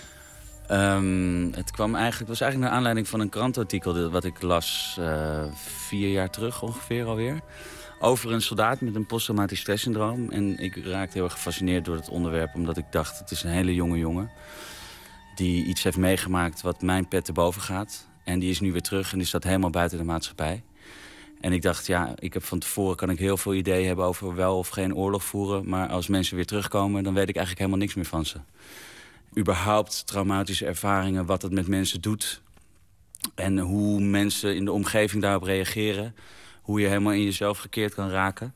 Het was eigenlijk naar aanleiding van een krantartikel wat ik las 4 jaar terug ongeveer alweer. Over een soldaat met een posttraumatisch stresssyndroom. En ik raakte heel erg gefascineerd door het onderwerp, omdat ik dacht, het is een hele jonge jongen die iets heeft meegemaakt wat mijn pet te boven gaat. En die is nu weer terug en die staat helemaal buiten de maatschappij. En ik dacht, ja, van tevoren kan ik heel veel ideeën hebben over wel of geen oorlog voeren. Maar als mensen weer terugkomen, dan weet ik eigenlijk helemaal niks meer van ze. Überhaupt traumatische ervaringen, wat het met mensen doet. En hoe mensen in de omgeving daarop reageren. Hoe je helemaal in jezelf gekeerd kan raken.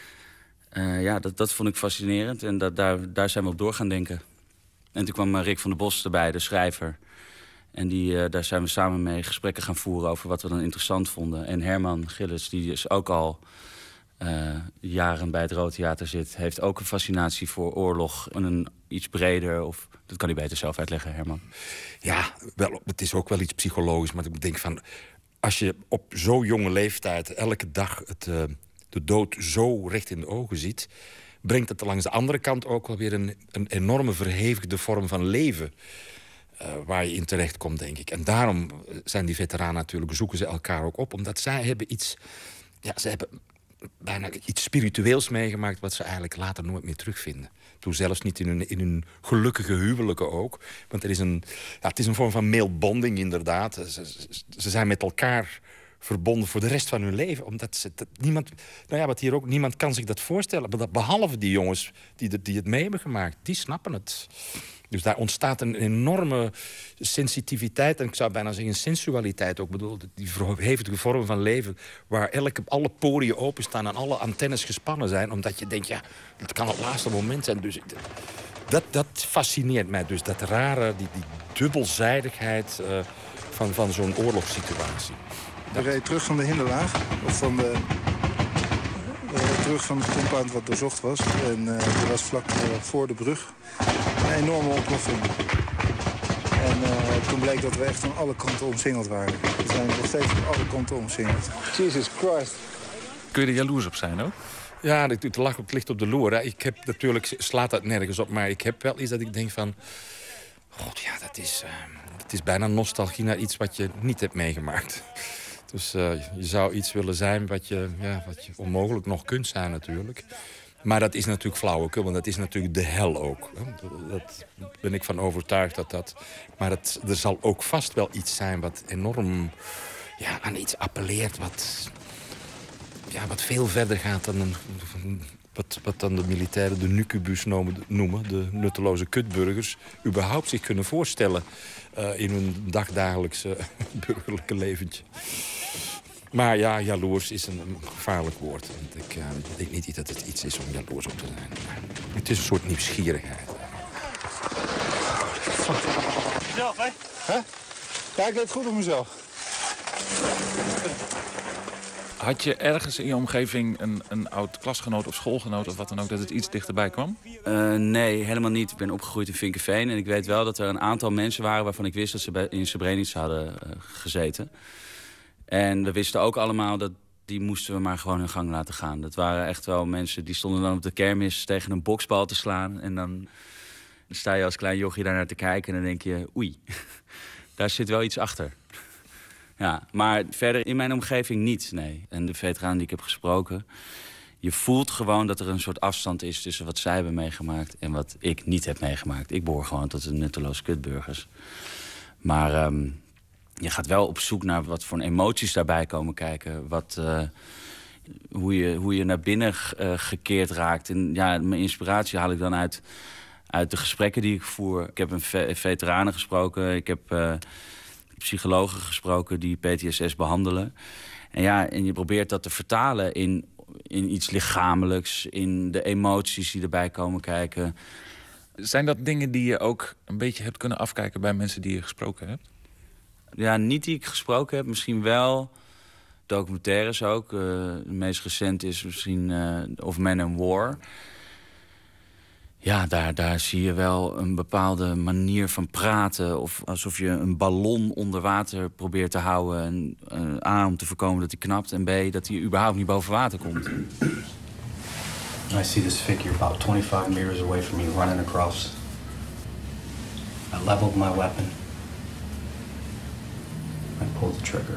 Dat vond ik fascinerend en daar zijn we op door gaan denken. En toen kwam Rick van der Bos erbij, de schrijver. En daar zijn we samen mee gesprekken gaan voeren over wat we dan interessant vonden. En Herman Gillis, die dus ook al jaren bij het Rood Theater zit, heeft ook een fascinatie voor oorlog. En een iets breder, of dat kan hij beter zelf uitleggen, Herman. Ja, wel, het is ook wel iets psychologisch. Maar ik denk van, als je op zo'n jonge leeftijd elke dag de dood zo recht in de ogen ziet, brengt het langs de andere kant ook wel weer een enorme verhevigde vorm van leven waar je in terecht komt, denk ik. En daarom zijn die veteranen natuurlijk, zoeken ze elkaar ook op, omdat zij hebben iets, ja, ze hebben bijna iets spiritueels meegemaakt wat ze eigenlijk later nooit meer terugvinden. Toen zelfs niet in hun gelukkige huwelijken ook. Want het is een vorm van male bonding inderdaad. Ze zijn met elkaar verbonden voor de rest van hun leven. Omdat niemand kan zich dat voorstellen. Behalve die jongens die het mee hebben gemaakt. Die snappen het. Dus daar ontstaat een enorme sensitiviteit. En ik zou bijna zeggen sensualiteit ook. Bedoel, die verhevige vorm van leven waar alle poriën openstaan en alle antennes gespannen zijn. Omdat je denkt, ja, het kan het laatste moment zijn. Dus dat fascineert mij. Dus dat rare, die dubbelzijdigheid van zo'n oorlogssituatie. We reden terug van de hinderlaag, of terug van het compound wat doorzocht was. En er was vlak voor de brug een enorme ontploffing. En toen bleek dat we echt aan alle kanten omsingeld waren. We zijn nog steeds aan alle kanten omsingeld. Jesus Christ. Kun je er jaloers op zijn ook? Ja, het ligt op de loer. Hè. Ik heb natuurlijk, slaat dat nergens op, maar ik heb wel iets dat ik denk van, god ja, dat is bijna nostalgie naar iets wat je niet hebt meegemaakt. Dus je zou iets willen zijn wat je onmogelijk nog kunt zijn natuurlijk. Maar dat is natuurlijk flauwekul, want dat is natuurlijk de hel ook. Dat ben ik van overtuigd dat. Maar er zal ook vast wel iets zijn wat enorm aan iets appelleert. Wat veel verder gaat dan wat dan de militairen de nucubus noemen. De nutteloze kutburgers überhaupt zich kunnen voorstellen in hun dagdagelijkse burgerlijke leventje. Maar ja, jaloers is een gevaarlijk woord. Want ik denk niet dat het iets is om jaloers op te zijn. Het is een soort nieuwsgierigheid. Zelf, hè? Ja, ik weet het goed op mezelf. Had je ergens in je omgeving een oud klasgenoot of schoolgenoot of wat dan ook... dat het iets dichterbij kwam? Nee, helemaal niet. Ik ben opgegroeid in Vinkeveen. En ik weet wel dat er een aantal mensen waren waarvan ik wist dat ze in Srebrenica hadden gezeten. En we wisten ook allemaal dat die moesten we maar gewoon hun gang laten gaan. Dat waren echt wel mensen die stonden dan op de kermis tegen een boksbal te slaan. En dan sta je als klein jochie daar naar te kijken en dan denk je... oei, daar zit wel iets achter. Ja, maar verder in mijn omgeving niet, nee. En de veteranen die ik heb gesproken... je voelt gewoon dat er een soort afstand is tussen wat zij hebben meegemaakt... en wat ik niet heb meegemaakt. Ik behoor gewoon tot de nutteloze kutburgers. Maar je gaat wel op zoek naar wat voor emoties daarbij komen kijken. Hoe je naar binnen gekeerd raakt. En ja, mijn inspiratie haal ik dan uit de gesprekken die ik voer. Ik heb een veteranen gesproken, ik heb... psychologen gesproken die PTSS behandelen. En je probeert dat te vertalen in iets lichamelijks... in de emoties die erbij komen kijken. Zijn dat dingen die je ook een beetje hebt kunnen afkijken... bij mensen die je gesproken hebt? Ja, niet die ik gesproken heb. Misschien wel documentaires ook. De meest recent is misschien Of Man and War... Ja, daar zie je wel een bepaalde manier van praten. Of alsof je een ballon onder water probeert te houden. En, A, om te voorkomen dat hij knapt. En B, dat hij überhaupt niet boven water komt. I see this figure about 25 meters away from me running across. I leveled my weapon. I pulled the trigger.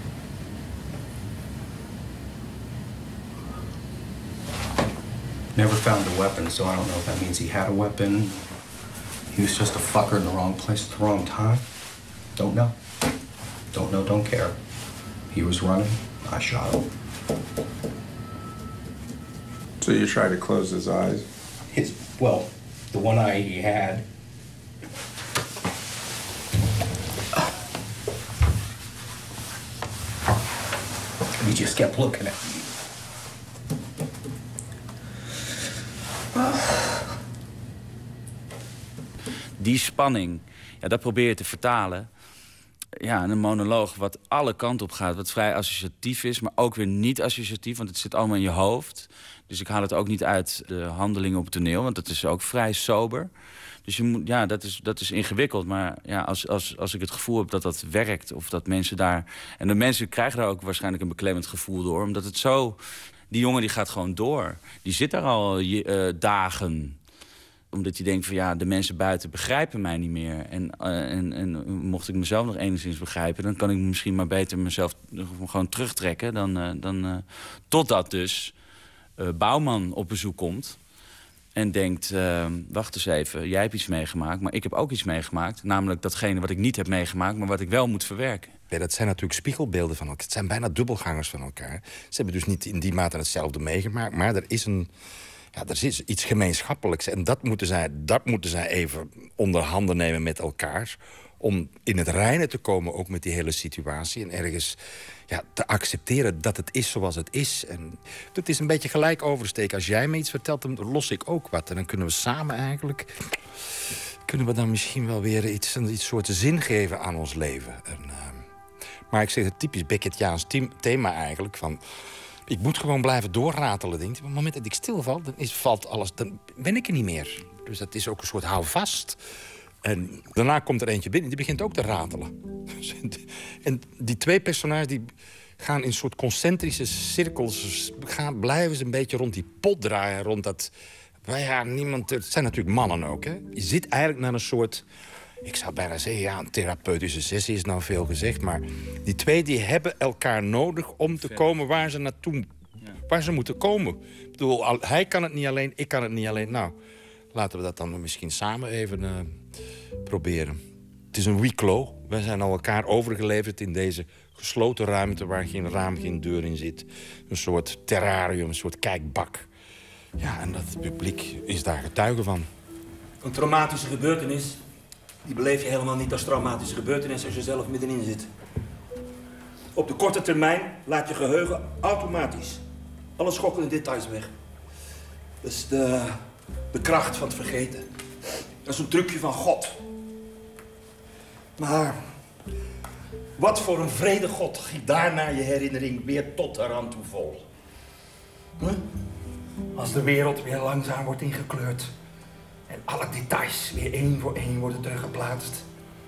Never found a weapon, so I don't know if that means he had a weapon. He was just a fucker in the wrong place at the wrong time. Don't know. Don't know, don't care. He was running, I shot him. So you tried to close his eyes? Well, the one eye he had. He just kept looking at me. Die spanning, ja, dat probeer je te vertalen. Ja, een monoloog wat alle kanten op gaat. Wat vrij associatief is, maar ook weer niet associatief. Want het zit allemaal in je hoofd. Dus ik haal het ook niet uit de handelingen op het toneel. Want dat is ook vrij sober. Dus je moet, ja, dat is ingewikkeld. Maar ja, als ik het gevoel heb dat dat werkt. Of dat mensen daar... En de mensen krijgen daar ook waarschijnlijk een beklemmend gevoel door. Omdat het zo... Die jongen die gaat gewoon door. Die zit daar al dagen... Omdat je denkt van ja, de mensen buiten begrijpen mij niet meer. En mocht ik mezelf nog enigszins begrijpen... dan kan ik misschien maar beter mezelf gewoon terugtrekken. Totdat dus Bouwman op bezoek komt. En denkt, wacht eens even, jij hebt iets meegemaakt... maar ik heb ook iets meegemaakt. Namelijk datgene wat ik niet heb meegemaakt... maar wat ik wel moet verwerken. Ja, dat zijn natuurlijk spiegelbeelden van elkaar. Het zijn bijna dubbelgangers van elkaar. Ze hebben dus niet in die mate hetzelfde meegemaakt... maar er is iets gemeenschappelijks. En dat moeten zij even onder handen nemen met elkaar... om in het reine te komen ook met die hele situatie... en ergens te accepteren dat het is zoals het is. En het is een beetje gelijk oversteken. Als jij me iets vertelt, dan los ik ook wat. En dan kunnen we samen eigenlijk... kunnen we dan misschien wel weer iets soort zin geven aan ons leven. Maar ik zeg het typisch Beckettiaans thema eigenlijk... van ik moet gewoon blijven doorratelen. Denk. Op het moment dat ik stilval, valt alles, dan ben ik er niet meer. Dus dat is ook een soort houvast. En daarna komt er eentje binnen, die begint ook te ratelen. En die twee personages die gaan in soort concentrische cirkels... blijven ze een beetje rond die pot draaien, rond dat... het zijn natuurlijk mannen ook, hè. Je zit eigenlijk naar een soort... Ik zou bijna zeggen, een therapeutische sessie is nou veel gezegd... maar die twee die hebben elkaar nodig om te komen waar ze naartoe... waar ze moeten komen. Ik bedoel, hij kan het niet alleen, ik kan het niet alleen. Nou, laten we dat dan misschien samen even proberen. Het is een huis clos. Wij zijn al elkaar overgeleverd in deze gesloten ruimte... waar geen raam, geen deur in zit. Een soort terrarium, een soort kijkbak. Ja, en dat publiek is daar getuige van. Een traumatische gebeurtenis... die beleef je helemaal niet als traumatische gebeurtenis als je zelf middenin zit. Op de korte termijn laat je geheugen automatisch alle schokkende details weg. Dat is de kracht van het vergeten. Dat is een trucje van God. Maar Wat voor een vrede God giet daarna je herinnering weer tot eraan toe vol. Als de wereld weer langzaam wordt ingekleurd en alle details weer één voor één worden teruggeplaatst.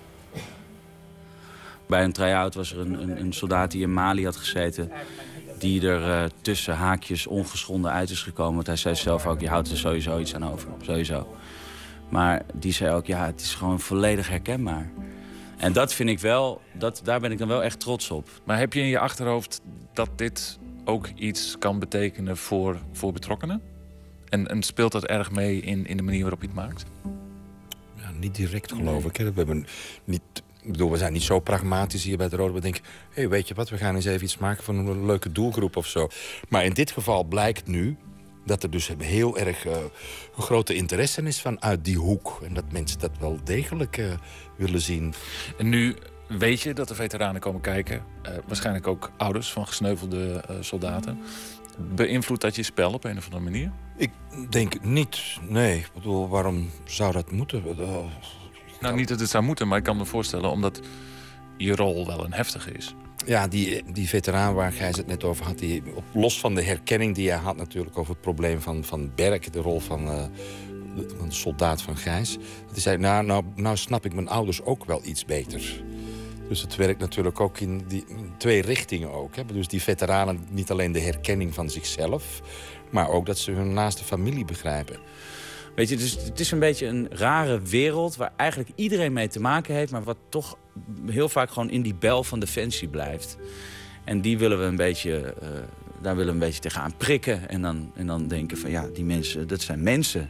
Bij een try-out was er een soldaat die in Mali had gezeten, die er tussen haakjes ongeschonden uit is gekomen. Want hij zei zelf ook, je houdt er sowieso iets aan over. Sowieso. Maar die zei ook, ja, het is gewoon volledig herkenbaar. En dat vind ik wel, daar ben ik dan wel echt trots op. Maar heb je in je achterhoofd dat dit ook iets kan betekenen voor betrokkenen? En speelt dat erg mee in de manier waarop je het maakt? Ja, niet direct, geloof ik. Hè. We hebben niet... Ik bedoel, we zijn niet zo pragmatisch hier bij de Rode. We denken, hé, weet je wat, we gaan eens even iets maken van een leuke doelgroep of zo. Maar in dit geval blijkt nu dat er dus heel erg een grote interesse is vanuit die hoek. En dat mensen dat wel degelijk willen zien. En nu weet je dat de veteranen komen kijken. Waarschijnlijk ook ouders van gesneuvelde soldaten. Beïnvloedt dat je spel op een of andere manier? Ik denk niet, nee. Ik bedoel, waarom zou dat moeten? Nou, niet dat het zou moeten, maar ik kan me voorstellen omdat je rol wel een heftige is. Ja, die veteraan waar Gijs het net over had, los van de herkenning die hij had natuurlijk over het probleem van Berk, de rol van de soldaat van Gijs. Dat hij zei, nou snap ik mijn ouders ook wel iets beter. Dus het werkt natuurlijk ook in twee richtingen ook. Hè. Dus die veteranen niet alleen de herkenning van zichzelf, maar ook dat ze hun naaste familie begrijpen. Weet je, dus het is een beetje een rare wereld waar eigenlijk iedereen mee te maken heeft, maar wat toch heel vaak gewoon in die bel van Defensie blijft. En die willen we een beetje, daar willen we een beetje tegenaan prikken. En dan denken van ja, die mensen, dat zijn mensen.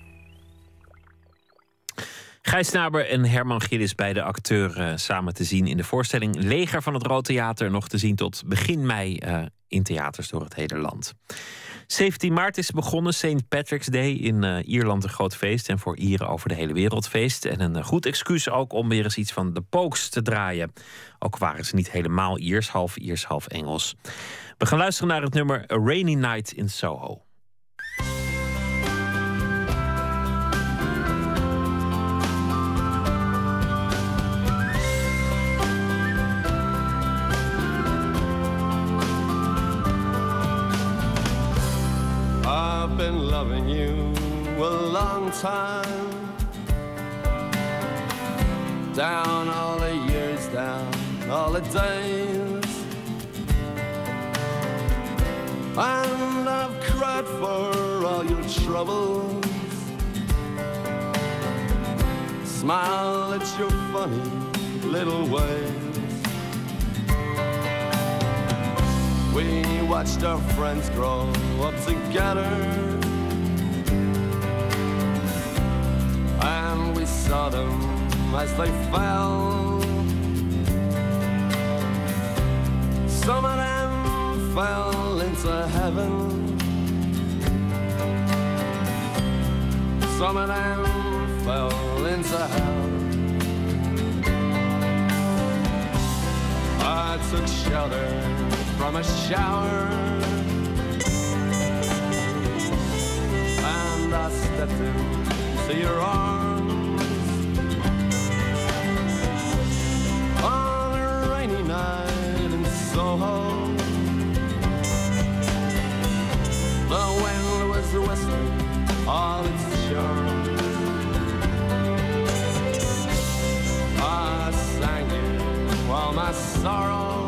Gijs Naber en Herman Gillis, beide acteur, samen te zien in de voorstelling Leger van het Rood Theater. Nog te zien tot begin mei in theaters door het hele land. 17 maart is begonnen, St. Patrick's Day. In Ierland een groot feest en voor Ieren over de hele wereld feest. En een goed excuus ook om weer eens iets van de Pogues te draaien. Ook waren ze niet helemaal Iers, half Engels. We gaan luisteren naar het nummer A Rainy Night in Soho. I've been loving you a long time. Down all the years, down all the days. And I've cried for all your troubles. Smile at your funny little ways. We watched our friends grow up together, and we saw them as they fell. Some of them fell into heaven, some of them fell into hell. I took shelter from a shower, and I stepped into your arms on a rainy night in Soho. The wind was whistling all its charms. I sang you all my sorrows.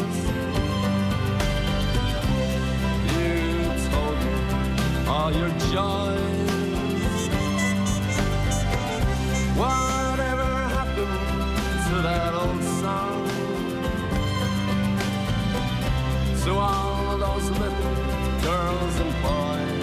All your joys. Whatever happened to that old song? To all those little girls and boys.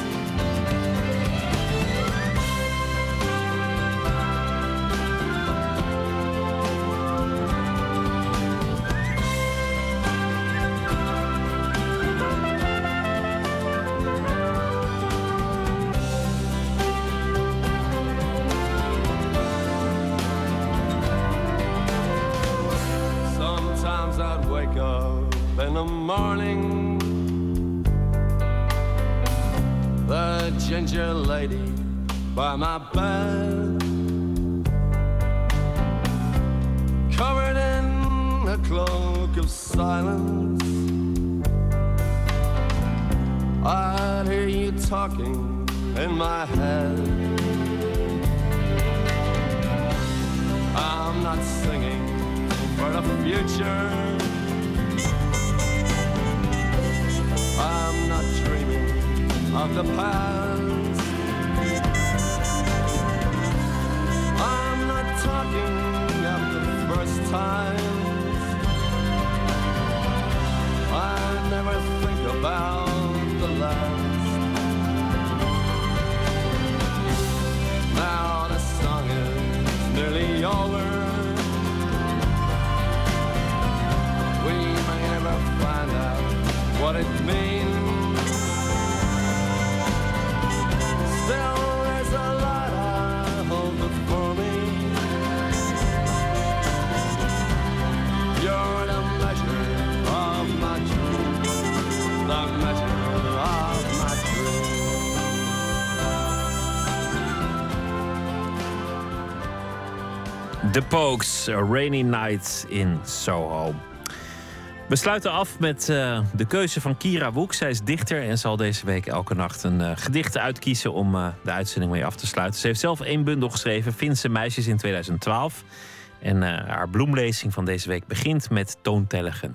I'd wake up in the morning, the ginger lady by my bed, covered in a cloak of silence, I'd hear you talking in my head. I'm not singing for the future, I'm not dreaming of the past, I'm not talking of the first times, I never think about the last. Now the song is nearly over, we may never find out what it means. Still, there's a lot I hold before me. You're the measure of my truth, the measure of my truth. The Pogues, A Rainy Night in Soho. We sluiten af met de keuze van Kira Woek. Zij is dichter en zal deze week elke nacht een gedicht uitkiezen om de uitzending mee af te sluiten. Ze heeft zelf 1 bundel geschreven, Finse Meisjes in 2012. En haar bloemlezing van deze week begint met Toontelligen.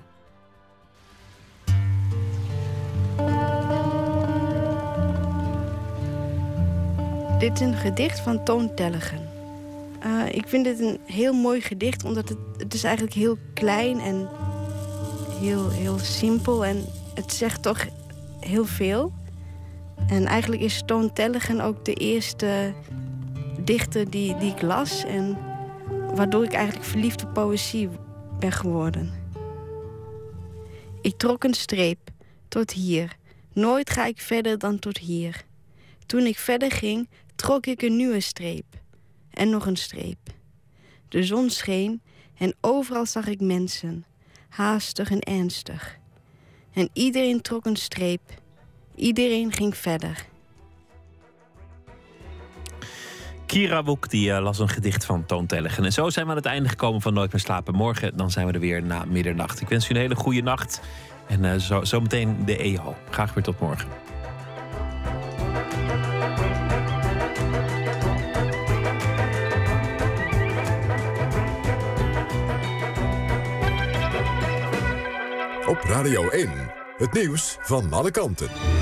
Dit is een gedicht van Toontelligen. Ik vind dit een heel mooi gedicht, omdat het is eigenlijk heel klein en heel simpel. En het zegt toch heel veel. En eigenlijk is Toontelligen ook de eerste dichter die ik las. En waardoor ik eigenlijk verliefd op poëzie ben geworden. Ik trok een streep tot hier. Nooit ga ik verder dan tot hier. Toen ik verder ging, trok ik een nieuwe streep. En nog een streep. De zon scheen en overal zag ik mensen. Haastig en ernstig. En iedereen trok een streep. Iedereen ging verder. Kira Woek die las een gedicht van Toontelligen. En zo zijn we aan het einde gekomen van Nooit meer slapen. Morgen dan zijn we er weer na middernacht. Ik wens u een hele goede nacht. En zometeen de EO. Graag weer tot morgen. Op Radio 1, het nieuws van alle kanten.